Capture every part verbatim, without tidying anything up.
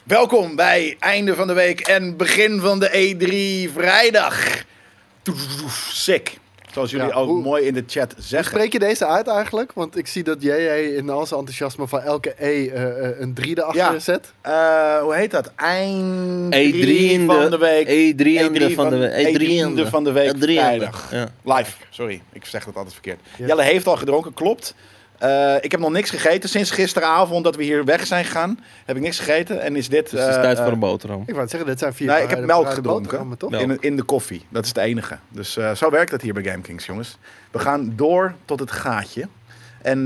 Welkom bij einde van de week en begin van de E drie vrijdag. Sick. Zoals jullie Ja, ook hoe, mooi in de chat zeggen. Spreek je deze uit eigenlijk? Want ik zie dat jij in al zijn enthousiasme van elke E uh, een drie erachter ja. zet. Uh, hoe heet dat? Eind E drie van de week. E drie van de week. E drie van de week vrijdag. Ja. Live. Sorry, ik zeg dat altijd verkeerd. Ja. Jelle heeft al gedronken, klopt. Uh, ik heb nog niks gegeten sinds gisteravond dat we hier weg zijn gegaan. Heb ik niks gegeten en is dit... Dus het is uh, tijd voor een boterham. Ik wou het zeggen, dit zijn vier... Nee, ik heb melk gedronken. Toch? In, in de koffie. Dat is het enige. Dus uh, zo werkt het hier bij GameKings, jongens. We gaan door tot het gaatje. En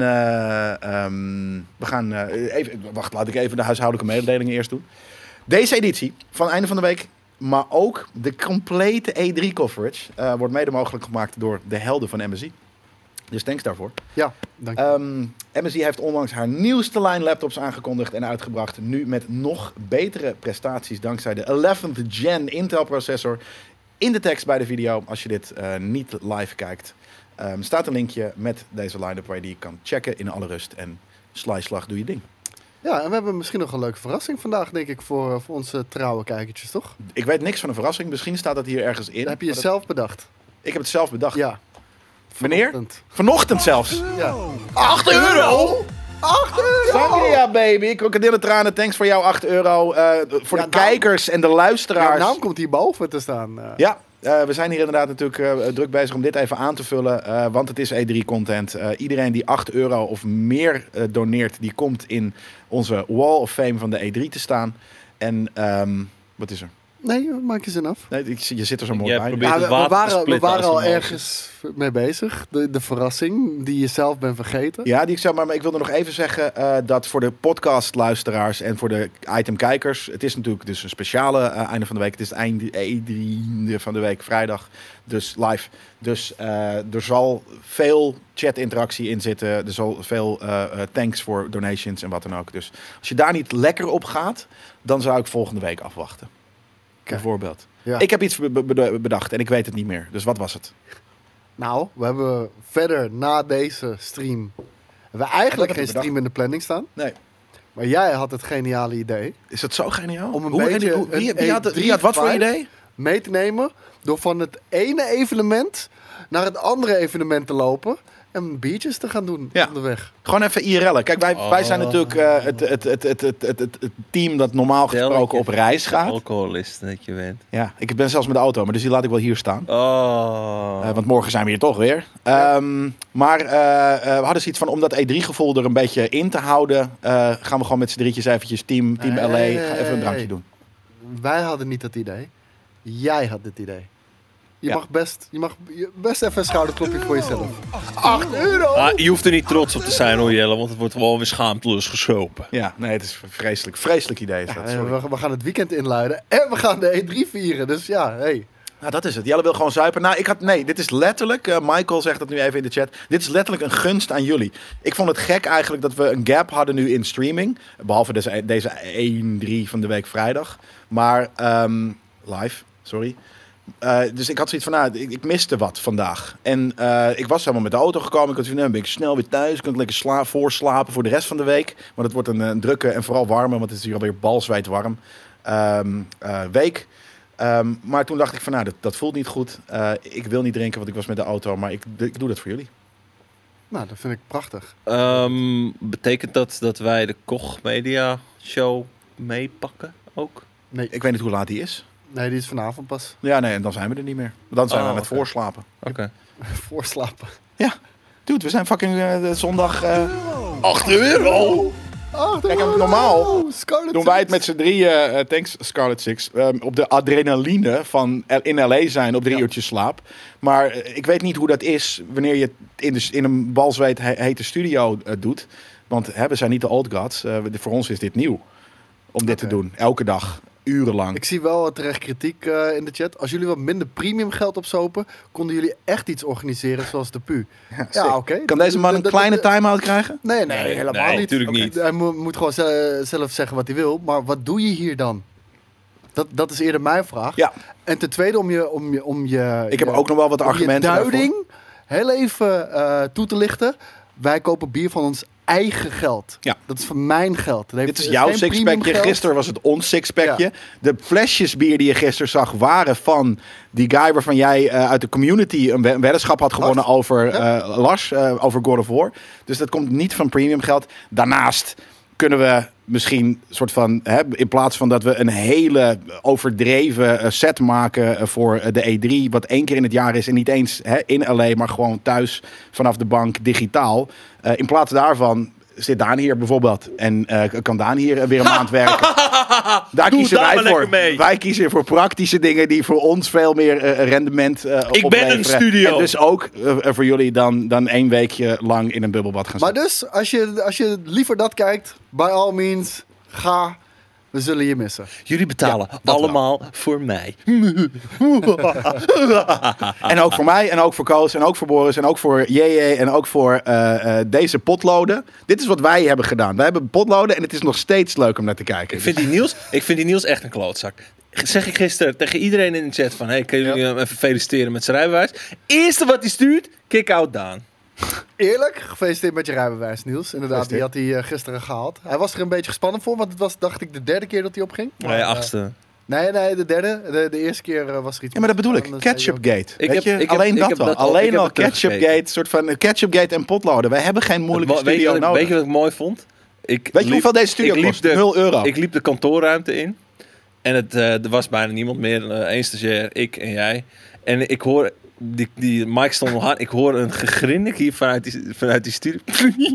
uh, um, we gaan... Uh, even, wacht, laat ik even de huishoudelijke mededelingen eerst doen. Deze editie van einde van de week, maar ook de complete E drie coverage, uh, wordt mede mogelijk gemaakt door de helden van M S I. Dus thanks daarvoor. Ja, dank je. Um, M S I heeft onlangs haar nieuwste lijn laptops aangekondigd en uitgebracht. Nu met nog betere prestaties dankzij de eleventh gen Intel processor. In de tekst bij de video, als je dit uh, niet live kijkt, um, staat een linkje met deze line-up waar je die kan checken in alle rust. En slijslag, doe je ding. Ja, en we hebben misschien nog een leuke verrassing vandaag, denk ik, voor, voor onze trouwe kijkertjes, toch? Ik weet niks van een verrassing. Misschien staat dat hier ergens in. Dat heb je jezelf dat... bedacht. Ik heb het zelf bedacht. Ja. Wanneer? Vanochtend. Vanochtend zelfs. Ja. acht euro? acht euro? Sangria, baby. Krokodillentranen, thanks voor jouw acht euro. Uh, voor ja, de naam, kijkers en de luisteraars. Jouw naam komt hierboven te staan. Uh. Ja, uh, we zijn hier inderdaad natuurlijk uh, druk bezig om dit even aan te vullen. Uh, want het is E drie content. Uh, iedereen die acht euro of meer uh, doneert, die komt in onze Wall of Fame van de E drie te staan. En um, wat is er? Nee, maak je zin af. Nee, je zit er zo mooi Jij bij. probeert het ja, we, water we waren, te we waren al als ergens mee bezig. De, de verrassing die je zelf bent vergeten. Ja, die ik zeg maar, maar ik wilde nog even zeggen uh, dat voor de podcastluisteraars en voor de itemkijkers, het is natuurlijk dus een speciale uh, einde van de week. Het is het einde E drie van de week, vrijdag, dus live. Dus uh, er zal veel chat-interactie in zitten. Er zal veel uh, uh, thanks voor donations en wat dan ook. Dus als je daar niet lekker op gaat, dan zou ik volgende week afwachten. Okay. Bijvoorbeeld. Ja. Ik heb iets bedacht en ik weet het niet meer. Dus wat was het? Nou, we hebben verder na deze stream... We eigenlijk geen stream in de planning staan. Nee. Maar jij had het geniale idee. Is dat zo geniaal? Om een hoe, beetje hoe, wie, een wie, had, wie had wat voor idee? Mee te nemen door van het ene evenement naar het andere evenement te lopen. En biertjes te gaan doen ja. onderweg. Gewoon even I R L'en. Kijk, wij, oh. wij zijn natuurlijk uh, het, het, het, het, het, het, het team dat normaal gesproken op reis gaat. Alcoholist dat je bent. Ja, ik ben zelfs met de auto, maar dus die laat ik wel hier staan. Oh. Uh, want morgen zijn we hier toch weer. Ja. Um, maar uh, uh, we hadden zoiets van, om dat E drie gevoel er een beetje in te houden, uh, gaan we gewoon met z'n drietjes eventjes team, team hey, L A, hey, hey, even een drankje hey. doen. Wij hadden niet dat idee. Jij had dit idee. Je, ja. mag best, je mag best even een schouderklopje voor jezelf. acht euro! Ah, je hoeft er niet trots op te zijn hoor Jelle, want het wordt gewoon weer schaamteloos geschopen. Ja, nee, het is een vreselijk, vreselijk idee. Is dat, ja, we, we gaan het weekend inluiden en we gaan de E drie vieren. Dus ja, hey. Nou, dat is het. Jelle wil gewoon zuipen. Nou, ik had... Nee, dit is letterlijk... Uh, Michael zegt dat nu even in de chat. Dit is letterlijk een gunst aan jullie. Ik vond het gek eigenlijk dat we een gap hadden nu in streaming. Behalve deze, deze één drie van de week vrijdag. Maar... Um, live, sorry. Uh, dus ik had zoiets van, nou, ik, ik miste wat vandaag. En uh, ik was helemaal met de auto gekomen. Ik had zoiets van, nou, ben ik snel weer thuis. Kan ik lekker sla- voorslapen voor de rest van de week. Want het wordt een, een drukke en vooral warme, want het is hier alweer balzwijd warm, um, uh, week. Um, maar toen dacht ik van, nou, dat, dat voelt niet goed. Uh, ik wil niet drinken, want ik was met de auto. Maar ik, ik doe dat voor jullie. Nou, dat vind ik prachtig. Um, betekent dat dat wij de Koch Media Show meepakken ook? Nee. Ik weet niet hoe laat die is. Nee, die is vanavond pas. Ja, nee, en dan zijn we er niet meer. Dan zijn oh, we met okay. voorslapen. Oké. Okay. Voorslapen. Ja. Dude, we zijn fucking uh, zondag... Uh, acht euro! Kijk, normaal Scarlet doen wij het met z'n drieën, uh, thanks Scarlet Six, um, op de adrenaline van in L A zijn op drie ja. uurtjes slaap. Maar uh, ik weet niet hoe dat is wanneer je in, de, in een balzweet he, hete studio uh, doet. Want hè, we zijn niet de old gods. Uh, de, voor ons is dit nieuw om dit okay. te doen. Elke dag. Urenlang. Ik zie wel terecht kritiek uh, in de chat. Als jullie wat minder premium geld opzopen, konden jullie echt iets organiseren zoals de P U. Ja, ja oké. Okay. Kan deze man een kleine time-out krijgen? Nee, nee, nee helemaal nee, niet. Natuurlijk okay. niet. Hij mo- moet gewoon zelf, zelf zeggen wat hij wil. Maar wat doe je hier dan? Dat, dat is eerder mijn vraag. Ja. En ten tweede om je... Om je, om je ik heb je, ook nog wel wat argumenten om je duiding daarvoor. heel even uh, toe te lichten. Wij kopen bier van ons eigen geld. Ja. Dat is van mijn geld. Dat heeft, Dit is het jouw geen premium sixpackje. geld. Gisteren was het ons sixpackje. Ja. De flesjes bier die je gisteren zag waren van die guy waarvan jij uh, uit de community een, we- een weddenschap had gewonnen Lars? over Ja. uh, Lars, uh, over God of War. Dus dat komt niet van premium geld. Daarnaast kunnen we misschien soort van, hè, in plaats van dat we een hele overdreven uh, set maken uh, voor uh, de E drie, wat één keer in het jaar is en niet eens hè, in L A, maar gewoon thuis vanaf de bank digitaal. Uh, in plaats daarvan zit Daan hier bijvoorbeeld en uh, kan Daan hier weer een maand werken. Daar Doe kiezen daar wij maar voor. lekker mee. Wij kiezen voor praktische dingen die voor ons veel meer uh, rendement uh, Ik ben opleveren. een studio. En dus ook uh, voor jullie dan, dan één weekje lang in een bubbelbad gaan Maar zitten. dus, als je, als je liever dat kijkt, by all means, ga. We zullen je missen. Jullie betalen dat allemaal voor mij. En ook voor mij, en ook voor Koos, en ook voor Boris, en ook voor J J, en ook voor uh, uh, deze potloden. Dit is wat wij hebben gedaan. Wij hebben potloden en het is nog steeds leuk om naar te kijken. Ik vind die Niels, ik vind die Niels echt een klootzak. Zeg ik gisteren tegen iedereen in de chat van... Hey, kunnen jullie hem even feliciteren met zijn rijbewijs? Eerste wat hij stuurt, kick-out Daan. Eerlijk, gefeliciteerd met je rijbewijs, Niels. Inderdaad, die had hij uh, gisteren gehaald. Hij was er een beetje gespannen voor, want het was, dacht ik, de derde keer dat hij opging. Maar, Nee, uh, achtste. nee, nee, de derde. De, de eerste keer uh, was er iets. Ja, maar dat bedoel ik. Dan zei hij ook- Ketchupgate. Ik Weet heb- je, ik heb- alleen ik dat heb al. dat al- ik Alleen heb al het teruggekeken. Ketchupgate, soort van Ketchupgate en potloden. Wij hebben geen moeilijke Wa- weet, je studio wat ik, nodig. weet je wat ik mooi vond? Ik Weet je liep- hoeveel deze studio ik liep kost? de- nul euro. Ik liep de kantoorruimte in. En het, uh, er was bijna niemand meer. Uh, één stagiair, ik en jij. En ik hoor... Die, die mic stond nog aan. Ik hoor een gegrinnik hier vanuit die, vanuit die studio.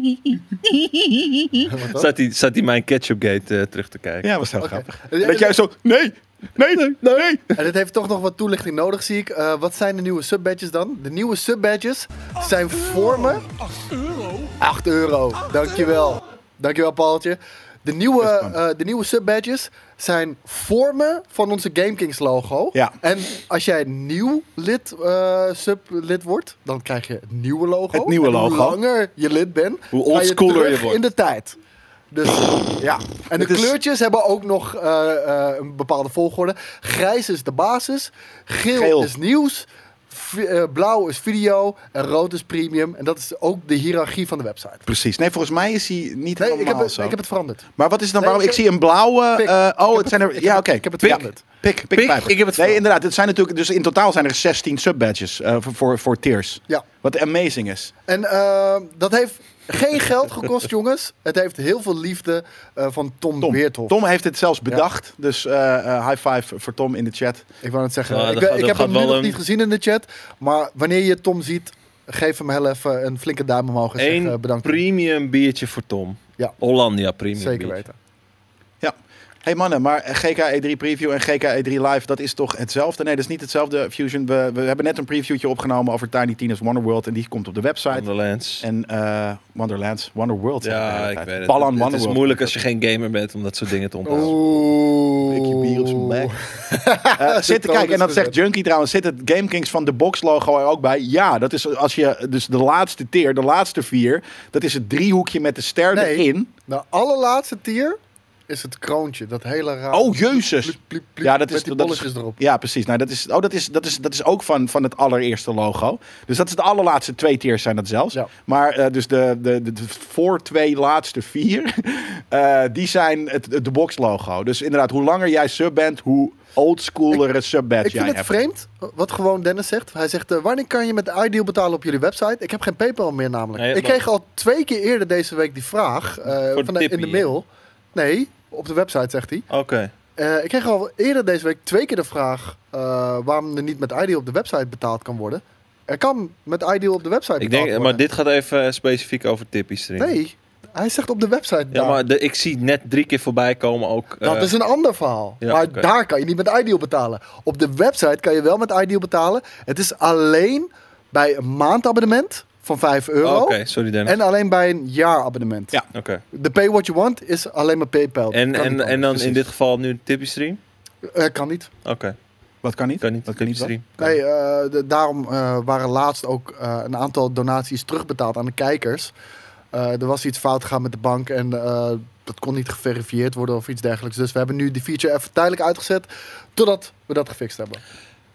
Wat dan? Zat hij zat hij mijn Ketchupgate uh, terug te kijken. Ja, was heel Oké. grappig. En- Dat jij zo, nee, nee, nee, nee. En het heeft toch nog wat toelichting nodig, zie ik. Uh, wat zijn de nieuwe subbadges dan? De nieuwe subbadges zijn vormen... acht euro? acht euro, dankjewel. Dankjewel, Paultje. De nieuwe, uh, de nieuwe subbadges zijn vormen van onze GameKings logo. Ja. En als jij nieuw lid, uh, sublid wordt, dan krijg je het nieuwe logo. Het nieuwe En logo. Hoe langer je lid bent, Hoe ga je oldschooler terug je wordt. in de tijd. Dus ja. En de Het is- kleurtjes hebben ook nog uh, uh, een bepaalde volgorde. Grijs is de basis, geel, Geel. is nieuws, vi- uh, blauw is video en rood is premium. En dat is ook de hiërarchie van de website. Precies. Nee, volgens mij is hij niet Nee, helemaal ik heb, het, zo. ik heb het veranderd. Maar wat is dan Nee, waarom? Ik ik- zie een blauwe... Pik. uh, Ik oh, heb het zijn het- er... ik Ja, heb oké. het- ik heb het Pik. veranderd. Pik, pik, Pik, pijper. ik heb het Nee, veranderd. inderdaad. Het zijn natuurlijk... Dus in totaal zijn er zestien subbadges uh, voor, voor, voor tiers. Ja. Wat amazing is. En uh, dat heeft geen geld gekost, jongens. Het heeft heel veel liefde uh, van Tom, Tom. Weerthof. Tom heeft het zelfs bedacht. Dus uh, uh, high five voor Tom in de chat. Ik wou het zeggen. Ja, ik dat ben- gaat- ik dat heb hem gaat nu wel nog een- niet gezien in de chat. Maar wanneer je Tom ziet, geef hem heel even een flinke duim omhoog. En zeg uh, Eén bedankt. premium biertje voor Tom. Ja. Hollandia premium Zeker biertje. weten. Ja. Hey mannen, maar G K E drie Preview en G K E drie Live, dat is toch hetzelfde? Nee, dat is niet hetzelfde, Fusion. We, we hebben net een previewtje opgenomen over Tiny Tina's Wonderworld. En die komt op de website. Wonderlands. En uh, Wonderlands, Wonderworld. zeg de Ja, hele ik tijd. weet het. Bal aan Het- het is Wonderworld. moeilijk als je geen gamer bent om dat soort dingen te onthouden. Oeh. Blikje bier op zijn bek. Uh, zit te kijken, en dat zegt Junkie trouwens, zit het GameKings van de box logo er ook bij? Ja, dat is als je, dus de laatste tier, de laatste vier, dat is het driehoekje met de ster Nee. erin. De allerlaatste tier is het kroontje. Dat hele raar. Oh, jezus. Pliep, pliep, pliep, Ja, dat is, met die dat is, bolletjes erop. ja, precies. Nou, dat is, oh, dat is, dat is, dat is ook van, van het allereerste logo. Dus dat is de allerlaatste twee tiers zijn dat zelfs. Ja. Maar uh, dus de, de, de, de voor twee laatste vier, uh, die zijn het, het de box logo. Dus inderdaad, hoe langer jij sub bent, hoe oldschoolere subbadge Ik jij vind het hebt. vreemd, wat gewoon Dennis zegt. Hij zegt, uh, wanneer kan je met Ideal betalen op jullie website? Ik heb geen PayPal meer namelijk. Nee, ik maar- kreeg al twee keer eerder deze week die vraag uh, de van de, in de tippie, mail. Nee, op de website zegt hij. Oké. Uh, ik kreeg al eerder deze week twee keer de vraag uh, waarom er niet met Ideal op de website betaald kan worden. Er kan met Ideal op de website Ik betaald denk, worden. maar dit gaat even uh, specifiek over Tippy stream. Nee, hij zegt op de website Ja, daar. maar de, ik zie net drie keer voorbij komen ook. uh, Dat is een ander verhaal. ja, maar oké. daar kan je niet met Ideal betalen. Op de website kan je wel met Ideal betalen. Het is alleen bij een maandabonnement van vijf euro. Oh, Oké, sorry Dennis. En alleen bij een jaarabonnement. Ja. Oké. De pay what you want is alleen maar PayPal. En, Kan en, niet en dan anders. in dit geval nu Tippy stream? Eh, kan niet. Oké, Wat kan niet? kan niet. Wat kan Tippy niet? stream. Nee, eh, de- daarom eh, waren laatst ook eh, een aantal donaties terugbetaald aan de kijkers. Eh, er was iets fout gegaan met de bank en eh, dat kon niet geverifieerd worden of iets dergelijks. Dus we hebben nu die feature even tijdelijk uitgezet totdat we dat gefixt hebben.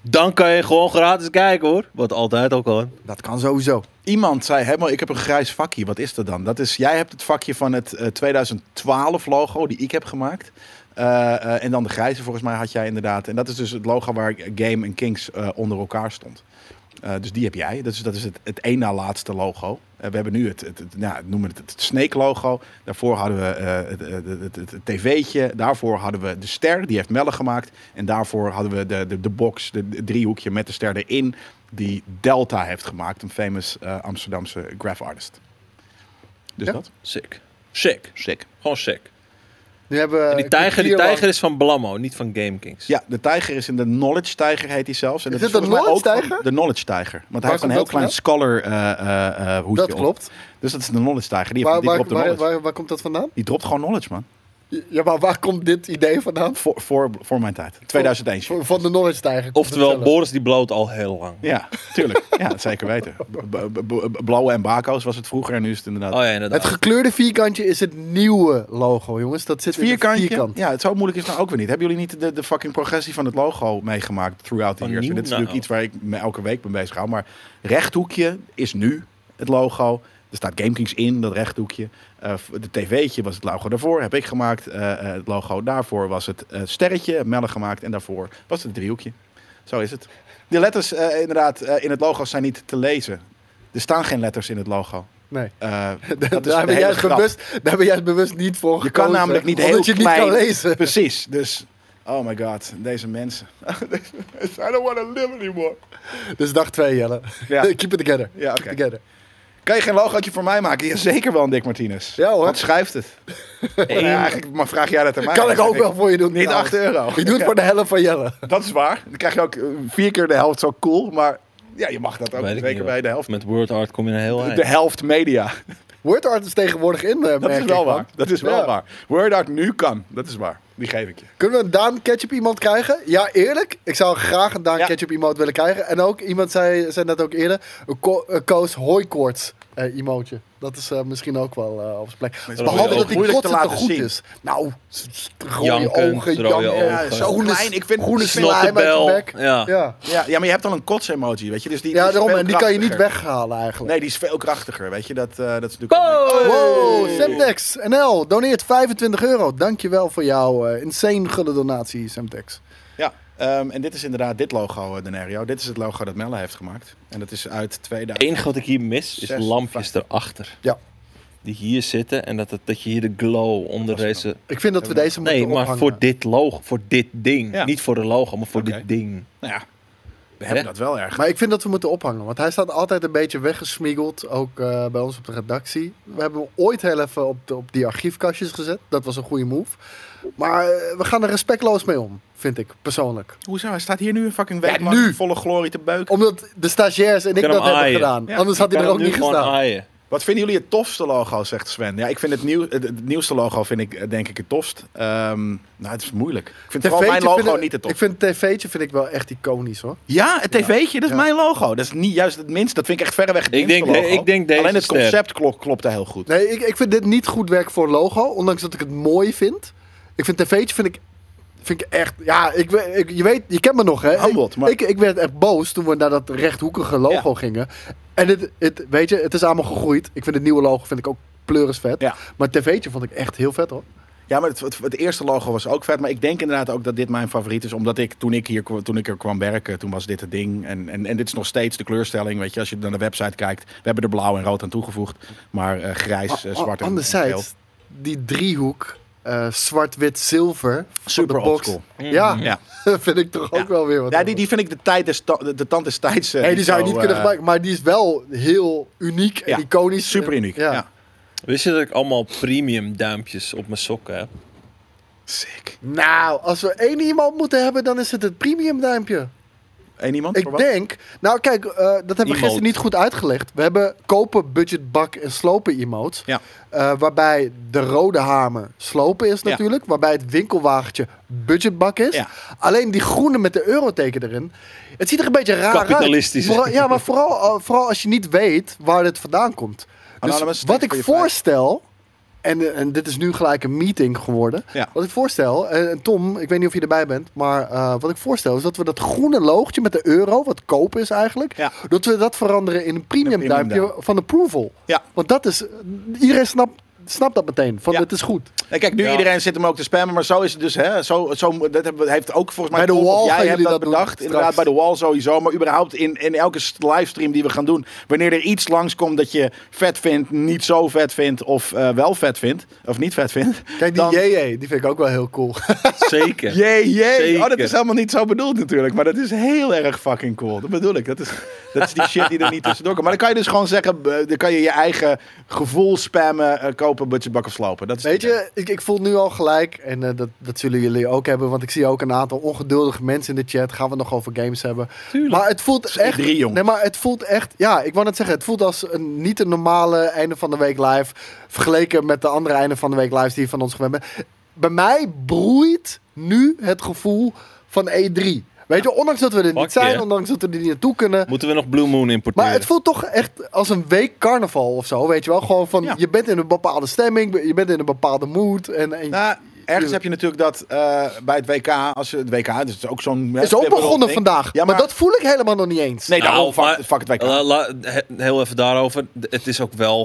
Dan kan je gewoon gratis kijken hoor. Wat altijd al kan. Dat kan sowieso. Iemand zei helemaal, ik heb een grijs vakje. Wat is dat dan? Dat is, jij hebt het vakje van het uh, twintig twaalf logo die ik heb gemaakt. Uh, uh, en dan de grijze volgens mij had jij inderdaad. En dat is dus het logo waar Game en Kings uh, onder elkaar stond. Uh, dus die heb jij. Dus dat is het, het één na laatste logo. Uh, we hebben nu het, het, het, nou, noemen het het Snake logo. Daarvoor hadden we uh, het, het, het, het, het tv'tje. Daarvoor hadden we de ster, die heeft Melle gemaakt. En daarvoor hadden we de, de, de box, de, de driehoekje met de ster erin. Die Delta heeft gemaakt. Een famous uh, Amsterdamse graph artist. Dus Ja. dat. Sick. Sick. Sick. Gewoon sick. Nu hebben, En die ik tijger, heb die hier tijger is van Blammo, niet van Game Kings. Ja, de tijger is in de Knowledge Tijger, heet hij zelfs. En Is dat dit volgens een mij ook Knowledge van Tijger? De Knowledge Tijger. Want hij Waar heeft een komt heel dat klein vandaan? scholar uh, uh, uh, hoedje Dat op. klopt. Dus dat is de Knowledge Tijger. Die, Waar, die waar, dropt de waar, knowledge. waar, waar komt dat vandaan? Die dropt gewoon knowledge, man. Ja, maar waar komt dit idee vandaan? Voor, voor, voor mijn tijd. tweeduizend één. Van van de Knowledge Tijger. Oftewel, Boris die bloot al heel lang. Ja, tuurlijk. Ja, dat zeker weten. B- b- b- Blauwe en bako's was het vroeger en nu is het inderdaad... Oh ja, inderdaad. Het gekleurde vierkantje is het nieuwe logo, jongens. Dat zit Het in het vierkantje, vierkant. ja, het zo moeilijk is het nou ook weer niet. Hebben jullie niet de, de fucking progressie van het logo meegemaakt throughout the Oh, years? nieuw Dit is nou. natuurlijk iets waar ik me elke week mee bezig hou. Maar rechthoekje is nu het logo. Er staat GameKings in, dat rechthoekje. Uh, de tv'tje was het logo daarvoor, heb ik gemaakt. Uh, uh, het logo daarvoor was het uh, sterretje, Melle gemaakt. En daarvoor was het het driehoekje. Zo is het. De letters uh, inderdaad uh, in het logo zijn niet te lezen. Er staan geen letters in het logo. Nee. Uh, Daar dat is ben de jij hele juist grap. bewust, daar ben jij juist bewust niet voor Je gekozen. kan namelijk niet heel omdat je het klein... niet kan lezen. Precies, dus... Oh my god, deze mensen. I don't want to live anymore. Dus dag twee, Jelle. Ja. Keep it together. Ja, Keep oké. it together. Kan je geen logootje voor mij maken? Ja, zeker wel, Dick Martinez. Ja, hoor. Wat schrijft het? Ja, eigenlijk maar vraag jij dat aan mij. Kan ik ook Zeg wel voor je doen. Niet trouwens. acht euro. Ik doe het voor de helft van Jelle. Dat is waar. Dan krijg je ook uh, vier keer de helft, zo cool. Maar ja, je mag dat ook. Weet ik Zeker niet, bij hoor. de helft. Met word art kom je een heel eind. De helft media. Word art is tegenwoordig in, uh, Dat merk is ik, wel man. waar. Dat is wel Ja. waar. Word Art nu kan. Dat is waar. Die geef ik je. Kunnen we een Daan Ketchup iemand krijgen? Ja, eerlijk. Ik zou graag een Daan Ja. Ketchup emote willen krijgen. En ook, iemand zei, zei net ook eerder, een, ko- een Koos hooikoorts uh, emoteje. Dat is uh, misschien ook wel uh, op zijn plek. is Behalve ook dat die moeilijk te kotsen te laten goed zien. is. Nou, s- s- rode Jankend, ogen, rode janken, ogen. ja, Zo groene, klein. Ik vind- groene ik vind slime uit je Snottebel. bek. Ja. Ja, Ja, ja, maar je hebt al een kots-emoji, weet je. Dus die, ja die is daarom. veel En die kan je niet krachtiger. weghalen eigenlijk. Nee, die is veel krachtiger, weet je. Dat, uh, dat is natuurlijk... ook- Wow, Semtex N L doneert vijfentwintig euro. Dankjewel voor jouw uh, insane gulle donatie, Semtex. Ja, um, en dit is inderdaad dit logo, uh, Denario. Dit is het logo dat Melle heeft gemaakt. En dat is uit Het tweeduizend. enige wat ik hier mis is Zes, lampjes vijf. erachter. Ja. Die hier zitten en dat, het, dat je hier de glow onder was het deze... Ik vind dat we deze moeten Nee, maar ophangen. voor dit logo, voor dit ding. Ja. Niet voor de logo, maar voor Oké. dit ding. Nou ja, we hebben Hè? dat wel erg. Maar ik vind dat we moeten ophangen. Want hij staat altijd een beetje weggesmiegeld. Ook uh, bij ons op de redactie. We hebben hem ooit heel even op, de, op die archiefkastjes gezet. Dat was een goede move. Maar uh, we gaan er respectloos mee om. Vind ik, persoonlijk. Hoezo? Hij staat hier nu een fucking week Ja, lang nu. volle glorie te beuken. Omdat de stagiairs en ik Kan dat hem hebben aaien. gedaan. Ja, Anders had hij er ook niet gestaan. Aaien. Wat vinden jullie het tofste logo, zegt Sven? Ja, ik vind het, nieuw, het, het nieuwste logo vind ik eh, denk ik het tofst. Um, nou, het is moeilijk. Ik vind vooral mijn TV'tje logo vind ik- niet het Ik tofst. vind het tv'tje vind ik wel echt iconisch, hoor. Ja, het tv'tje, dat is Ja. mijn logo. Dat is niet juist het minste. Dat vind ik echt verreweg het Ik minste denk de- logo. ik denk deze Alleen het ster. concept klop, klopte heel goed. Nee, ik, ik vind dit niet goed werk voor logo. Ondanks dat ik het mooi vind. Ik vind tv'tje vind ik... Vind ik echt... Ja, ik, we- ik, je weet... Je kent me nog, hè? Humbled, ik, maar- ik, ik werd echt boos toen we naar dat rechthoekige logo Ja. gingen. En het, het, weet je, het is allemaal gegroeid. Ik vind het nieuwe logo vind ik ook pleurisvet. Ja. Maar het tv'tje vond ik echt heel vet, hoor. Ja, maar het, het, het eerste logo was ook vet. Maar ik denk inderdaad ook dat dit mijn favoriet is. Omdat ik, toen ik, hier, kwa- toen ik er kwam werken, toen was dit het ding. En, en, en dit is nog steeds de kleurstelling. Weet je, als je naar de website kijkt. We hebben er blauw en rood aan toegevoegd. Maar eh, grijs, eh, zwart en, en Anderzijds, geel. die driehoek, eh, zwart-wit-zilver. van Super de box. oldschool. Ja, Ja. vind ik toch ook Ja. wel weer wat. Ja, die, die vind ik de, tijd des ta- de, de tand des tijds. eh, Nee, die zou je zo, niet kunnen eh, gebruiken. Maar die is wel heel uniek en Ja, iconisch. Super uniek. Ja. Ja. Wist je dat ik allemaal premium duimpjes op mijn sokken heb? Sick. Nou, als we één iemand moeten hebben, dan is het het premium duimpje. Eén iemand? Ik voor wat? denk... Nou, kijk, eh, dat hebben we Emote. gisteren niet goed uitgelegd. We hebben kopen, budget, bak en slopen emotes. Ja. Eh, waarbij de rode hamer slopen is Ja. natuurlijk. Waarbij het winkelwagentje budgetbak is. Ja. Alleen die groene met de euroteken erin. Het ziet er een beetje raar Kapitalistisch. uit. Vooral, ja, maar vooral, eh, vooral als je niet weet waar dit vandaan komt. Dus Anonymous, wat thanks ik for your voorstel En, en dit is nu gelijk een meeting geworden. Ja. Wat ik voorstel, en Tom, ik weet niet of je erbij bent, maar uh, wat ik voorstel is dat we dat groene loogje met de euro, wat koop is eigenlijk, Ja. dat we dat veranderen in een premium, Een premium duimpje van approval. Ja. Want dat is, iedereen snapt, snapt dat meteen, van Ja. het is goed. Nee, kijk, nu Ja. iedereen zit hem ook te spammen, maar zo is het dus, hè, zo, zo, dat hebben- heeft ook volgens mij, Bij de Tom, of wall gaan jij hebt jullie dat dat doen bedacht, straks. inderdaad, bij de wall sowieso, maar überhaupt in, in elke s- livestream die we gaan doen, wanneer er iets langskomt dat je vet vindt, niet zo vet vindt, of uh, wel vet vindt, of niet vet vindt. Kijk, die Dan- J J, die vind ik ook wel heel cool. Zeker. Jee, jee. Zeker. Oh, dat is helemaal niet zo bedoeld natuurlijk. Maar dat is heel erg fucking cool. Dat bedoel ik. Dat is, dat is die shit die er niet tussendoor komt. Maar dan kan je dus gewoon zeggen, eh, dan kan je je eigen gevoel spammen, uh, kopen, budgetbak of slopen. Dat is Weet je, ik, ik voel nu al gelijk, en uh, dat, dat zullen jullie ook hebben, want ik zie ook een aantal ongeduldige mensen in de chat. Gaan we het nog over games hebben. Tuurlijk. Maar het voelt is echt... E drie, jongens. nee, maar het voelt echt... Ja, ik wou net zeggen, het voelt als een niet een normale einde van de week live, vergeleken met de andere einde van de week lives die je van ons gewend bent. Bij mij broeit nu het gevoel van E drie. Weet je, ondanks dat we er Fuck niet zijn, yeah. ondanks dat we er niet naartoe kunnen. Moeten we nog Blue Moon importeren? Maar het voelt toch echt als een week carnaval of zo, weet je wel? Gewoon van, Ja. je bent in een bepaalde stemming, je bent in een bepaalde mood. En, en Nou, ergens heb je natuurlijk dat uh, bij het W K, als je het W K, dus het is ook zo'n... is ook begonnen vandaag. Ja, maar, maar, dat voel ik helemaal nog niet eens. Nee, Nou, daarom, fuck, maar- fuck het W K. La- la- he- heel even daarover. D- Het is ook wel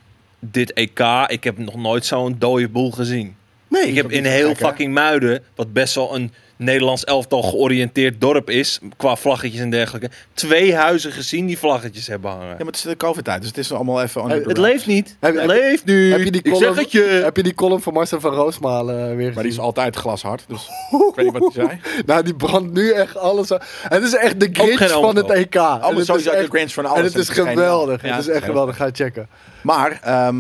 dit E K. Ik heb nog nooit zo'n dode boel gezien. Nee, Ik heb in heel fucking Muiden, wat best wel een Nederlands elftal georiënteerd dorp is, qua vlaggetjes en dergelijke, twee huizen gezien die vlaggetjes hebben hangen. Ja, maar het is de COVID-tijd, dus het is allemaal even... Hey, under the Het radar. leeft niet. Heb- Het heb- leeft nu. Heb je die Ik column, zeg het je. Heb je die column van Marcel van Roosmalen uh, weer gezien? Maar die is altijd glashard, dus ik weet niet wat hij zei. Nou, die brandt nu echt alles aan. Het is echt de Ook geen Grinch van het auto. E K. En Allemaal het sowieso is de echt- Grinch van alles. En het is geniaal. geweldig. Ja, Het is het echt geweldig. Ga checken. Maar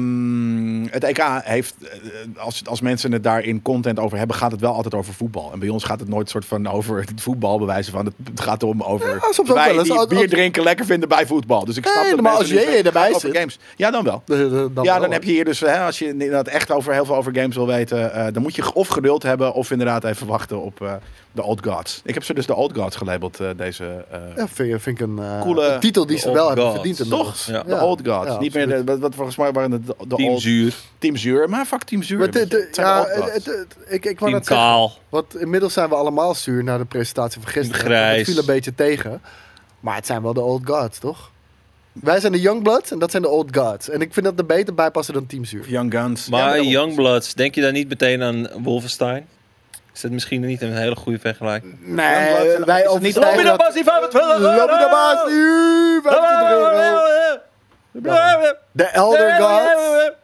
ehm, het E K heeft, eh, als, als mensen het daarin content over hebben, gaat het wel altijd over voetbal. En bij ons gaat het nooit soort van over het voetbal bewijzen van. Het, het gaat erom over Ja, soms ook wij wel eens. die Als- bier als- drinken lekker vinden bij voetbal. Dus ik snap Nee, dat maar mensen als nu J J zeggen, erbij over zit- games. Ja, dan wel. De- de- dan Ja, wel. dan heb je hier dus, hè, als je inderdaad echt over, heel veel over games wil weten, uh, dan moet je of geduld hebben of inderdaad even wachten op uh, de Old Gods. Ik heb ze dus de Old Gods gelabeld, uh, deze uh, Ja, vind, vind ik een uh, Coole- een titel die ze de wel Old hebben Gods. verdiend. toch? inmiddels. Ja. De Old Gods. Ja, Niet meer de, absoluut. wat, wat volgens mij waren het de, de Team Old Zuur, Team Zuur, maar fuck Team Zuur. Maar het- Het het- zijn ja, de Old Gods. het- het- het- ik, ik wou Team net zeggen. Kaal. Want inmiddels zijn we allemaal zuur naar de presentatie van gisteren. Grijs. Het viel een beetje tegen. Maar het zijn wel de Old Gods, toch? Wij zijn de Youngbloods en dat zijn de Old Gods. En ik vind dat er beter bij passen dan Team Zuur. Young Guns. Maar Ja, daarom. Youngbloods, denk je daar niet meteen aan Wolfenstein? Is dat misschien niet een hele goede vergelijking? Nee, Youngbloods, is wij het overstijgen niet- dat... Passie vijfentwintig Loop in de baas, nu, vijfentwintig euro. De Elder Gods.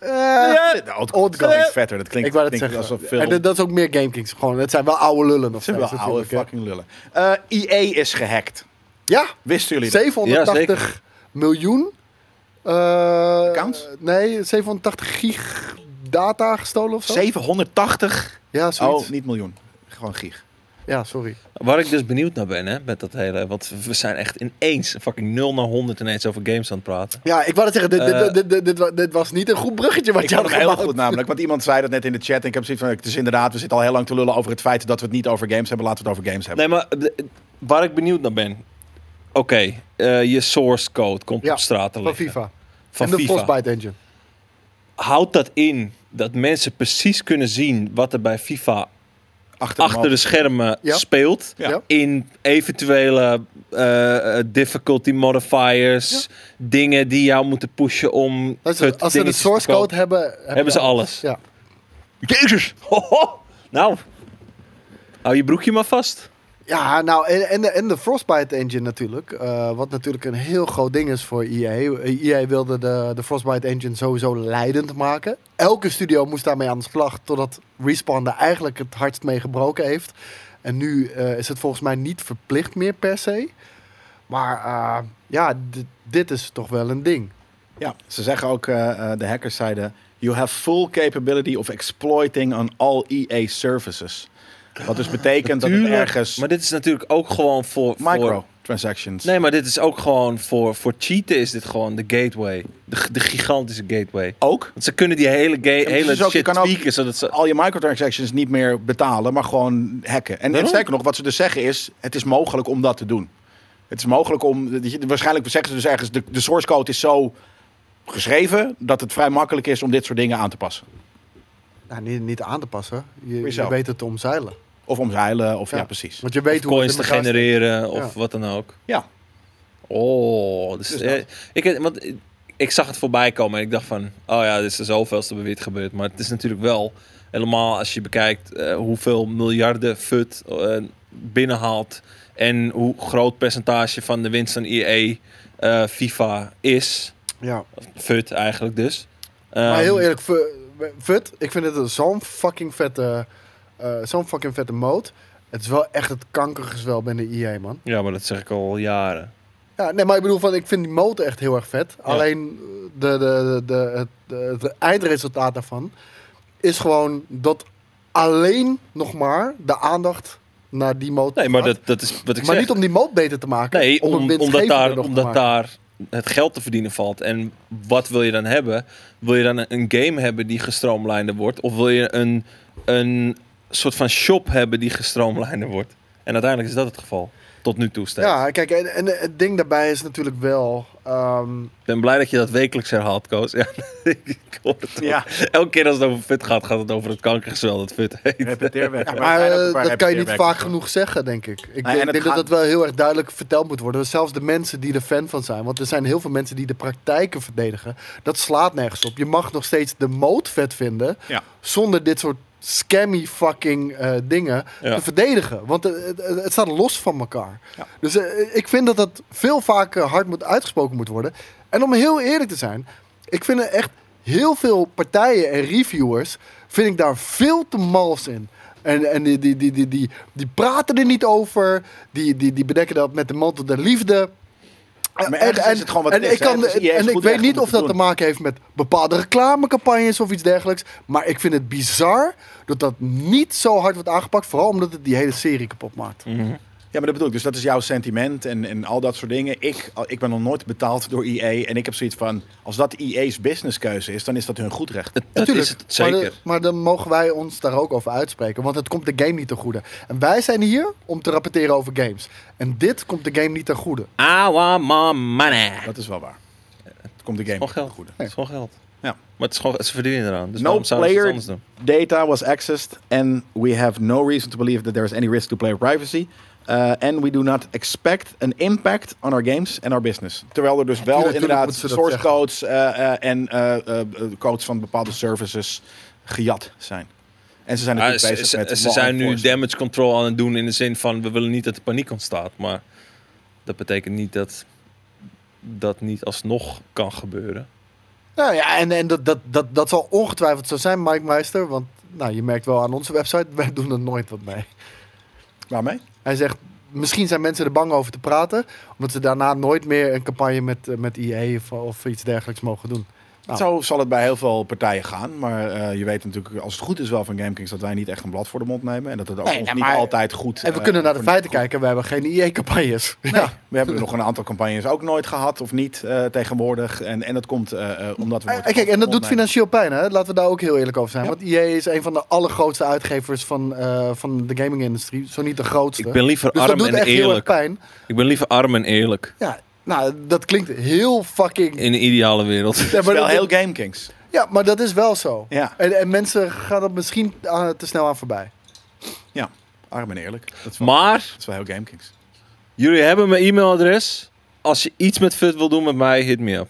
Eh, De Old Old Gods klinkt Gods. vetter. Dat klinkt, ik wou het klinkt zeggen. alsof veel... En dat- dat is ook meer GameKings. Gewoon, het zijn wel oude lullen nog Het zijn wel steeds, oude natuurlijk, hè. fucking lullen. Uh, E A is gehackt. Ja, Wisten jullie dat? zevenhonderdtachtig miljoen. eh, Accounts? Nee, zevenhonderdtachtig gig data gestolen of zo. zevenhonderdtachtig? Ja, zoiets. Oh, niet miljoen. Gewoon gig. Ja, sorry. Waar ik dus benieuwd naar ben, hè, met dat hele... Want we zijn echt ineens fucking nul naar honderd ineens over games aan het praten. Ja, ik wou het zeggen, dit, dit, Eh. dit, dit, dit, wa- dit was niet een goed bruggetje wat Ik je vond had hem heel gebouwd. goed namelijk, want iemand zei dat net in de chat en ik heb zoiets van, het is inderdaad, we zitten al heel lang te lullen over het feit dat we het niet over games hebben, laten we het over games hebben. Nee, maar de- waar ik benieuwd naar ben... Oké, eh, je source code komt Ja, op straat te Van liggen. FIFA. Van en de FIFA. Frostbite Engine. Houdt dat in dat mensen precies kunnen zien wat er bij FIFA Achter, achter de schermen Ja. speelt? Ja. Ja. In eventuele eh, eh, difficulty modifiers, dingen die jou moeten pushen om Luister, het als ze de dingetje source te kopen. code hebben... Hebben, Hebben ze alles. Ja. Jezus! Hoho. Nou, hou je broekje maar vast. Ja, nou, en, en, de, en de Frostbite Engine natuurlijk. eh, wat natuurlijk een heel groot ding is voor E A. E A wilde de, de Frostbite Engine sowieso leidend maken. Elke studio moest daarmee aan de slag, totdat Respawn daar eigenlijk het hardst mee gebroken heeft. En nu eh, is het volgens mij niet verplicht meer per se. Maar uh, ja, d- dit is toch wel een ding. Ja, ze zeggen ook, uh, uh, de hackers zeiden, you have full capability of exploiting on all E A services. Wat dus betekent dat het Tuurlijk. ergens Maar dit is natuurlijk ook gewoon voor... voor microtransactions. nee, maar dit is ook gewoon voor, voor cheaten is dit gewoon de gateway. De, de gigantische gateway. Ook Want ze kunnen die hele, ga- maar hele dus ook- je shit kan ook- tweaken, zodat ze... al je microtransactions niet meer betalen, maar gewoon hacken. En, en Waarom? sterker nog, wat ze dus zeggen is, het is mogelijk om dat te doen. Het is mogelijk om, waarschijnlijk zeggen ze dus ergens, de, de source code is zo geschreven dat het vrij makkelijk is om dit soort dingen aan te passen. Nou, niet, niet aan te passen. Je, je jezelf. weet het te omzeilen. Of omzeilen, of ja, Ja. precies. Want je weet Of hoe coins het te in elkaar genereren of Ja. wat dan ook. Ja. Oh, dus, Dus eh, dat. ik, want ik- ik zag het voorbij komen en ik dacht van, oh ja, dit is de zoveelste beweerd gebeurd. Maar het is natuurlijk wel, helemaal als je bekijkt eh, hoeveel miljarden F U T eh, binnenhaalt en hoe groot percentage van de winst van E A eh, FIFA is. steekt. Ja. F U T eigenlijk dus. Maar Ehm, heel eerlijk, F U T, ik vind het zo'n fucking vette, eh, zo'n fucking vette mode. Het is wel echt het kankergezwel binnen E A, man. Ja, maar dat zeg ik al jaren. Ja, nee, maar ik bedoel, van, ik vind die mode echt heel erg vet. Alleen de, de, de, de, het, de- het eindresultaat daarvan is gewoon dat alleen nog maar de aandacht naar die mode Nee, maar gaat. dat, dat is wat ik Maar zeg. niet om die mode beter te maken. Nee, om om, hem omdat, winstgevender daar, nog te omdat maken. daar het geld te verdienen valt. En wat wil je dan hebben? Wil je dan een, een game hebben die gestroomlijnder wordt? Of wil je een, een soort van shop hebben die gestroomlijnder wordt? En uiteindelijk is dat het geval. Tot nu toe steeds. Ja, kijk, en, en het ding daarbij is natuurlijk wel... ehm, Ik ben blij dat je dat wekelijks herhaalt, Koos. Ja, ik hoor het ook. Ja. Elke keer als het over F U T gaat, gaat het over het kankergezwel dat F U T heet. Repeteerwerk. Ja, maar eh, dat kan je niet vaak genoeg zeggen, denk ik. Ik en denk, het denk gaat- dat dat wel heel erg duidelijk verteld moet worden. Zelfs de mensen die er fan van zijn. Want er zijn heel veel mensen die de praktijken verdedigen. Dat slaat nergens op. Je mag nog steeds de mode vet vinden. Ja. Zonder dit soort scammy fucking eh, dingen Ja. te verdedigen. Want het, het, het staat los van elkaar. Ja. Dus eh, ik vind dat dat veel vaker hard moet uitgesproken moet worden. En om heel eerlijk te zijn. Ik vind er echt heel veel partijen en reviewers... vind ik daar veel te mals in. En, en die, die, die, die, die, die praten er niet over. Die, die, die bedekken dat met de mantel der liefde. Maar ergens is het gewoon wat en het is, ik, kan, hè? Dus I A heeft en ik goed weet recht niet om of het te dat te doen. maken heeft met bepaalde reclamecampagnes of iets dergelijks. Maar ik vind het bizar dat dat niet zo hard wordt aangepakt. Vooral omdat het die hele serie kapot maakt. Mhm. Ja, maar dat bedoel ik. Dus dat is jouw sentiment en, en al dat soort dingen. Ik, ik ben nog nooit betaald door E A. En ik heb zoiets van, als dat E A's businesskeuze is, dan is dat hun goed recht. Dat, dat Natuurlijk, is het zeker. Maar, de- maar dan mogen wij ons daar ook over uitspreken. Want het komt de game niet ten goede. En wij zijn hier om te rapporteren over games. En dit komt de game niet ten goede. I want more money. Dat is wel waar. Het komt de game Gewoon niet ten geld. goede. Het is gewoon geld. Ja. Maar het is gewoon, ze verdienen eraan. Dus No waarom zouden ze iets player anders doen? data was accessed and we have no reason to believe that there is any risk to player privacy. Uh, and we do not expect an impact on our games and our business. Terwijl er dus wel Tuurlijk, tuurlijk inderdaad moeten ze dat source zeggen. codes uh, uh, en uh, uh, codes van bepaalde services gejat zijn. En ze zijn Ah, natuurlijk ze bezig ze- met ze law zijn nu enforcement. damage control aan het doen in de zin van we willen niet dat er paniek ontstaat. Maar dat betekent niet dat dat niet alsnog kan gebeuren. Nou ja, en, en dat, dat, dat, dat zal ongetwijfeld zo zijn, Mike Meister. Want nou, je merkt wel aan onze website, wij doen er nooit wat mee. Waarmee? Hij zegt, misschien zijn mensen er bang over te praten. Omdat ze daarna nooit meer een campagne met, eh, met E A of, of iets dergelijks mogen doen. Nou. Zo zal het bij heel veel partijen gaan. Maar uh, je weet natuurlijk, als het goed is wel van GameKings, dat wij niet echt een blad voor de mond nemen. En dat het ook Nee, ons nee, niet maar- altijd goed... En we uh, kunnen naar de voor- feiten kijken. We hebben geen E A-campagnes. Ja. We hebben er nog een aantal campagnes ook nooit gehad of niet uh, tegenwoordig. En, en dat komt uh, uh, omdat we... En, nooit en kijk, en dat doet opnemen. financieel pijn, hè? Laten we daar ook heel eerlijk over zijn. Ja. Want E A is een van de allergrootste uitgevers van, uh, van de gaming-industrie. Zo niet de grootste. Ik ben liever dus dat arm doet en echt heel erg eerlijk. pijn. Ik ben liever arm en eerlijk. Ja, nou, dat klinkt heel fucking... In een ideale wereld. Ja, Het is maar wel dat- heel GameKings. Ja, maar dat is wel zo. Ja. En, en mensen gaan er misschien uh, te snel aan voorbij. Ja, arm en eerlijk. Dat is wel, Maar dat is wel heel GameKings. jullie hebben mijn e-mailadres. Als je iets met F U T wil doen met mij, hit me up.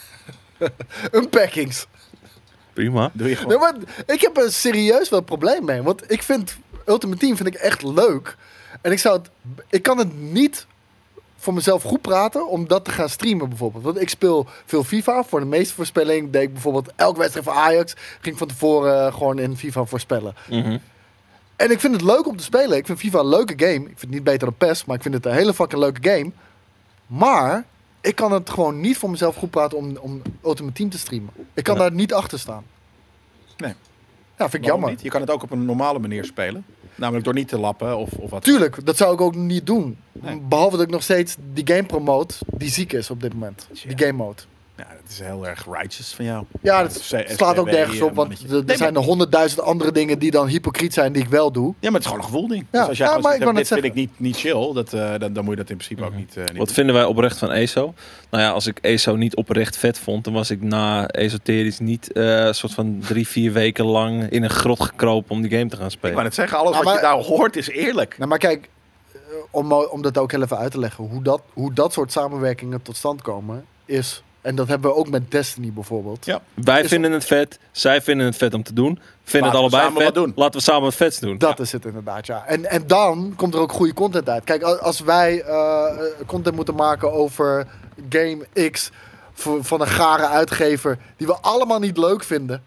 Unpackings. Prima. Doe je gewoon. Nee, maar ik heb er serieus wel een probleem mee. Want ik vind Ultimate Team vind ik echt leuk. En ik zou het... Ik kan het niet voor mezelf goed praten om dat te gaan streamen bijvoorbeeld. Want ik speel veel FIFA. Voor de meeste voorspelling deed ik bijvoorbeeld elke wedstrijd van Ajax. Ging ik van tevoren uh, gewoon in FIFA voorspellen. Mhm. En ik vind het leuk om te spelen. Ik vind FIFA een leuke game. Ik vind het niet beter dan P E S, maar ik vind het een hele fucking leuke game. Maar ik kan het gewoon niet voor mezelf goed praten om, om Ultimate Team te streamen. Ik kan Nee. daar niet achter staan. Nee. Ja, vind ik Waarom jammer. niet? Je kan het ook op een normale manier spelen. Namelijk door niet te lappen of, of wat. Tuurlijk, dat zou ik ook niet doen. Nee. Behalve dat ik nog steeds die game promote die ziek is op dit moment. Tja. Die game mode. Ja, dat is heel erg righteous van jou. Ja, dat C- slaat ook S P W, nergens op, eh, want mannetje. er, er Nee, zijn er honderdduizend andere dingen die dan hypocriet zijn die ik wel doe. Ja, maar het is gewoon een gevoelding. Ja. Dus als jij Ja, gewoon maar zegt, ik wou dit net vind ik niet, niet chill, dat, uh, dan, dan moet je dat in principe ook niet, uh, niet Wat doen. vinden wij oprecht van E S O? Nou ja, als ik E S O niet oprecht vet vond, dan was ik na esoterisch niet uh, een soort van drie, vier weken lang in een grot gekropen om die game te gaan Ik spelen. wou net zeggen, alles Nou, wat je maar- daar hoort is eerlijk. Nou, maar kijk, eh, om, om dat ook heel even uit te leggen, hoe dat, hoe dat soort samenwerkingen tot stand komen, is, en dat hebben we ook met Destiny bijvoorbeeld. Ja. Wij Is- vinden het vet, zij vinden het vet om te doen. Vinden Laten het we allebei samen vet, wat doen. laten we samen wat vets doen. Dat is het inderdaad, ja. En, en dan komt er ook goede content uit. Kijk, a- als wij eh, content moeten maken over Game X voor- van een gare uitgever die we allemaal niet leuk vinden.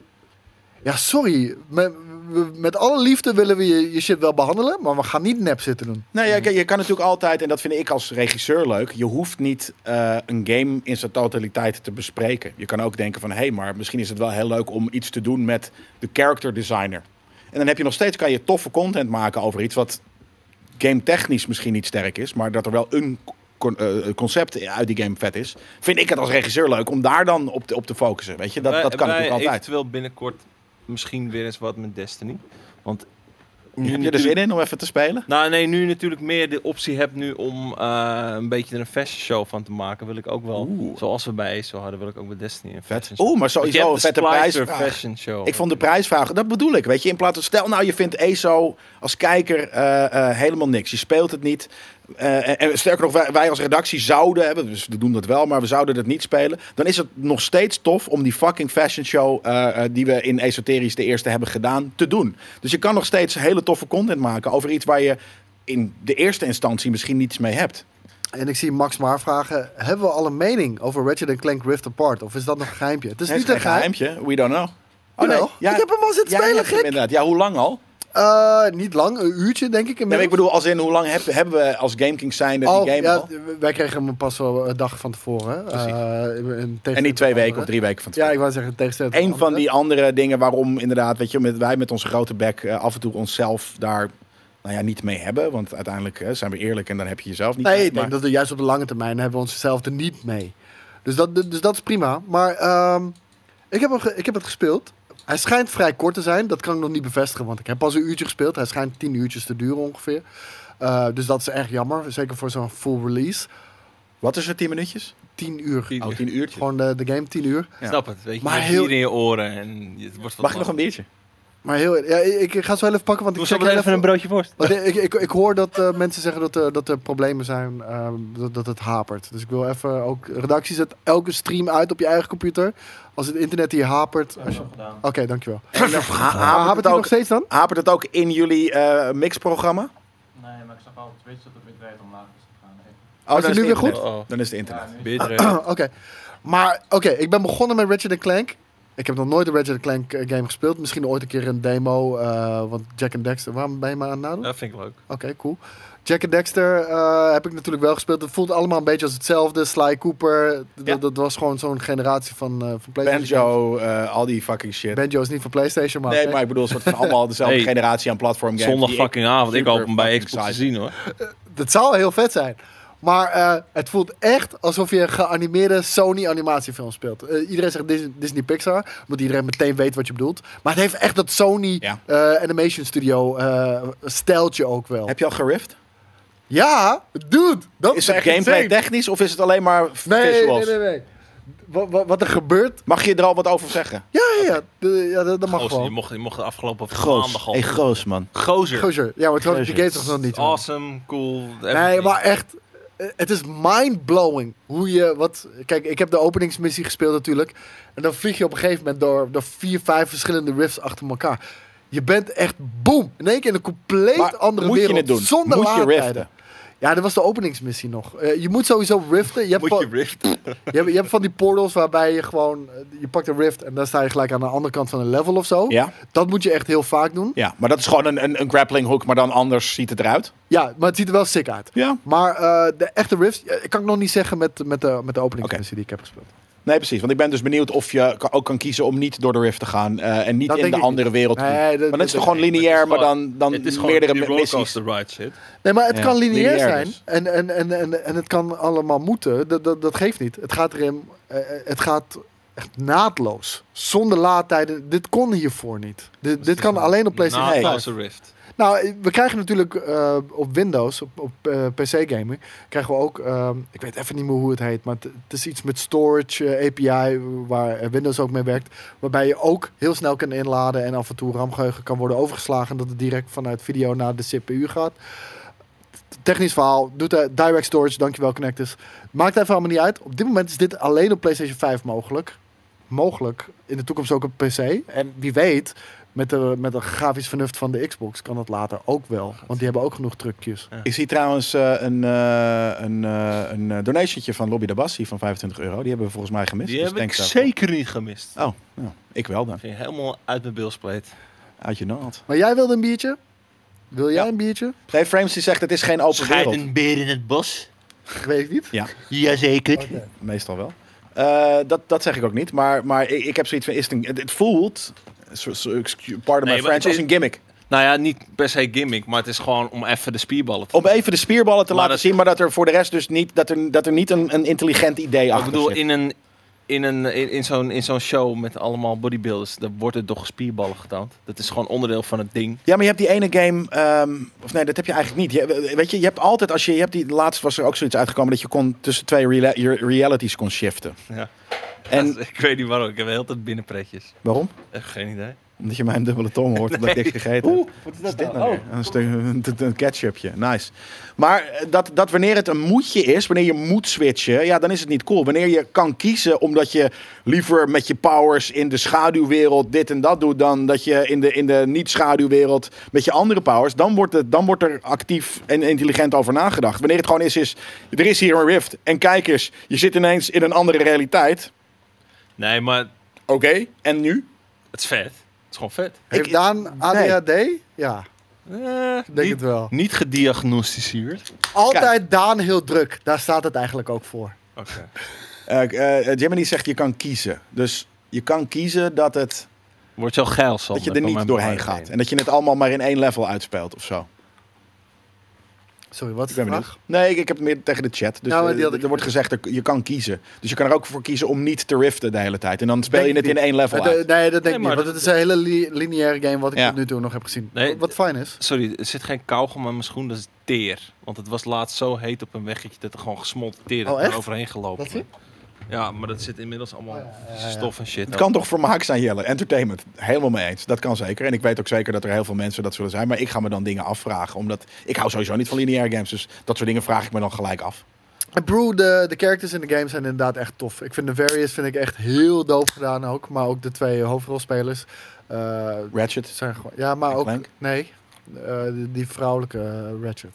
Ja, sorry. Met, we- met alle liefde willen we je, je shit wel behandelen, maar we gaan niet nep zitten doen. Nee, je, je kan natuurlijk altijd, en dat vind ik als regisseur leuk, je hoeft niet eh, een game in zijn totaliteit te bespreken. Je kan ook denken van, hé, hey, maar misschien is het wel heel leuk om iets te doen met de character designer. En dan heb je nog steeds, kan je toffe content maken over iets wat game technisch misschien niet sterk is, maar dat er wel een con- eh, concept uit die game vet is. Vind ik het als regisseur leuk om daar dan op te, op te focussen, weet je. Dat, Wij- dat kan wij natuurlijk altijd. eventueel binnenkort misschien weer eens wat met Destiny. Want nu Heb je er zin in om even te spelen? Nou nee, nu natuurlijk meer de optie hebt nu om uh, een beetje er een fashion show van te maken, wil ik ook wel. Oeh. Zoals we bij E S O hadden, wil ik ook met Destiny een fashion show. Oeh, maar Want je sowieso hebt een de vette Splicer prijsvraag. fashion show. Ik vond de prijsvraag, dat bedoel ik. Weet je, in plaats van stel nou je vindt E S O als kijker eh, eh, helemaal niks. Je speelt het niet. Eh, en, en sterker nog, wij, wij als redactie zouden hebben, dus we doen dat wel, maar we zouden het niet spelen. Dan is het nog steeds tof om die fucking fashion show eh, eh, die we in Esoterisch de eerste hebben gedaan, te doen. Dus je kan nog steeds hele toffe content maken over iets waar je in de eerste instantie misschien niets mee hebt. En ik zie Max maar vragen, hebben we al een mening over Ratchet and Clank Rift Apart? Of is dat nog een geheimpje? Het is Het is niet een geen geheim. geheimtje, we don't know. Jawel. Ik heb hem al zitten Ja, je spelen, hebt hem gek. inderdaad. Ja, hoe lang al? Eh, niet lang, een uurtje denk ik Nee, maar inmiddels. ik bedoel, als in hoe lang heb, hebben we als GameKings zijnde die Oh, game ja, al? wij kregen hem pas wel een dag van tevoren. Precies. Eh, in En niet twee weken of drie weken van Ja, tevoren. ik wou zeggen tegenstelling. tot Een van anderen. die andere dingen waarom inderdaad, weet je, met, wij met onze grote bek eh, af en toe onszelf daar nou ja, niet mee hebben. Want uiteindelijk eh, zijn we eerlijk en dan heb je jezelf niet Nee, mee. ik denk Maar- dat we juist op de lange termijn hebben we onszelf er niet mee. Dus dat, dus dat is prima. Maar ehm, ik, heb hem ge- ik heb het gespeeld. Hij schijnt vrij kort te zijn. Dat kan ik nog niet bevestigen, want ik heb pas een uurtje gespeeld. Hij schijnt tien uurtjes te duren ongeveer. Eh, dus dat is erg jammer. Zeker voor zo'n full release. Wat is er, tien minuutjes? tien uur. Tien Oh, tien uurtjes. Gewoon de, de game tien uur. Ja. Snap het, weet je. Maar Maar heel- hier in je oren en het wordt wat Mag ik nog een biertje? Maar heel, ja, ik, ik ga het zo even pakken, want ik Doe check zo heel even een broodje worst. Want ik, ik, ik hoor dat eh, mensen zeggen dat er, dat er problemen zijn, ehm, dat, dat het hapert. Dus ik wil even ook, redactie zet elke stream uit op je eigen computer. Als het internet hier hapert. Als je... Oké, dankjewel. En, uh, ha- Ha, hapert, hapert het hij nog ook, steeds dan? hapert het ook in jullie eh, mixprogramma? Nee, maar ik zag al op Twitch dat het bitrate omlaag is gegaan. Nee. Oh, is dan het nu het weer internet. goed? Oh. Dan is het internet. Ja, nu- Beter. Oké. Maar oké, ik ben begonnen met Ratchet and Clank. Ik heb nog nooit een Ratchet and Clank eh, game gespeeld. Misschien ooit een keer een demo. eh, want Jack and Dexter, waarom ben je me aan het nadoen? Dat vind ik leuk. Oké, cool. Jack and Dexter eh, heb ik natuurlijk wel gespeeld. Het voelt allemaal een beetje als hetzelfde. Sly Cooper. D- Ja. Dat was gewoon zo'n generatie van, eh van PlayStation. Banjo, eh, al die fucking shit. Banjo is niet van PlayStation, maar... Nee, oké. maar ik bedoel, soort van allemaal dezelfde Hey, generatie aan platform games. Zondag die fucking avond. Ik super hoop hem bij fucking Xbox te saai zien hoor. Dat zou heel vet zijn. Maar eh, het voelt echt alsof je een geanimeerde Sony animatiefilm speelt. Eh, iedereen zegt Disney, Disney Pixar, omdat iedereen meteen weet wat je bedoelt. Maar het heeft echt dat Sony Ja. eh, Animation Studio eh stijltje ook wel. Heb je al gerift? Ja, dude! Dat Is is het echt gameplay insane. technisch of is het alleen maar Nee, visuals? nee, nee, nee. Wat, wat, wat er gebeurt... Mag je er al wat over zeggen? Ja, ja, ja. De- ja dat, dat mag Gozer, je gewoon. mocht, je mocht de afgelopen Goos. maandag al. Hey, goos, man. Gozer. Gozer. Ja, maar het was de Gozer. game toch nog niet. hoor. Awesome, cool. Nee, everything. maar echt. eh, Het is mind-blowing hoe je wat. Kijk, ik heb de openingsmissie gespeeld natuurlijk. En dan vlieg je op een gegeven moment door, door vier, vijf verschillende rifts achter elkaar. Je bent echt boom. In één keer in een compleet Maar andere moet je wereld. het doen? Zonder Moet je laadtijden. riften? Ja, dat was de openingsmissie nog. Eh, je moet sowieso riften. Je hebt, Moet van, je rift. je, hebt, je hebt van die portals waarbij je gewoon. eh, Je pakt een rift en dan sta je gelijk aan de andere kant van een level of zo. Ja? Dat moet je echt heel vaak doen. Ja, maar dat is gewoon een, een, een grappling hook, maar dan anders ziet het eruit. Ja, maar het ziet er wel sick uit. Ja. Maar eh, de echte rifts, eh, ik kan ik nog niet zeggen met, met de, met de openingsmissie die ik heb gespeeld. Nee, precies. Want ik ben dus benieuwd of je ka- ook kan kiezen om niet door de Rift te gaan. Uh, en niet Dat in denk de ik andere niet. wereld. Nee, maar dat- dat is toch dat- gewoon lineair, maar dan, dan het is gewoon meerdere die mi- missies. rollercoaster ride shit. Nee, maar het Ja, kan lineair lineair zijn. dus. En, en, en, en, en het kan allemaal moeten. Dat, dat, dat geeft niet. Het gaat erin. Uh, het gaat echt naadloos. Zonder laadtijden. Dit kon hiervoor niet. Dit, dit kan alleen op PlayStation Nee. vijf. Naadloze Rift. Nou, we krijgen natuurlijk uh, op Windows, op, op uh, P C-gaming, krijgen we ook, uh, ik weet even niet meer hoe het heet, maar het, het is iets met storage uh, A P I, waar uh, Windows ook mee werkt, waarbij je ook heel snel kan inladen en af en toe RAM-geheugen kan worden overgeslagen, dat het direct vanuit video naar de C P U gaat. Technisch verhaal, doet de direct storage, dankjewel Connectus. Maakt even allemaal niet uit. Op dit moment is dit alleen op PlayStation vijf mogelijk. Mogelijk in de toekomst ook op P C. En wie weet, met de, met de grafisch vernuft van de Xbox kan dat later ook wel. Want die hebben ook genoeg trucjes. Ja. Ik zie trouwens uh, een, uh, een, uh, een uh, donationtje van Lobby de Bassi van vijfentwintig euro. Die hebben we volgens mij gemist. Die dus heb ik thanks daarvoor. zeker niet gemist. Oh, nou, ik wel dan. Ik vind je helemaal uit mijn bilspleet. Uit je naad. Maar jij wilde een biertje? Wil jij Ja. een biertje? Nee, Frames die zegt het is geen open Schijt wereld. een beer in het bos. Weet ik niet. Ja, Jazeker. Oké. meestal wel. Uh, dat, dat zeg ik ook niet. Maar, maar ik, ik heb zoiets van, is het, een, het, het voelt, so, so, excuse- pardon Nee, my maar French, het als is- een gimmick. Nou ja, niet per se gimmick, maar het is gewoon om even de spierballen te Om even de spierballen te Maar laten dat- zien, maar dat er voor de rest dus niet, dat er, dat er niet een, een intelligent idee Ik achter bedoel, zit. in, een, in, een, in, in zo'n in zo'n show met allemaal bodybuilders, daar wordt er toch spierballen getoond. Dat is gewoon onderdeel van het ding. Ja, maar je hebt die ene game, ehm, of nee, dat heb je eigenlijk niet. Je, weet je, je hebt altijd, als je, je hebt die, laatst was er ook zoiets uitgekomen dat je kon tussen twee rea- realities kon shiften. Ja. En Ik weet niet waarom, ik heb de hele tijd binnenpretjes. waarom? Echt geen idee. Omdat je mijn dubbele tong hoort, omdat ik niks gegeten heb. wat is Wat is dit nou weer? Een, stuk, een, een ketchupje, nice. Maar eh, dat, dat wanneer het een moetje is, wanneer je moet switchen, ja, dan is het niet cool. Wanneer je kan kiezen omdat je liever met je powers in de schaduwwereld dit en dat doet, dan dat je in de, in de niet-schaduwwereld met je andere powers, dan wordt, het, dan wordt er actief en intelligent over nagedacht. Wanneer het gewoon is, is, er is hier een rift en kijk eens, je zit ineens in een andere realiteit. Nee, maar Oké, en nu? het is vet. Het is gewoon vet. Heeft Ik- Daan A D H D? Ja, Eh, ik denk niet, het wel. niet gediagnosticeerd. Altijd Daan heel druk. Daar staat het eigenlijk ook voor. Oké. Uh, uh, Jiminy zegt je kan kiezen. Dus je kan kiezen dat het... Wordt zo geil, Sander, Dat je er van niet mijn doorheen bewaring. gaat. En dat je het allemaal maar in één level uitspeelt of zo. Sorry, wat is Ik de ben vraag? benieuwd. Nee, ik, ik heb het meer tegen de chat. Dus Ja, maar eh, die had ik- er wordt gezegd, er- je kan kiezen. Dus je kan er ook voor kiezen om niet te riften de hele tijd. En dan speel je Denk het ik in één level Eh, de- uit. Nee, dat denk Nee, ik maar niet. Want dat- het is een hele li- lineaire game wat ik Ja. tot nu toe nog heb gezien. Nee, wat fijn is. Sorry, er zit geen kauwgom aan mijn schoen, dat is teer. Want het was laatst zo heet op een weggetje dat er gewoon gesmolten teer Oh, er echt? overheen gelopen. Dat zie? Ja, maar dat zit inmiddels allemaal Oh, ja, ja, ja. stof en shit. Het kan toch vermaak zijn, Jelle? Entertainment. Helemaal mee eens. Dat kan zeker. En ik weet ook zeker dat er heel veel mensen dat zullen zijn. Maar ik ga me dan dingen afvragen. Omdat ik hou sowieso niet van lineaire games. Dus dat soort dingen vraag ik me dan gelijk af. En Brew, de, de characters in de game zijn inderdaad echt tof. Ik vind de Various vind ik echt heel doof gedaan ook. Maar ook de twee hoofdrolspelers. eh, Ratchet. zijn gewoon... Ja, maar En ook... Clank? Nee, eh, die, die vrouwelijke eh, Ratchet.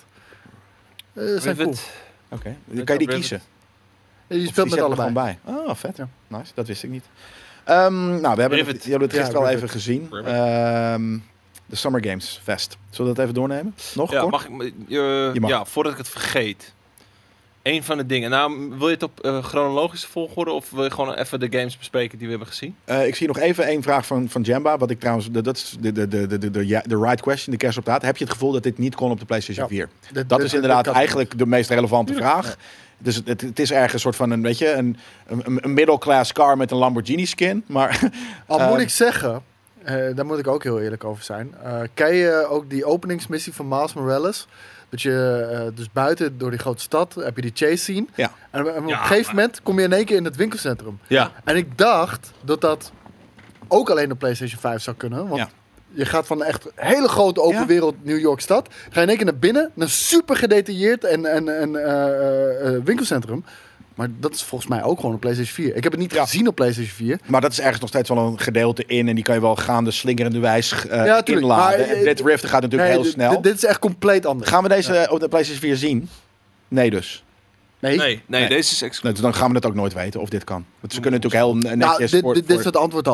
Eh, zijn Rivet. cool. Oké. Dan kan je die Rivet. kiezen. En je Of speelt die met zet er allebei. gewoon bij. Oh, vet. Ja. Nice. Dat wist ik niet. Ehm, nou, we hebben Rivet. het, jullie hebben het Ja, gisteren al Rivet. even gezien. Rivet. Ehm, de Summer Games Fest. Zullen we dat even doornemen? Nog Ja, kort? mag ik, me- eh, Je mag. ja, voordat ik het vergeet. Eén van de dingen. Nou, wil je het op eh, chronologische volgorde of wil je gewoon even de games bespreken die we hebben gezien? Eh, ik zie nog even één vraag van, van Jamba. Wat ik trouwens, de- dat is de, de, de, de, de, de, ja, de right question, de kerst op taart. Heb je het gevoel dat dit niet kon op de PlayStation Ja. vier? Dat- Dat is inderdaad kan- eigenlijk de meest relevante vraag. Dus het, het, het is ergens een soort van een, weet je, een, een, een middle-class car met een Lamborghini skin. Maar Al Eh, moet ik zeggen, eh, daar moet ik ook heel eerlijk over zijn. Eh ken je ook die openingsmissie van Miles Morales? Dat je eh, dus buiten door die grote stad heb je die chase scene. Ja. En, en op Ja, een gegeven maar- moment kom je in één keer in het winkelcentrum. Ja. En ik dacht dat dat ook alleen op PlayStation vijf zou kunnen. Want Ja. je gaat van een echt hele grote open Ja. wereld New York stad. Ga je in één keer naar binnen. Een super gedetailleerd en, en, en, eh, eh, eh, winkelcentrum. Maar dat is volgens mij ook gewoon op PlayStation vier. Ik heb het niet Ja. gezien op PlayStation vier. Maar dat is ergens nog steeds wel een gedeelte in. En die kan je wel gaande slingerende wijs eh, Ja, tuurlijk. inladen. Maar, En eh, dit Rift gaat natuurlijk heel dit- snel. Dit, dit is echt compleet anders. Gaan we deze op de PlayStation vier zien? Nee dus. Nee. Nee, nee, Nee. deze is exclusief. Nee, dus dan gaan we het ook nooit weten of dit kan. Want ze kunnen natuurlijk heel netjes... Nou, dit, voor- dit, dit is voor- het antwoord al.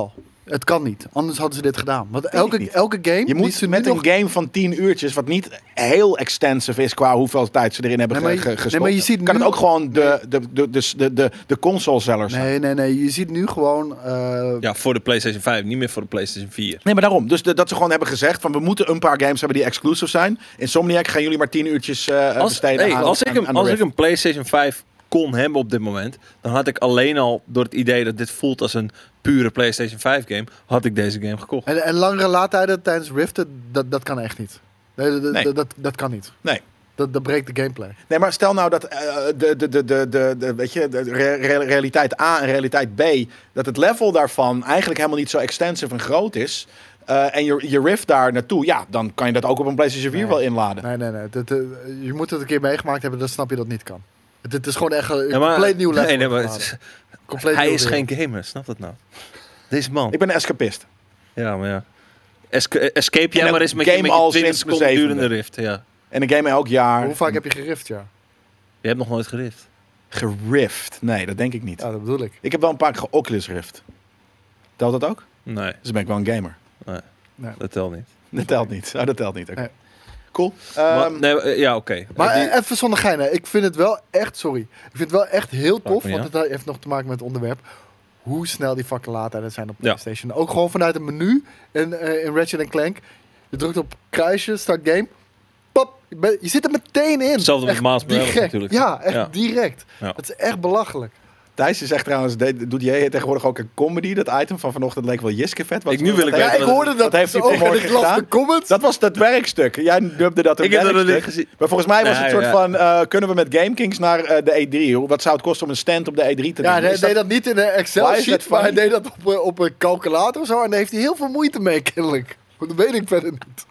Het kan niet. Anders hadden ze dit gedaan. Want ik elke, niet. elke game... Je die moet ze met nu een nog... game van tien uurtjes, wat niet heel extensive is qua hoeveel tijd ze erin hebben Nee, maar ge- je- gestopt. nee, maar je ziet kan nu- het ook gewoon de, de, de, de, de, de, de console-sellers zijn. Nee, nee, nee. Je ziet nu gewoon... eh, Ja, voor de PlayStation vijf, niet meer voor de PlayStation vier. Nee, maar daarom. Dus de- dat ze gewoon hebben gezegd van we moeten een paar games hebben die exclusive zijn. Insomniac gaan jullie maar tien uurtjes eh Als, besteden hey, aan, als, ik, aan- een, aan de als ik Rift. een PlayStation vijf kon hebben op dit moment, dan had ik alleen al door het idee dat dit voelt als een pure PlayStation vijf game, had ik deze game gekocht. en, en langere laadtijden tijdens Rift, dat, dat kan echt niet. Nee, dat, Nee. Dat, dat, dat kan niet. Nee. Dat, dat breekt de gameplay. Nee, maar stel nou dat eh, de, de, de, de, de, de, weet je, de re- re- realiteit A en realiteit B, dat het level daarvan eigenlijk helemaal niet zo extensive en groot is. eh, en je, je Rift daar naartoe, ja, dan kan je dat ook op een PlayStation vier Nee. wel inladen. Nee, nee, nee. Dat, eh, je moet het een keer meegemaakt hebben, dan snap je dat niet kan. Het, het is gewoon echt een Ja, maar- compleet nieuw level. Nee, nee, maar geladen. het- Compleet hij nieuw is wereld. geen gamer, snap dat nou? Deze man. Ik ben een escapist. Ja, maar ja. Esca- escape jij En maar een eens met je, game met je al twintig sinds mijn seconden durende zevende. rift. Ja. En een game elk jaar. Hoe vaak heb je gerift, ja? Je hebt nog nooit gerift. Gerift? Nee, dat denk ik niet. Ja, dat bedoel ik. Ik heb wel een paar keer Oculus Rift. Telt dat ook? Nee, Dus dan ben ik wel een gamer. Nee. dat telt niet. Dat telt niet. Oh, dat telt niet. Oké. Nee. Cool. Maar, Ehm, nee, eh, ja, oké. Maar Die- eh, even zonder geinen. Ik vind het wel echt, sorry. Ik vind het wel echt heel tof, me niet want het heeft nog te maken met het onderwerp. Hoe snel die fucking laadtijden zijn op Ja. PlayStation. Ook gewoon vanuit het menu in, eh, in Ratchet Clank. Je drukt op kruisje, start game. Pop, je, bent- je zit er meteen in. Hetzelfde met Echt Miles Morales direct. natuurlijk. Ja, echt Ja. direct. Ja. Het is echt belachelijk. Thijs zegt trouwens, de- doet jij tegenwoordig ook een comedy? Dat item van vanochtend leek wel Jiske vet. Wat Ik- nu wil ik wat weten Ja, heeft- ik hoorde dat Wat heeft hij ook en vanmorgen ik las gedaan? de comments. Dat was dat werkstuk. Jij dubde dat een Ik heb dat nog werkstuk. niet gezien. Maar volgens mij was Nee, het soort ja. van, eh, kunnen we met GameKings naar eh, de E drie? Hoe- Wat zou het kosten om een stand op de E drie te doen? Ja, hij Is deed dat niet in een Why is Excel-sheet, that maar hij funny? deed dat op, eh, op een calculator of zo. En daar heeft hij heel veel moeite mee, kennelijk. Dat weet ik verder niet.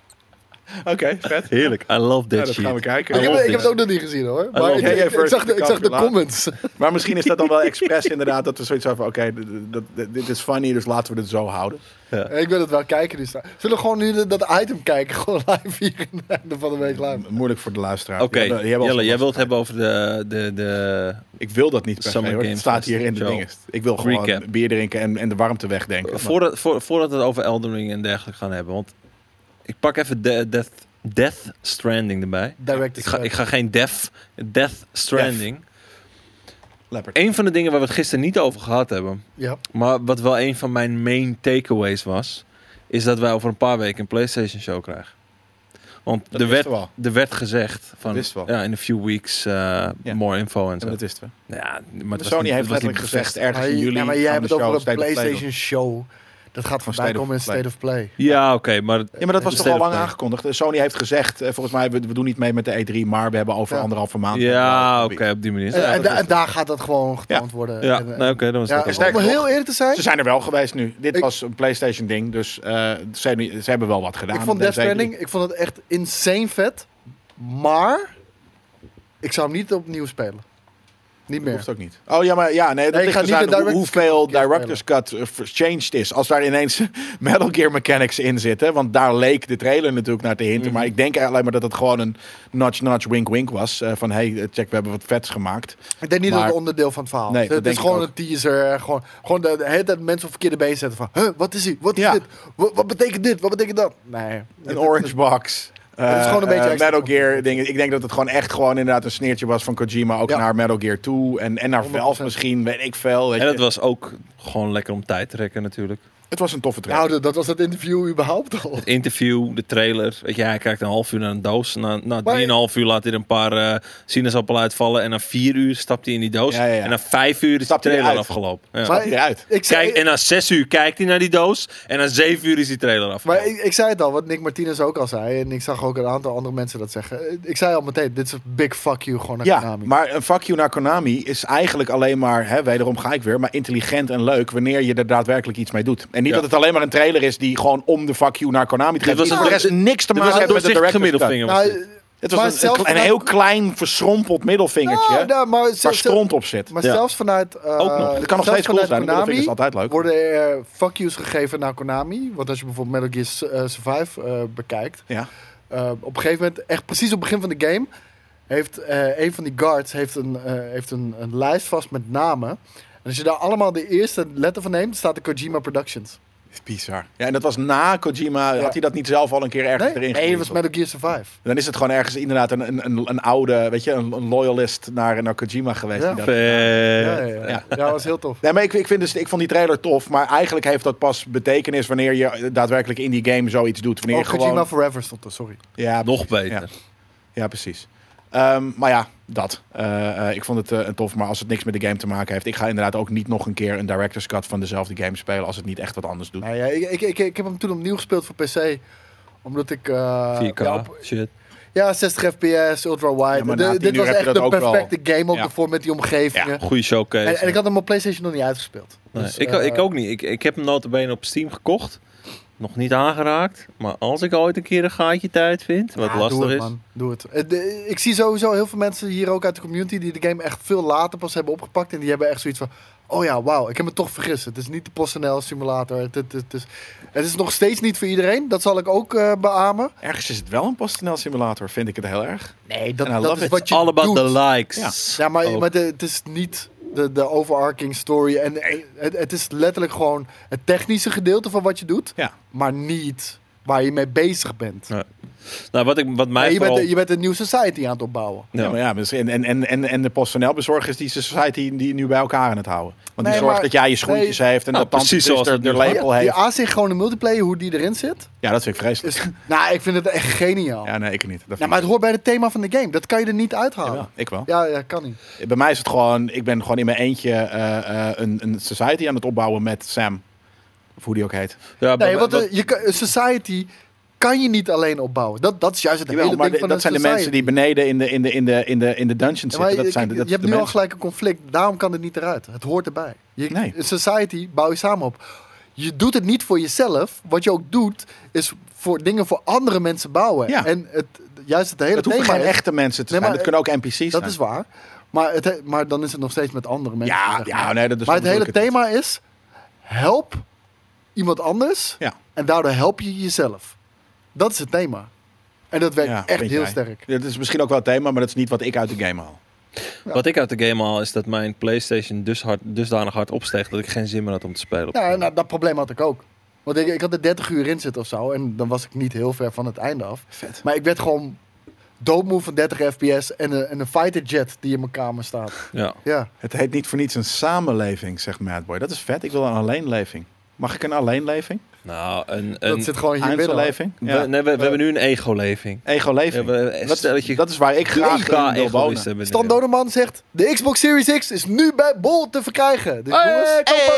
Oké, vet. Heerlijk. I love that Ja, dat shit. gaan we kijken. Ik heb, love ik heb this. het ook nog niet gezien hoor. Maar love ik, it. ik, Jij ik first zag de, ik zag de calculator. comments. Maar misschien is dat dan wel expres inderdaad, dat we zoiets hebben van, oké, d- d- d- dit is funny, dus laten we het zo houden. Ik wil het wel kijken. Dus. Zullen we gewoon nu de- dat item kijken? Gewoon live hier in het einde van de week live. Moeilijk voor de luisteraar. Oké, Die hebben- die hebben al Jelle, zo'n jij wilt last. hebben over de... de, de Ik wil dat niet per se, Summer hoor. Het Games staat Fest hier in de show. dingen. Ik wil gewoon Recap. bier drinken en, en de warmte wegdenken. Maar- voordat, voor, voordat we het over Elden Ring en dergelijke gaan hebben. Want ik pak even de, Death, Death Stranding erbij. Direct Ik ga, ik ga geen Death, Death Stranding. Leopard. Een van de dingen waar we het gisteren niet over gehad hebben, Ja. maar wat wel een van mijn main takeaways was, is dat wij over een paar weken een PlayStation show krijgen. Want Dat er werd, wisten we al. er werd gezegd van wisten we ja, in a few weeks uh, Ja. more info en Ja, zo. dat wisten we. Nou ja, maar het was Sony niet- heeft het was niet letterlijk gezegd bevestigd. ergens in Maar, juli. ja, maar jij gaan hebt we het de over show een State of Play PlayStation show. Dat gaat Van voorbij State of komen in Play. State of Play. Ja, oké, maar doen. Ja, maar dat was de toch State al of lang Play. aangekondigd. Sony heeft gezegd, eh, volgens mij, we, we doen niet mee met de E drie, maar we hebben over Ja. anderhalve maand. Ja, oké, op die manier. En, Ja, en, dat da- is- en daar gaat dat gewoon getoond worden. ja, En, eh, nee, oké, dat was ja, dat. om sterker heel nog, eerlijk te zijn, Ze zijn er wel geweest nu. Dit Ik- was een PlayStation ding, dus eh, ze, ze hebben wel wat gedaan. ik vond met Death deze E drie. Stranding, ik vond het echt insane vet. Maar ik zou hem niet opnieuw spelen. Niet meer. Hoeft ook niet. Oh ja, maar ja, nee, dat Nee, ik ligt ga dus niet aan de hoe- director's hoeveel cut spelen. director's cut eh, changed is. Als daar ineens Metal Gear mechanics in zitten, want daar leek de trailer natuurlijk naar te hinten. Mhm. Maar ik denk alleen maar dat het gewoon een notch, notch, wink, wink was. eh, van hey, check, we hebben wat vets gemaakt. Ik denk niet dat Maar- het onderdeel van het verhaal Nee, is. dat Het is denk ik gewoon ook. een teaser. Gewoon, gewoon de, de hele tijd mensen op verkeerde been zetten van... Huh, wat is hij? Wat is Ja. dit? Wat, wat betekent dit? Wat betekent dat? Nee. Een orange box. Het is gewoon een beetje Eh, extra Metal Gear dingen. Ik denk dat het gewoon echt gewoon inderdaad een sneertje was van Kojima. Ook Ja. naar Metal Gear twee. En, en naar honderd procent. Valve misschien, weet ik veel. Weet En je. het was ook gewoon lekker om tijd te rekken natuurlijk. Het was een toffe trailer. Nou, dat- dat was het interview überhaupt al. Het interview, de trailer. Weet je, hij kijkt een half uur naar een doos. Na, na Maar- drieënhalf uur laat hij er een paar eh sinaasappelen uitvallen. En na vier uur stapt hij in die doos. Ja, ja, ja. En na vijf uur is de Stapt hij trailer eruit. afgelopen. Ja. Stapt hij eruit. Ik zei, Kijk, en na zes uur kijkt hij naar die doos. En na zeven uur is die trailer afgelopen. maar ik, ik zei het al, wat Nick Martinez ook al zei. En ik zag ook een aantal andere mensen dat zeggen. Ik zei al meteen, dit is een big fuck you gewoon naar Ja, Konami. maar een fuck you naar Konami is eigenlijk alleen maar, hè, wederom ga ik weer, maar intelligent en leuk wanneer je er daadwerkelijk iets mee doet. En niet Ja. dat het alleen maar een trailer is die gewoon om de fuck you naar Konami te Dit geven. was Die een- voor de rest niks te Dit maken was een heeft met de doorzichtige director's cut. middelvinger. was Nou, dit. Het Maar was een, zelfs een, vanuit- heel klein verschrompeld middelvingertje Nou, nou, maar, waar zelfs- stront op zit. maar Ja. zelfs vanuit... eh, Ook nog. Dat kan nog zelfs steeds cool vanuit zijn. Een middelvinger is Konami altijd leuk. worden er fuck yous gegeven naar Konami. Want als je bijvoorbeeld Metal Gear uh, Survive uh, bekijkt... Ja. Uh, op een gegeven moment, echt precies op het begin van de game... heeft uh, een van die guards heeft een, uh, heeft een, een lijst vast met namen. En als je daar allemaal de eerste letter van neemt... staat er Kojima Productions. is bizar. Ja, en dat was na Kojima. Ja. Had hij dat niet zelf al een keer ergens Nee, erin nee, het was gegooid? Metal Gear Survive. Dan is het gewoon ergens inderdaad een, een, een, een oude, weet je, een, een loyalist naar, naar Kojima geweest. Ja. Die dat- Eh, Ja, ja, ja. Ja. ja. dat was heel tof. Nee, maar ik, ik, vind dus, ik vond die trailer tof, maar eigenlijk heeft dat pas betekenis wanneer je daadwerkelijk in die game zoiets doet. Wanneer Oh, je gewoon... Kojima Forever stond er, sorry. Ja, Nog beter. Ja. Ja, precies. Ehm, maar ja, dat. Eh, eh, ik vond het eh, een tof, maar als het niks met de game te maken heeft... ik ga inderdaad ook niet nog een keer een director's cut van dezelfde game spelen... als het niet echt wat anders doet. Nou ja, ik, ik, ik, ik heb hem toen opnieuw gespeeld voor P C. Omdat ik... eh, vier K, ja, op- shit. ja, zestig F P S, ultra wide. Ja, maar na De- tien dit uur was heb je echt dat de ook wel. perfecte game ook Ja. ervoor met die omgevingen. Goeie showcase. En, en ik had hem op PlayStation nog niet uitgespeeld. Nee, Dus, ik, eh, ik ook niet. Ik, ik heb hem notabene op Steam gekocht. Nog niet aangeraakt. Maar als ik ooit een keer een gaatje tijd vind, wat ja, lastig doe het, is. Man. Doe het. Eh, de- ik zie sowieso heel veel mensen hier ook uit de community die de game echt veel later pas hebben opgepakt. En die hebben echt zoiets van, oh ja, wauw, ik heb me toch vergist. Het is niet de PostNL simulator. Het, het, het, is, het is nog steeds niet voor iedereen. Dat zal ik ook eh beamen. Ergens is het wel een PostNL simulator, vind ik het heel erg. Nee, dat, And I dat love is it. wat je All about doet. the likes. Ja, maar, Ook. maar de- het is niet de, de overarching story. En eh, het, het is letterlijk gewoon het technische gedeelte van wat je doet. Ja. Maar niet waar je mee bezig bent. Ja. Nou, wat, ik, wat mij Maar je, vooral... bent, je bent een nieuwe society aan het opbouwen. Ja. Ja, maar ja, dus- en, en, en, en de PostNL-bezorger is die society die nu bij elkaar aan het houden. Want die Nee, zorgt maar- dat jij je schoentjes heeft en Nou, dat tante precies zoals er het de nu label Die, die heeft. asynchrone multiplayer, hoe die erin zit. Ja, dat vind ik vreselijk. Is, nou, ik vind het echt geniaal. Ja, nee, ik niet. Dat Nou, vind maar het hoort bij het thema van de game. Dat kan je er niet ik uithalen. wel. Ik wel. Ja, ja, kan niet. Bij mij is het gewoon, ik ben gewoon in mijn eentje eh, eh, een, een society aan het opbouwen met Sam. Of hoe die ook heet. Ja, Nee, maar- want wat- eh, je, kan- een society kan je niet alleen opbouwen. Dat, dat is juist het Jawel, hele maar ding de- van dat een zijn de society. mensen die beneden in de, in de, in de, in de, in de dungeon Ja, zitten. maar dat je, zijn, kijk, dat je hebt de nu al mensen. gelijk een conflict. Daarom kan het niet eruit. Het hoort erbij. Je, Nee. Een society bouw je samen op. Je doet het niet voor jezelf. Wat je ook doet, is voor dingen voor andere mensen bouwen. Ja. En het, juist het hele Het hoeven thema geen is- echte mensen te Nee, zijn. maar- Dat kunnen ook N P C's zijn. Dat is waar. Maar, het, he- maar dan is het nog steeds met andere mensen. Ja, zeg ja, maar. nee, dat is maar het zo hele bedoel ik het thema is: help iemand anders. Ja. En daardoor help je jezelf. Dat is het thema. En dat werkt Ja, echt vind heel jij. sterk. Dat is misschien ook wel het thema, maar dat is niet wat ik uit de game haal. Wat ik uit de game haal is dat mijn PlayStation dus hard, dusdanig hard opsteeg dat ik geen zin meer had om te spelen. op de Ja, game. nou, dat probleem had ik ook. Want ik, ik had er dertig uur in zitten of zo. En dan was ik niet heel ver van het einde af. Vet. Maar ik werd gewoon doodmoe van dertig F P S en een, en een fighter jet die in mijn kamer staat. Ja. Ja. Het heet niet voor niets een samenleving, zegt Madboy. Dat is vet. Ik wil een alleenleving. Mag ik een alleenleving? Nou, een, Dat een zit gewoon hier binnen. hoor. Eindzelleving? we, Ja. nee, we, we hebben nu een ego-leving. Ego-leving. Ja, we- dat, stel dat je- dat is waar ik graag in wil egoïst wonen. hebben. Stan Doneman zegt, de Xbox Series X is nu bij Bol te verkrijgen. Dus jongens,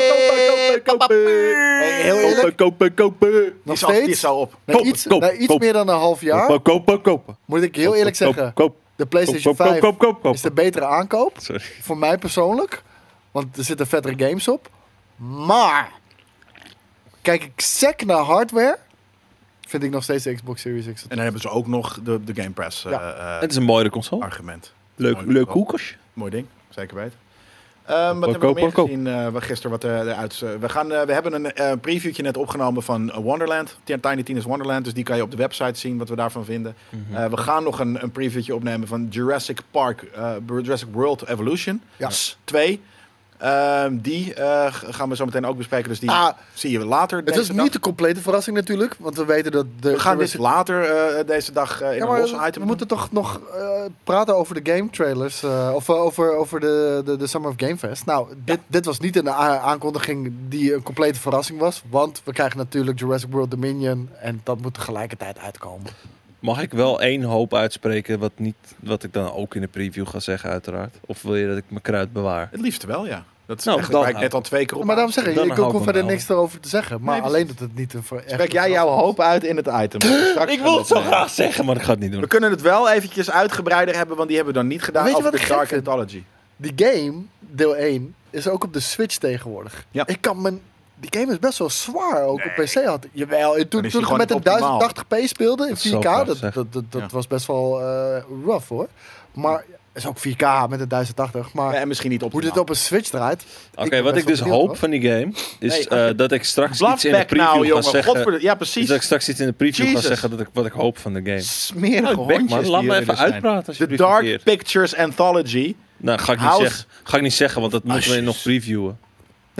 kopen, kopen, kopen. Hey, heel eerlijk, Kopen, kopen, kopen. nog Die is al- die is steeds, zo op. na Kopen, iets, kopen, na iets kopen. meer dan een half jaar, Kopen, kopen, kopen. moet ik heel eerlijk Koop, zeggen, koop, de PlayStation koop, koop, vijf koop, koop, koop. is de betere aankoop. Sorry. Voor mij persoonlijk. Want er zitten vettere games op. Maar, kijk ik sec naar hardware, vind ik nog steeds de Xbox Series X. En dan hebben ze ook nog de, de Game Pass eh, Ja. eh, Het is een mooie console. argument. Leuk, Mooi, leuk wel. hoekers. Mooi ding, zeker weten. Ehm, wat Koop, hebben we nog meer koop, koop. gezien eh, we gisteren? Wat, eh, eruit, eh, we, gaan, eh, we hebben een eh, previewtje net opgenomen van eh, Wonderland. Tiny Tina's Wonderland. Dus die kan je op de website zien wat we daarvan vinden. Mhm. Eh, we gaan nog een, een previewtje opnemen van Jurassic Park, eh, Jurassic World Evolution. Ja. twee. Ehm, die eh, g- gaan we zo meteen ook bespreken. Dus die Ah, zie je later het deze is dag. niet de complete verrassing natuurlijk. Want we weten dat de We gaan dit Jurassic- later eh, deze dag eh, in Ja, een maar los we item doen. moeten toch nog eh, praten over de game trailers. eh, of eh, over, over de, de, de Summer of Game Fest. Nou, dit, dit was niet een a- aankondiging die een complete verrassing was. Want we krijgen natuurlijk Jurassic World Dominion. En dat moet tegelijkertijd uitkomen. Mag ik wel één hoop uitspreken wat, niet, wat ik dan ook in de preview ga zeggen uiteraard? Of wil je dat ik mijn kruid bewaar? Het liefste wel, ja. Dat is Nou, eigenlijk dan waar ik net al twee keer op Maar daarom zeg ik, Dan ik, hou ik ik hoef me verder wel. niks erover te zeggen. Maar Nee, alleen dat het niet een ver- echt Spreek jij een jouw verrassing hoop uit in het item. Straks Ik gaan wil we het zo opnemen. graag zeggen, maar ik ga het niet doen. We kunnen het wel eventjes uitgebreider hebben, want die hebben we dan niet gedaan Weet je over wat de ik gek Dark vind? Anthology. is. Die game, deel één, is ook op de Switch tegenwoordig. Ja. Ik kan mijn... Die game is best wel zwaar ook op P C. Had. Jawel, toen, Dan is toen die ik met een gewoon optimaal. duizend tachtig p speelde in Dat is vier K, zo gaaf, dat, zeg. dat, dat, dat Ja. was best wel eh, rough hoor. Maar is ook vier K met een duizend tachtig. Maar Ja, en misschien niet op hoe dit op een Switch draait. Oké, ben wat best ik dus wel benieuwd, hoop hoor. van die game is Nee, eh, dat ik straks iets in de Bluffback preview nou, ga jongen. zeggen. Godverde- ja, Dus precies. dat ik straks iets in de preview Jesus. ga zeggen dat ik, wat ik hoop van de game. Smerige Nou, bek, hondjes man. die Laat me jullie even er zijn. uitpraten De alsjeblieft. Dark een keer. Pictures Anthology. Nou, ga ik, niet House- zeggen, ga ik niet zeggen, want dat moeten we Asjes. nog previewen.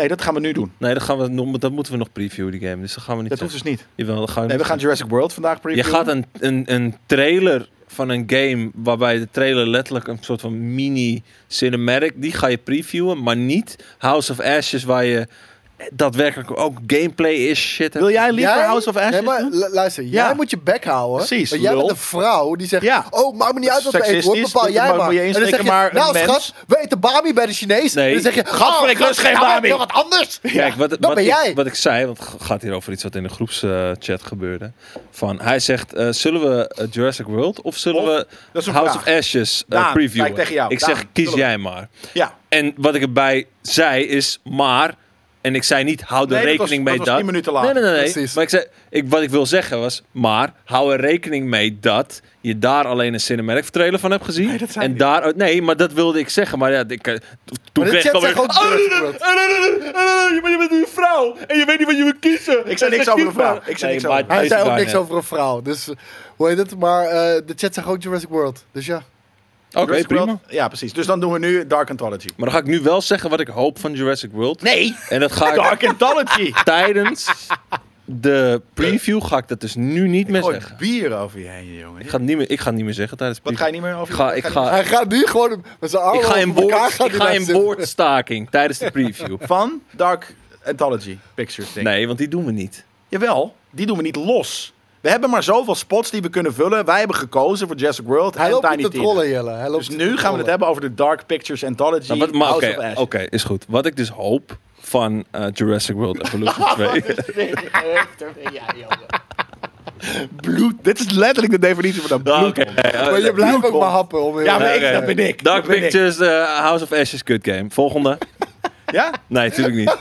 Nee, dat gaan we nu doen. Nee, dat, gaan we nog, dat moeten we nog previewen, die game. Dus dat gaan we niet Dat hoeft dus niet. Jawel, dat gaan we Nee, we niet gaan Jurassic World vandaag Je previewen. gaat een, een, een trailer van een game waarbij de trailer letterlijk een soort van mini cinematic, die ga je previewen, maar niet House of Ashes waar je daadwerkelijk ook gameplay is shit. Wil jij liever Jij- House of Ashes Nee, maar doen? lu- luister, Ja. jij moet je bek houden. Precies, Want jij lul. bent een vrouw die zegt... Ja. Oh, maakt me niet uit wat we eten, hoor. Seksistisch, Bepaal dat jij mag- maar. moet je En dan insteken, zeg je, maar een nou mens- schat, we eten Bami bij de Chinees. Nee. En dan zeg je... Gadver, ik oh, lust geen ja, maar Bami. ik wil wat anders. Kijk, wat, dat wat, ben ik, jij. wat ik zei, want het gaat hier over iets wat in de groepschat gebeurde. Van, hij zegt, eh, zullen we eh, Jurassic World of zullen Of, we dat is een House vraag. of Ashes eh, Daan, previewen? kijk tegen jou. Ik Daan, zeg, kies zullen we? jij maar. Ja. En wat ik erbij zei is, maar... En ik zei niet, hou er Nee, dat was- rekening dat mee was dat. tien minuten nee, later. nee, nee, nee. Precies. Maar ik zei, ik, wat ik wil zeggen was, maar hou er rekening mee dat je daar alleen een cinematic trailer van hebt gezien. Nee, dat zei en ik daar, nee, maar dat wilde ik zeggen. Maar ja, ik, eh, toen Maar de kreeg ik chat alweer... zegt ook Jurassic World. Je bent een vrouw en je weet niet wat je moet kiezen. Ik zei niks over een vrouw. Ik zei niks over een Hij Deze zei ook guy niks net. over een vrouw. Dus, eh, hoe heet het? Maar eh, de chat zegt ook Jurassic World. Dus ja. Oké, Jurassic prima. World? Ja, precies. Dus dan doen we nu Dark Anthology. Maar dan ga ik nu wel zeggen wat ik hoop van Jurassic World. Nee! En dat ga ik Dark Anthology! tijdens de preview ga ik dat dus nu niet meer Gooi zeggen. bier over je heen, jongen. Ik ga het niet meer, ik ga het niet meer zeggen tijdens de Wat ga je niet meer over Ik ga, ik ga, Hij gaat nu gewoon met zijn armen ik ga in, over elkaar woord, gaan ik die ga daar in zitten. woordstaking tijdens de preview. Van Dark Anthology Pictures ding. Nee, want die doen we niet. Jawel, die doen we niet los. We hebben maar zoveel spots die we kunnen vullen. Wij hebben gekozen voor Jurassic World Hij en loopt Tiny niet te Tina. trollen, Jelle. Hij loopt Dus te nu gaan we trollen. het hebben over de Dark Pictures Anthology Nou, wat- maar House Oké, of Ash. oké, is goed. Wat ik dus hoop van eh, Jurassic World Evolution twee... Bloed. Dit is letterlijk de definitie van een Ah, bloed. Oké, eh, Maar je blijft ook bloedkom. maar happen. Om Ja, maar Ja, ik, oké. dat ben ik. Dark Dat ben ik. Pictures, eh, House of Ashes, kut game. Volgende. Ja? Nee, natuurlijk niet.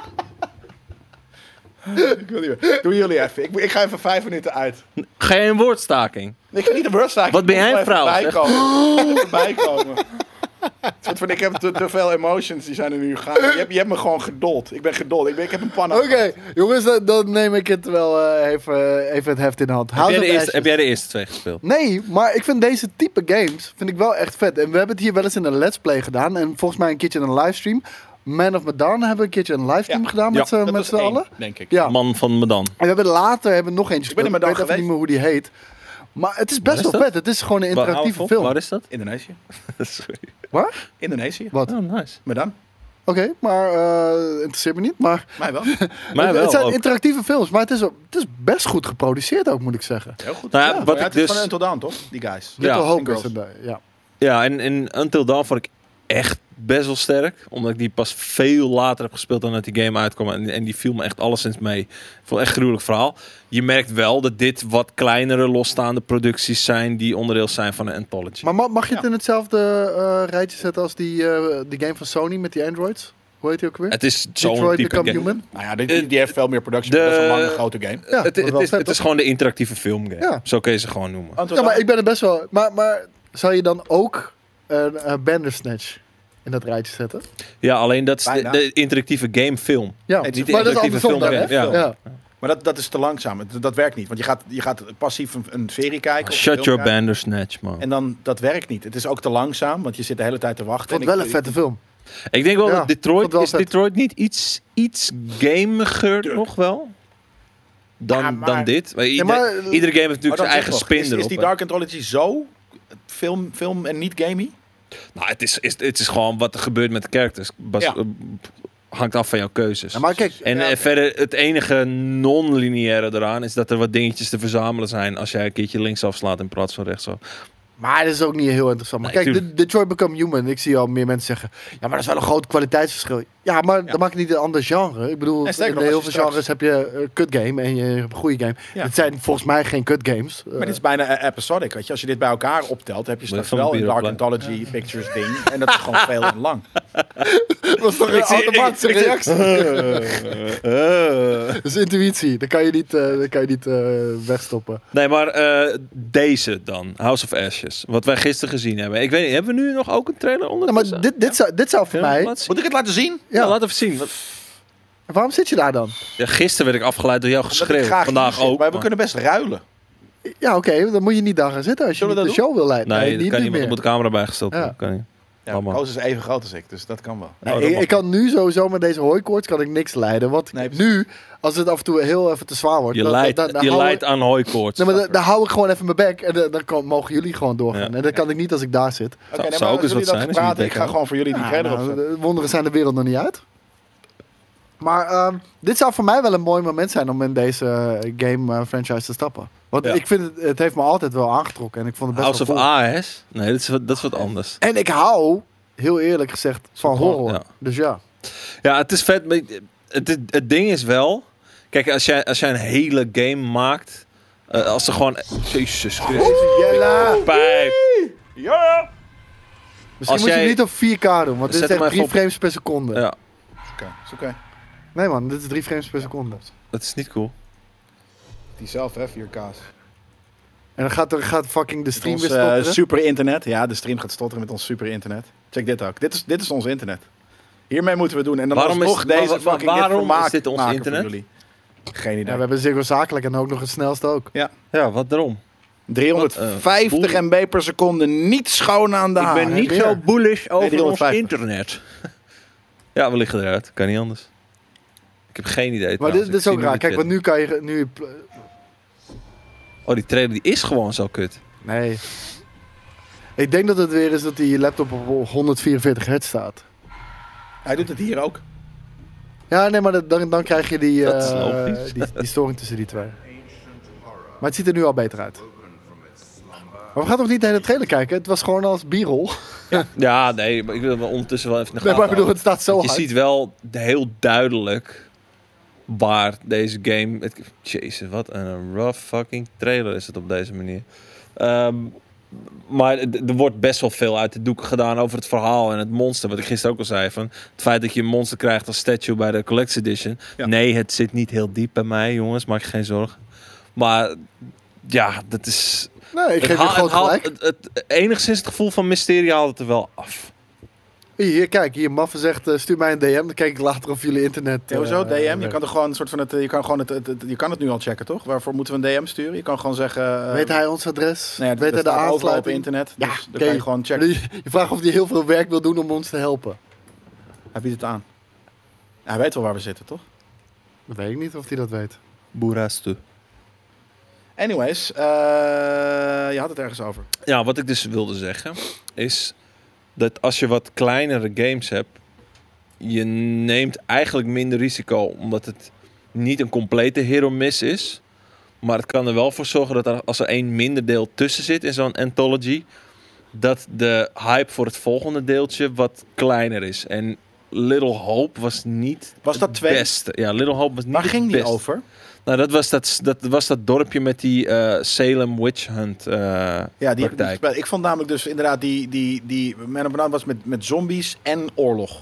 Ik wil niet meer. Doen jullie even. Ik, ik ga even vijf minuten uit. Ga je in woordstaking? Ik ga niet de worst Wat ben jij een vrouw, zeg? Bijkomen. bijkomen. Het soort van, ik heb te, te veel emotions, die zijn er nu gaan. Je hebt, je hebt me gewoon gedold. Ik ben gedold. Ik, ben, ik heb een panna. Oké, jongens, dan, dan neem ik het wel eh, even, even het heft in de hand. Heb House jij, of de eerste, Ashes. heb jij de eerste twee gespeeld? Nee, maar ik vind deze type games vind ik wel echt vet. En we hebben het hier wel eens in een let's play gedaan. En volgens mij een keertje in een livestream. Man of Medan hebben we een keertje een livestream Ja. gedaan Ja, met, z'n- Dat met was z'n één, allen. denk ik. Ja. Man van Medan. En we hebben later hebben we nog eentje Ik ben gespeeld. er Ik met weet Dan even niet meer hoe die heet. Maar het is best is wel dat? vet. Het is gewoon een interactieve Waar, film. Waar is dat? Indonesië. Sorry. Waar? Indonesië. Wat? Oh, nice. Maar dan? Oké, maar eh interesseert me niet. Maar Mij wel. Maar het, wel het zijn ook. interactieve films. Maar het is, ook- het is best goed geproduceerd ook, moet ik zeggen. Heel goed. Nou ja, Ja, wat maar ik het is dus- van Until Dawn, toch? Die guys. Ja, Little Hope en is girls. het, eh, ja. Ja, en, en Until Dawn vond ik echt best wel sterk. Omdat ik die pas veel later heb gespeeld dan dat die game uitkwam. En, en die viel me echt alleszins mee. Ik vond het echt een gruwelijk verhaal. Je merkt wel dat dit wat kleinere losstaande producties zijn die onderdeel zijn van een anthology. Maar ma- mag je het Ja. in hetzelfde eh, rijtje zetten als die, eh, die game van Sony met die Androids? Hoe heet die ook weer? het is zo'n Detroit type Become game. Human? Nou ja, die, die, die heeft veel meer production. De- maar dat is een lange, grote game. Ja, het, dat is het, wel is, vet, het is toch? gewoon de interactieve filmgame. Ja. Zo kun je ze gewoon noemen. Until Ja, maar Dawn. ik ben er best wel... Maar, maar zou je dan ook een uh, Bandersnatch in dat rijtje zetten? Ja, alleen dat is de, Bijna. de interactieve gamefilm. Ja, Nee, niet de maar dat is interactieve andersom dan, film, hè? ja. Ja. Maar dat, dat is te langzaam. Dat, dat werkt niet. Want je gaat, je gaat passief een, een serie kijken. of een Shut film your kijken. Bandersnatch, man. En dan, dat werkt niet. Het is ook te langzaam, want je zit de hele tijd te Ik wachten. vond het En wel ik- een vette film. Ik denk wel Ja, dat ik vond Detroit... het wel Is vet. Detroit niet iets, iets gamiger Tuurlijk. nog wel? Dan, Ja, maar- dan dit? Maar ieder- Ja, maar- iedere game heeft natuurlijk Maar dan zijn eigen zeg nog, spin is, erop. is die hè. Dark Anthology zo film, film en niet gamey? Nou, het is, is, het is gewoon wat er gebeurt met de characters. Bas, Ja. eh, hangt af van jouw keuzes. Ja, maar kijk, En Ja, eh, oké. verder, het enige non-lineaire eraan is dat er wat dingetjes te verzamelen zijn als jij een keertje linksaf slaat in plaats van rechtsaf. maar dat is ook niet heel interessant. Maar Nee, kijk, tuurlijk. de, Detroit Become Human. Ik zie al meer mensen zeggen... Ja, maar dat is wel een groot kwaliteitsverschil. Ja, maar Ja. dat maakt niet een ander genre. Ik bedoel, En sterker in nog, heel als veel je straks- genres heb je een kut game en je hebt een goede game. Ja. Het zijn volgens mij geen kut games. Maar dit is bijna eh, episodic, weet je. Als je dit bij elkaar optelt, heb je straks van wel de een Dark bier Anthology Pictures ding. En dat is gewoon veel en lang. dat was toch een Ik zie- automatische ik- ik- reactie. Eh. Dat is intuïtie. Dat kan je niet, eh, dat kan je niet eh, wegstoppen. Nee, maar eh, deze dan. House of Ashes. Wat wij gisteren gezien hebben. Ik weet niet, hebben we nu nog ook een trailer onder? Nou, maar dit, dit, zou, dit zou voor Ja, mij... laat zien. Moet ik het laten zien? Ja, Ja. laat even zien. Wat- Waarom zit je daar dan? Ja, gisteren werd ik afgeleid door jouw Omdat ik geschreeuw. graag Vandaag hier zit, ook. Maar we maar- kunnen best ruilen. Ja, oké. dan moet je niet daar gaan zitten als je Zullen we niet de dat show wil leiden. Nee, dat niet kan nu niet, want meer. er moet de camera bijgesteld Ja. worden. Kan niet. Ja, Allemaal. Koos is even groot als ik, dus dat kan wel. Nee, Oh, dat ik, mag ik kan nu sowieso met deze hooikoorts kan ik niks leiden. Want Nee, precies. nu, als het af en toe heel even te zwaar wordt... Je dan- leidt, dan- dan je hou leidt ik- aan hooikoorts. Nee, maar dan, dan hou ik gewoon even mijn bek en dan, dan kan, mogen jullie gewoon doorgaan. Ja. En dat kan ik niet als ik daar zit. Oké, nee, zou maar ook eens zullen wat jullie zijn dat als jullie praten? Ik het ga gewoon voor jullie die Ja, trailer nou, opzetten. de wonderen zijn de wereld nog niet uit. Maar ehm, dit zou voor mij wel een mooi moment zijn om in deze eh, game eh, franchise te stappen. Want Ja. ik vind het, het heeft me altijd wel aangetrokken en ik vond het best House of wel cool. A S? Nee, dat is wat, dat is wat anders. En ik hou, heel eerlijk gezegd, van horror. Ja. Dus ja. Ja, het is vet. Maar het, het, het ding is wel... Kijk, als jij, als jij een hele game maakt... Uh, als er gewoon... Jezus Christus. Jella! Pijp. Ja! Misschien Als moet je jij- hem niet op vier K doen, want dit Zet is hem echt drie even op- frames per seconde. Ja, Oké, is oké. Nee man, dit is drie frames per seconde. dat is niet cool. Die zelf, hè, vier K's. En dan gaat, er, gaat fucking de stream Ons weer eh, stotteren. super internet. Ja, de stream gaat stotteren met ons super internet. Check dit ook. Dit is, dit is ons internet. Hiermee moeten we doen. En dan Waarom is- nog deze maar- maar fucking waarom dit vermaak is dit ons maken internet? voor jullie. Geen idee. Ja, we hebben Ziggo Zakelijk en ook nog het snelste ook. Ja, wat daarom? driehonderdvijftig Wat, eh, M B per seconde. Niet schoon aan de Ik haan. ben niet weer. zo bullish over ons driehonderdvijftig. internet. Ja, we liggen eruit. Kan niet anders. Ik heb geen idee. Maar trouwens. dit, dit is Ik ook zie raar. nu Kijk, de want nu kan je... Nu, chat. Oh, die trailer die is gewoon zo kut. nee. Ik denk dat het weer is dat die laptop op honderdvierenveertig hertz staat. Hij doet het hier ook. Ja, nee, maar dat- dan, dan krijg je die, Dat is eh, logisch. die, die storing tussen die twee. Maar het ziet er nu al beter uit. Maar we gaan toch niet de hele trailer kijken? Het was gewoon als b-roll. Ja, nee, maar ik wil wel ondertussen wel even in de Nee, gaten maar ik bedoel, houden. het staat zo Want je hard. ziet wel heel duidelijk waar deze game... Het, jezus, wat een rough fucking trailer is het op deze manier. Ehm, maar d- er wordt best wel veel uit de doeken gedaan over het verhaal en het monster. Wat ik gisteren ook al zei. Van het feit dat je een monster krijgt als statue bij de Collector's Edition. Ja. Nee, het zit niet heel diep bij mij, jongens. Maak je geen zorgen. Maar ja, dat is... Nee, ik Het, geef je haal- groot het, haalt- gelijk. het, het- enigszins het gevoel van mysterie haalt het er wel af. Hier, hier, kijk. Hier, Maffe zegt, eh, stuur mij een D M. Dan kijk ik later of jullie internet... Ja, hoezo? eh, D M? Je werkt. kan toch gewoon een soort van het, je kan gewoon het, het, het- je kan het nu al checken, toch? Waarvoor moeten we een D M sturen? Je kan gewoon zeggen. eh, Weet hij ons adres? Nee, Weet dat hij de staat overal op aansluiting? internet. Ja, Dus dan oké. kan je gewoon checken. Je, je vraagt of hij heel veel werk wil doen om ons te helpen. Hij biedt het aan. Hij weet wel waar we zitten, toch? Dat weet ik niet of hij dat weet. Boerastu. Anyways, eh, je had het ergens over. Ja, wat ik dus wilde zeggen is dat als je wat kleinere games hebt, je neemt eigenlijk minder risico omdat het niet een complete hero miss is. Maar het kan er wel voor zorgen dat er, als er één minder deel tussen zit in zo'n anthology, dat de hype voor het volgende deeltje wat kleiner is. En Little Hope was niet Was dat het twee? beste. Ja, Little Hope was niet Waar het ging die beste. over? Nou, dat was dat, dat was dat dorpje met die eh, Salem Witch Hunt eh Ja, die heb ik niet praktijk. gespeeld. Ik vond namelijk dus inderdaad die, die, die Man of Banana was met, met zombies en oorlog.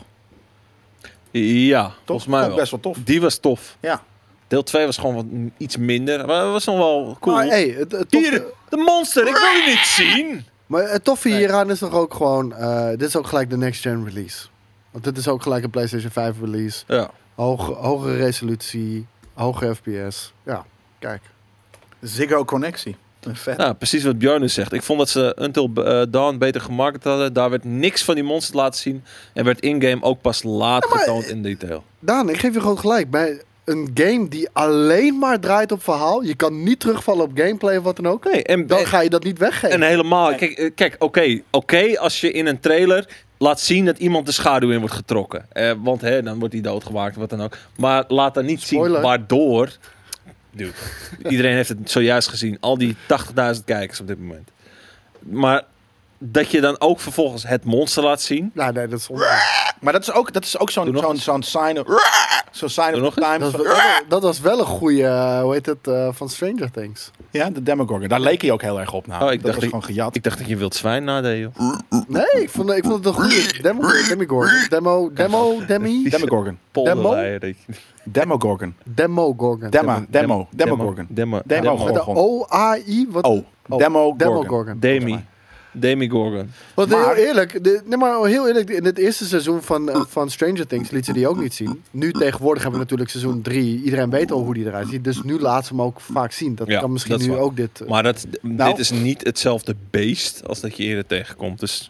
Ja, Toch? volgens mij Vond ik wel. best wel tof. Die was tof. Ja. Deel twee was gewoon wat m- iets minder. Maar het was nog wel cool. Maar hey, het, het toffe, Hier, de monster, ik wil je niet zien. maar het toffe Nee. hieraan is toch ook gewoon... eh, dit is ook gelijk de next gen release. Want dit is ook gelijk een PlayStation vijf release. Ja. Hoge, hogere resolutie, hoge F P S. Ja, kijk. Ziggo Connectie. Vet. Nou, precies wat Björn nu zegt. Ik vond dat ze Until eh, Dawn beter gemarket hadden. Daar werd niks van die monsters laten zien. En werd in-game ook pas laat maar- getoond in detail. Daan, ik geef je gewoon gelijk. Bij een game die alleen maar draait op verhaal... je kan niet terugvallen op gameplay of wat dan ook... Nee, en, dan ga je dat niet weggeven. en helemaal... Kijk, eh, kijk oké. Oké, als je in een trailer laat zien dat iemand de schaduw in wordt getrokken. Eh, want hè, dan wordt hij doodgemaakt, wat dan ook. Maar laat dan niet Spoiler. zien waardoor... Dude, iedereen heeft het zojuist gezien. Al die tachtigduizend kijkers op dit moment. Maar dat je dan ook vervolgens het monster laat zien. Nou, nee, dat is onwaar. Maar dat is ook, dat is ook zo'n Doe nog zo'n eens. zo'n sign of... Zo'n sign Doe of nog the eens. times. Dat, dat, dat was wel een goede, eh, hoe heet het, eh, van Stranger Things. Ja, de Demogorgon. Daar leek hij ook heel erg op. Nou. Oh, ik dat dacht was ik- gewoon gejat. Ik dacht dat je wild zwijn nadeed, joh. Nee, ik vond, ik vond het een goede demo, Demogorgon. Demo, demo, demi, Demogorgon. Polderlei, dat je- Demogorgon. Demogorgon. Dema. Demo. Demogorgon. Demo. Demo. Met de O A I, wat? Oh, Demogorgon. Demogorgon. Demi. Demigorgon. Want Maar- heel eerlijk, de, nee, maar heel eerlijk, in het eerste seizoen van, eh, van Stranger Things liet ze die ook niet zien. Nu tegenwoordig hebben we natuurlijk seizoen drie. Iedereen weet al hoe die eruit ziet. Dus nu laat ze hem ook vaak zien. Dat Ja, kan misschien dat is nu waar. ook dit. eh, Maar dat, Nou. dit is niet hetzelfde beest als dat je eerder tegenkomt. Dus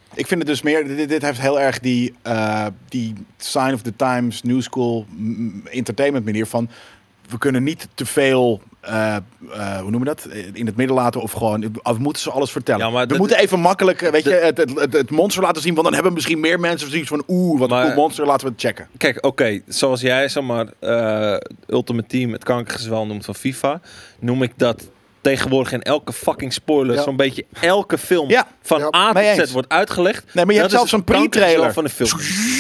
Ik vind het dus meer... Dit, dit heeft heel erg die, uh, die sign of the times, new school, m- entertainment manier van... We kunnen niet te veel, uh, uh, hoe noemen we dat, in het midden laten of gewoon, of moeten ze alles vertellen. Ja, maar we dat- moeten even makkelijk, weet de- je, het, het, het, het monster laten zien, want dan hebben misschien meer mensen zoiets van, oeh, wat Maar- een cool monster, laten we het checken. Kijk, oké, zoals jij, zeg maar, uh, Ultimate Team, het kankergezwel noemt van FIFA, noem ik dat tegenwoordig in elke fucking spoiler, Ja. zo'n beetje elke film Ja. van Ja, A mee tot eens. Z wordt uitgelegd. Nee, maar je Dat hebt is zelfs een het kankergezwel pre-trailer. van de film.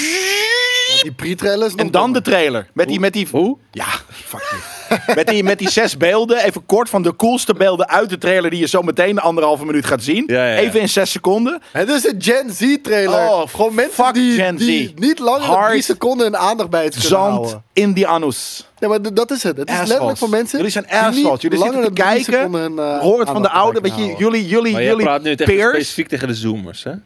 Die pre-trailers. En dan de trailer. Met die, met die, Hoe? ja, fuck you. met, die, met die zes beelden, even kort van de coolste beelden uit de trailer die je zo meteen de anderhalve minuut gaat zien. Ja, ja, ja. Even in zes seconden. Het is een Gen Z trailer. Oh, Gewoon mensen fuck die, Gen Z. die niet langer dan Hard. drie seconden hun aandacht bij het kunnen Zand houden. in die anus. Ja, maar d- dat is het. Het is Assholes. letterlijk voor mensen. Jullie zijn die niet assholes. Jullie langer zitten te dan drie kijken. seconden hun, uh, Hoor het van de aandacht oude. bij Weet je, kunnen houden. jullie, jullie, Maar jij jullie praat nu tegen, peers. specifiek tegen de zoomers, hè?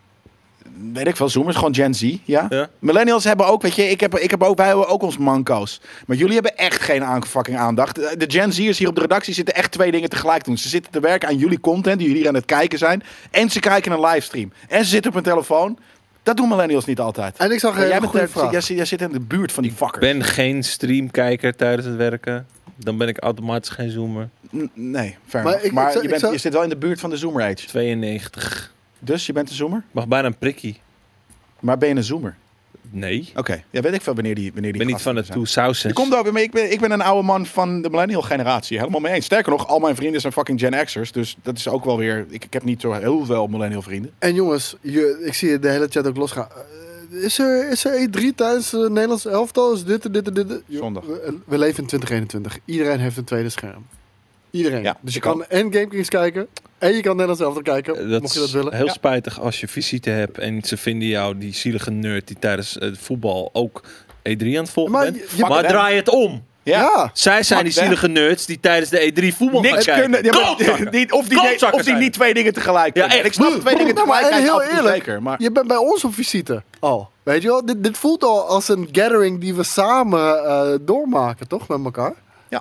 Weet ik veel, zoomers, gewoon Gen Z, ja? Ja. Millennials hebben ook, weet je, ik heb, ik heb ook, wij hebben ook ons manco's. Maar jullie hebben echt geen aan, fucking aandacht. De de Gen Z'ers hier op de redactie zitten echt twee dingen tegelijk te doen. Ze zitten te werken aan jullie content, die jullie hier aan het kijken zijn. En ze kijken een livestream. En ze zitten op hun telefoon. Dat doen millennials niet altijd. En ik zag Maar een jij, hele bent goede er- vraag. jij, zit- jij zit in de buurt van die fuckers. Ik ben geen streamkijker tijdens het werken. Dan ben ik automatisch geen zoomer. N- nee, fair Maar enough. ik- Maar ik zou- je, ik bent, zou- je zit wel in de buurt van de zoomer age. tweeënnegentig. Dus je bent een zoomer? Mag bijna een prikkie. Maar ben je een zoomer? Nee. Oké, ja, weet ik veel wanneer die wanneer Ik die ben niet van de gasten zijn. two thousands. Je komt over, maar ik ben, ik ben een oude man van de millennial generatie. Helemaal mee eens. Sterker nog, al mijn vrienden zijn fucking Gen X'ers. Dus dat is ook wel weer... Ik, ik heb niet zo heel veel millennial vrienden. En jongens, je, ik zie de hele chat ook losgaan. Uh, is, er, is er E drie tijdens de Nederlandse elftal? Is dit en dit en dit? Jo, Zondag. We, we leven in twintig eenentwintig. Iedereen heeft een tweede scherm. Iedereen. Ja, dus je ik kan ook. en Game Kings kijken. En je kan Nederlands elftal kijken. Eh, Dat mocht je dat is willen. heel Ja. spijtig als je visite hebt en ze vinden jou, die zielige nerd die tijdens het voetbal ook E drie aan het volgen Maar bent. je- je- maar them. draai het om. Ja. Ja. Zij zijn Fuck die them. zielige nerds die tijdens de E drie voetbal gaan Niks kijken. kunnen... Ja, maar, Klootzakken. die, of die, Klootzakken of die zijn niet twee dingen tegelijk Ja, kunnen. echt. Ik snap twee dingen Nou, maar en tegelijk. heel eerlijk, Zeker, maar... je bent bij ons op visite al. Weet je wel, dit, dit voelt al als een gathering die we samen eh, doormaken, toch, met elkaar? Ja.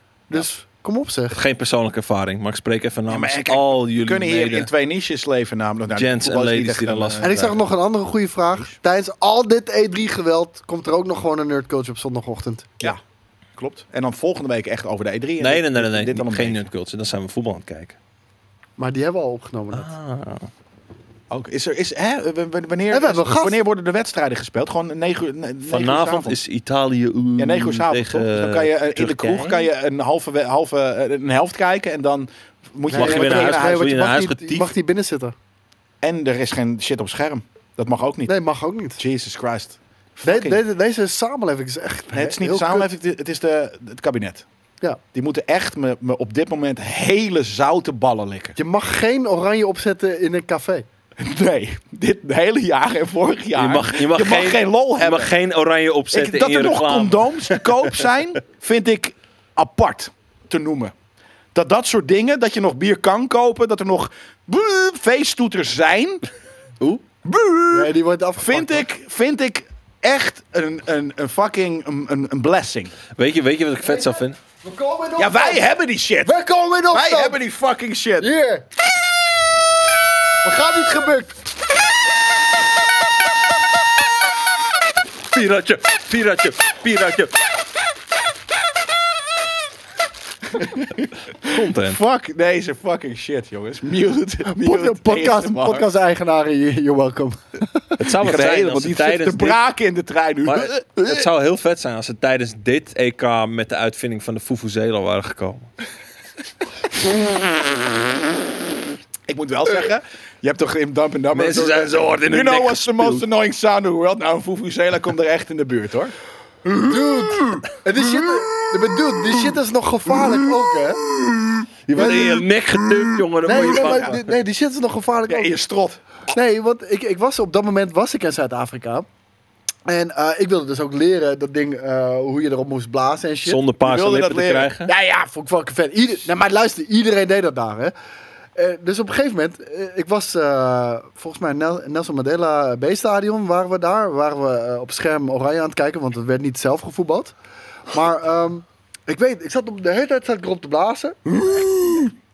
Dus kom op zeg. Geen persoonlijke ervaring, maar ik spreek even Ja, namens maar kijk, al We jullie kunnen hier mede. in twee niches leven namelijk. Nou, Gents voetbal en is niet ladies echt die er een, last eh, En ik zag nog een andere goede vraag. Tijdens al dit E drie geweld komt er ook nog gewoon een nerdcoach op zondagochtend. Ja, klopt. En dan volgende week echt over de E drie. En Nee, dit- nee, nee, nee, dit- nee. dit dan een geen beetje. nerdculture. Dan zijn we voetbal aan het kijken. Maar die hebben we al opgenomen. net. Ah. Ook. Is er, is, hè, w- w- wanneer, En we hebben een gast. wanneer worden de wedstrijden gespeeld? Gewoon negen uur. ne- negen uur Vanavond s'avonds. is Italië. oeh, Ja, negen uur s'avonds, tegen toch? Dus dan kan je eh, in de Turkije. kroeg kan je een halve, we- halve eh, een helft kijken en dan moet je, Mag je dan weer kun naar je huis? Nee, Wil want je je naar mag huis niet, getiefd? je mag niet binnen zitten. En er is geen shit op scherm. Dat mag ook niet. Nee, mag ook niet. Jesus Christ. De- Fucking- de- deze samenleving is echt Nee, het is niet heel de samenleving, het is de, het kabinet. kut. Ja. Die moeten echt me, me op dit moment hele zoute ballen likken. Je mag geen oranje opzetten in een café. Nee, dit hele jaar en vorig jaar. Je mag, je mag, geen, geen lol je hebben. mag geen oranje opzetten Ik, dat in je er nog reclame. condooms te koop zijn, vind ik apart te noemen. Dat dat soort dingen, dat je nog bier kan kopen, dat er nog buh, feesttoeters zijn, Hoe? buh, Nee, die wordt afgepakt. vind, ik, vind ik echt een, een, een fucking een, een, een blessing. Weet je, weet je wat ik vet zou vinden? We komen in Ja, opstand. wij hebben die shit. Wij komen in Wij opstand. hebben die fucking shit. Hier. We gaan niet gebukt. Piratje, piratje, piratje. Content. Fuck deze fucking shit, jongens. Mute. mute Pod- podcast, A S M R. podcast eigenaren, you're welcome. Het zou Die wat gaat zijn helemaal als ze niet zitten tijdens te dit... braken in de trein nu. Maar het zou heel vet zijn als ze tijdens dit E K met de uitvinding van de Vuvuzela waren gekomen. Ik moet wel zeggen, je hebt toch in Dump and Dumber... Mensen zijn zo hard in You hun know nek what's the most annoying sound in the world? Nou, een Vuvuzela komt er echt in de buurt, hoor. Dude. En die shit, maar dude, die shit is nog gevaarlijk ook, hè? Die wordt in je nek geduwd, jongen. Dan Nee, moet je nee, van- maar, die- nee, die shit is nog gevaarlijk Ja, ook. in je strot. Nee, want ik, ik was op dat moment was ik in Zuid-Afrika. En eh, ik wilde dus ook leren dat ding, eh, hoe je erop moest blazen en shit. Zonder paarse wilde lippen dat te leren. krijgen. Ja, ja, vond ik fucking vet. Ieder, nee, maar luister, iedereen deed dat daar, hè. Eh, dus op een gegeven moment, eh, ik was eh, volgens mij Nel- Nelson Mandela B-stadion, waren we daar. Waren we eh, op scherm oranje aan het kijken, want het werd niet zelf gevoetbald. Maar ehm, ik weet, ik zat op de hele tijd zat ik erop te blazen.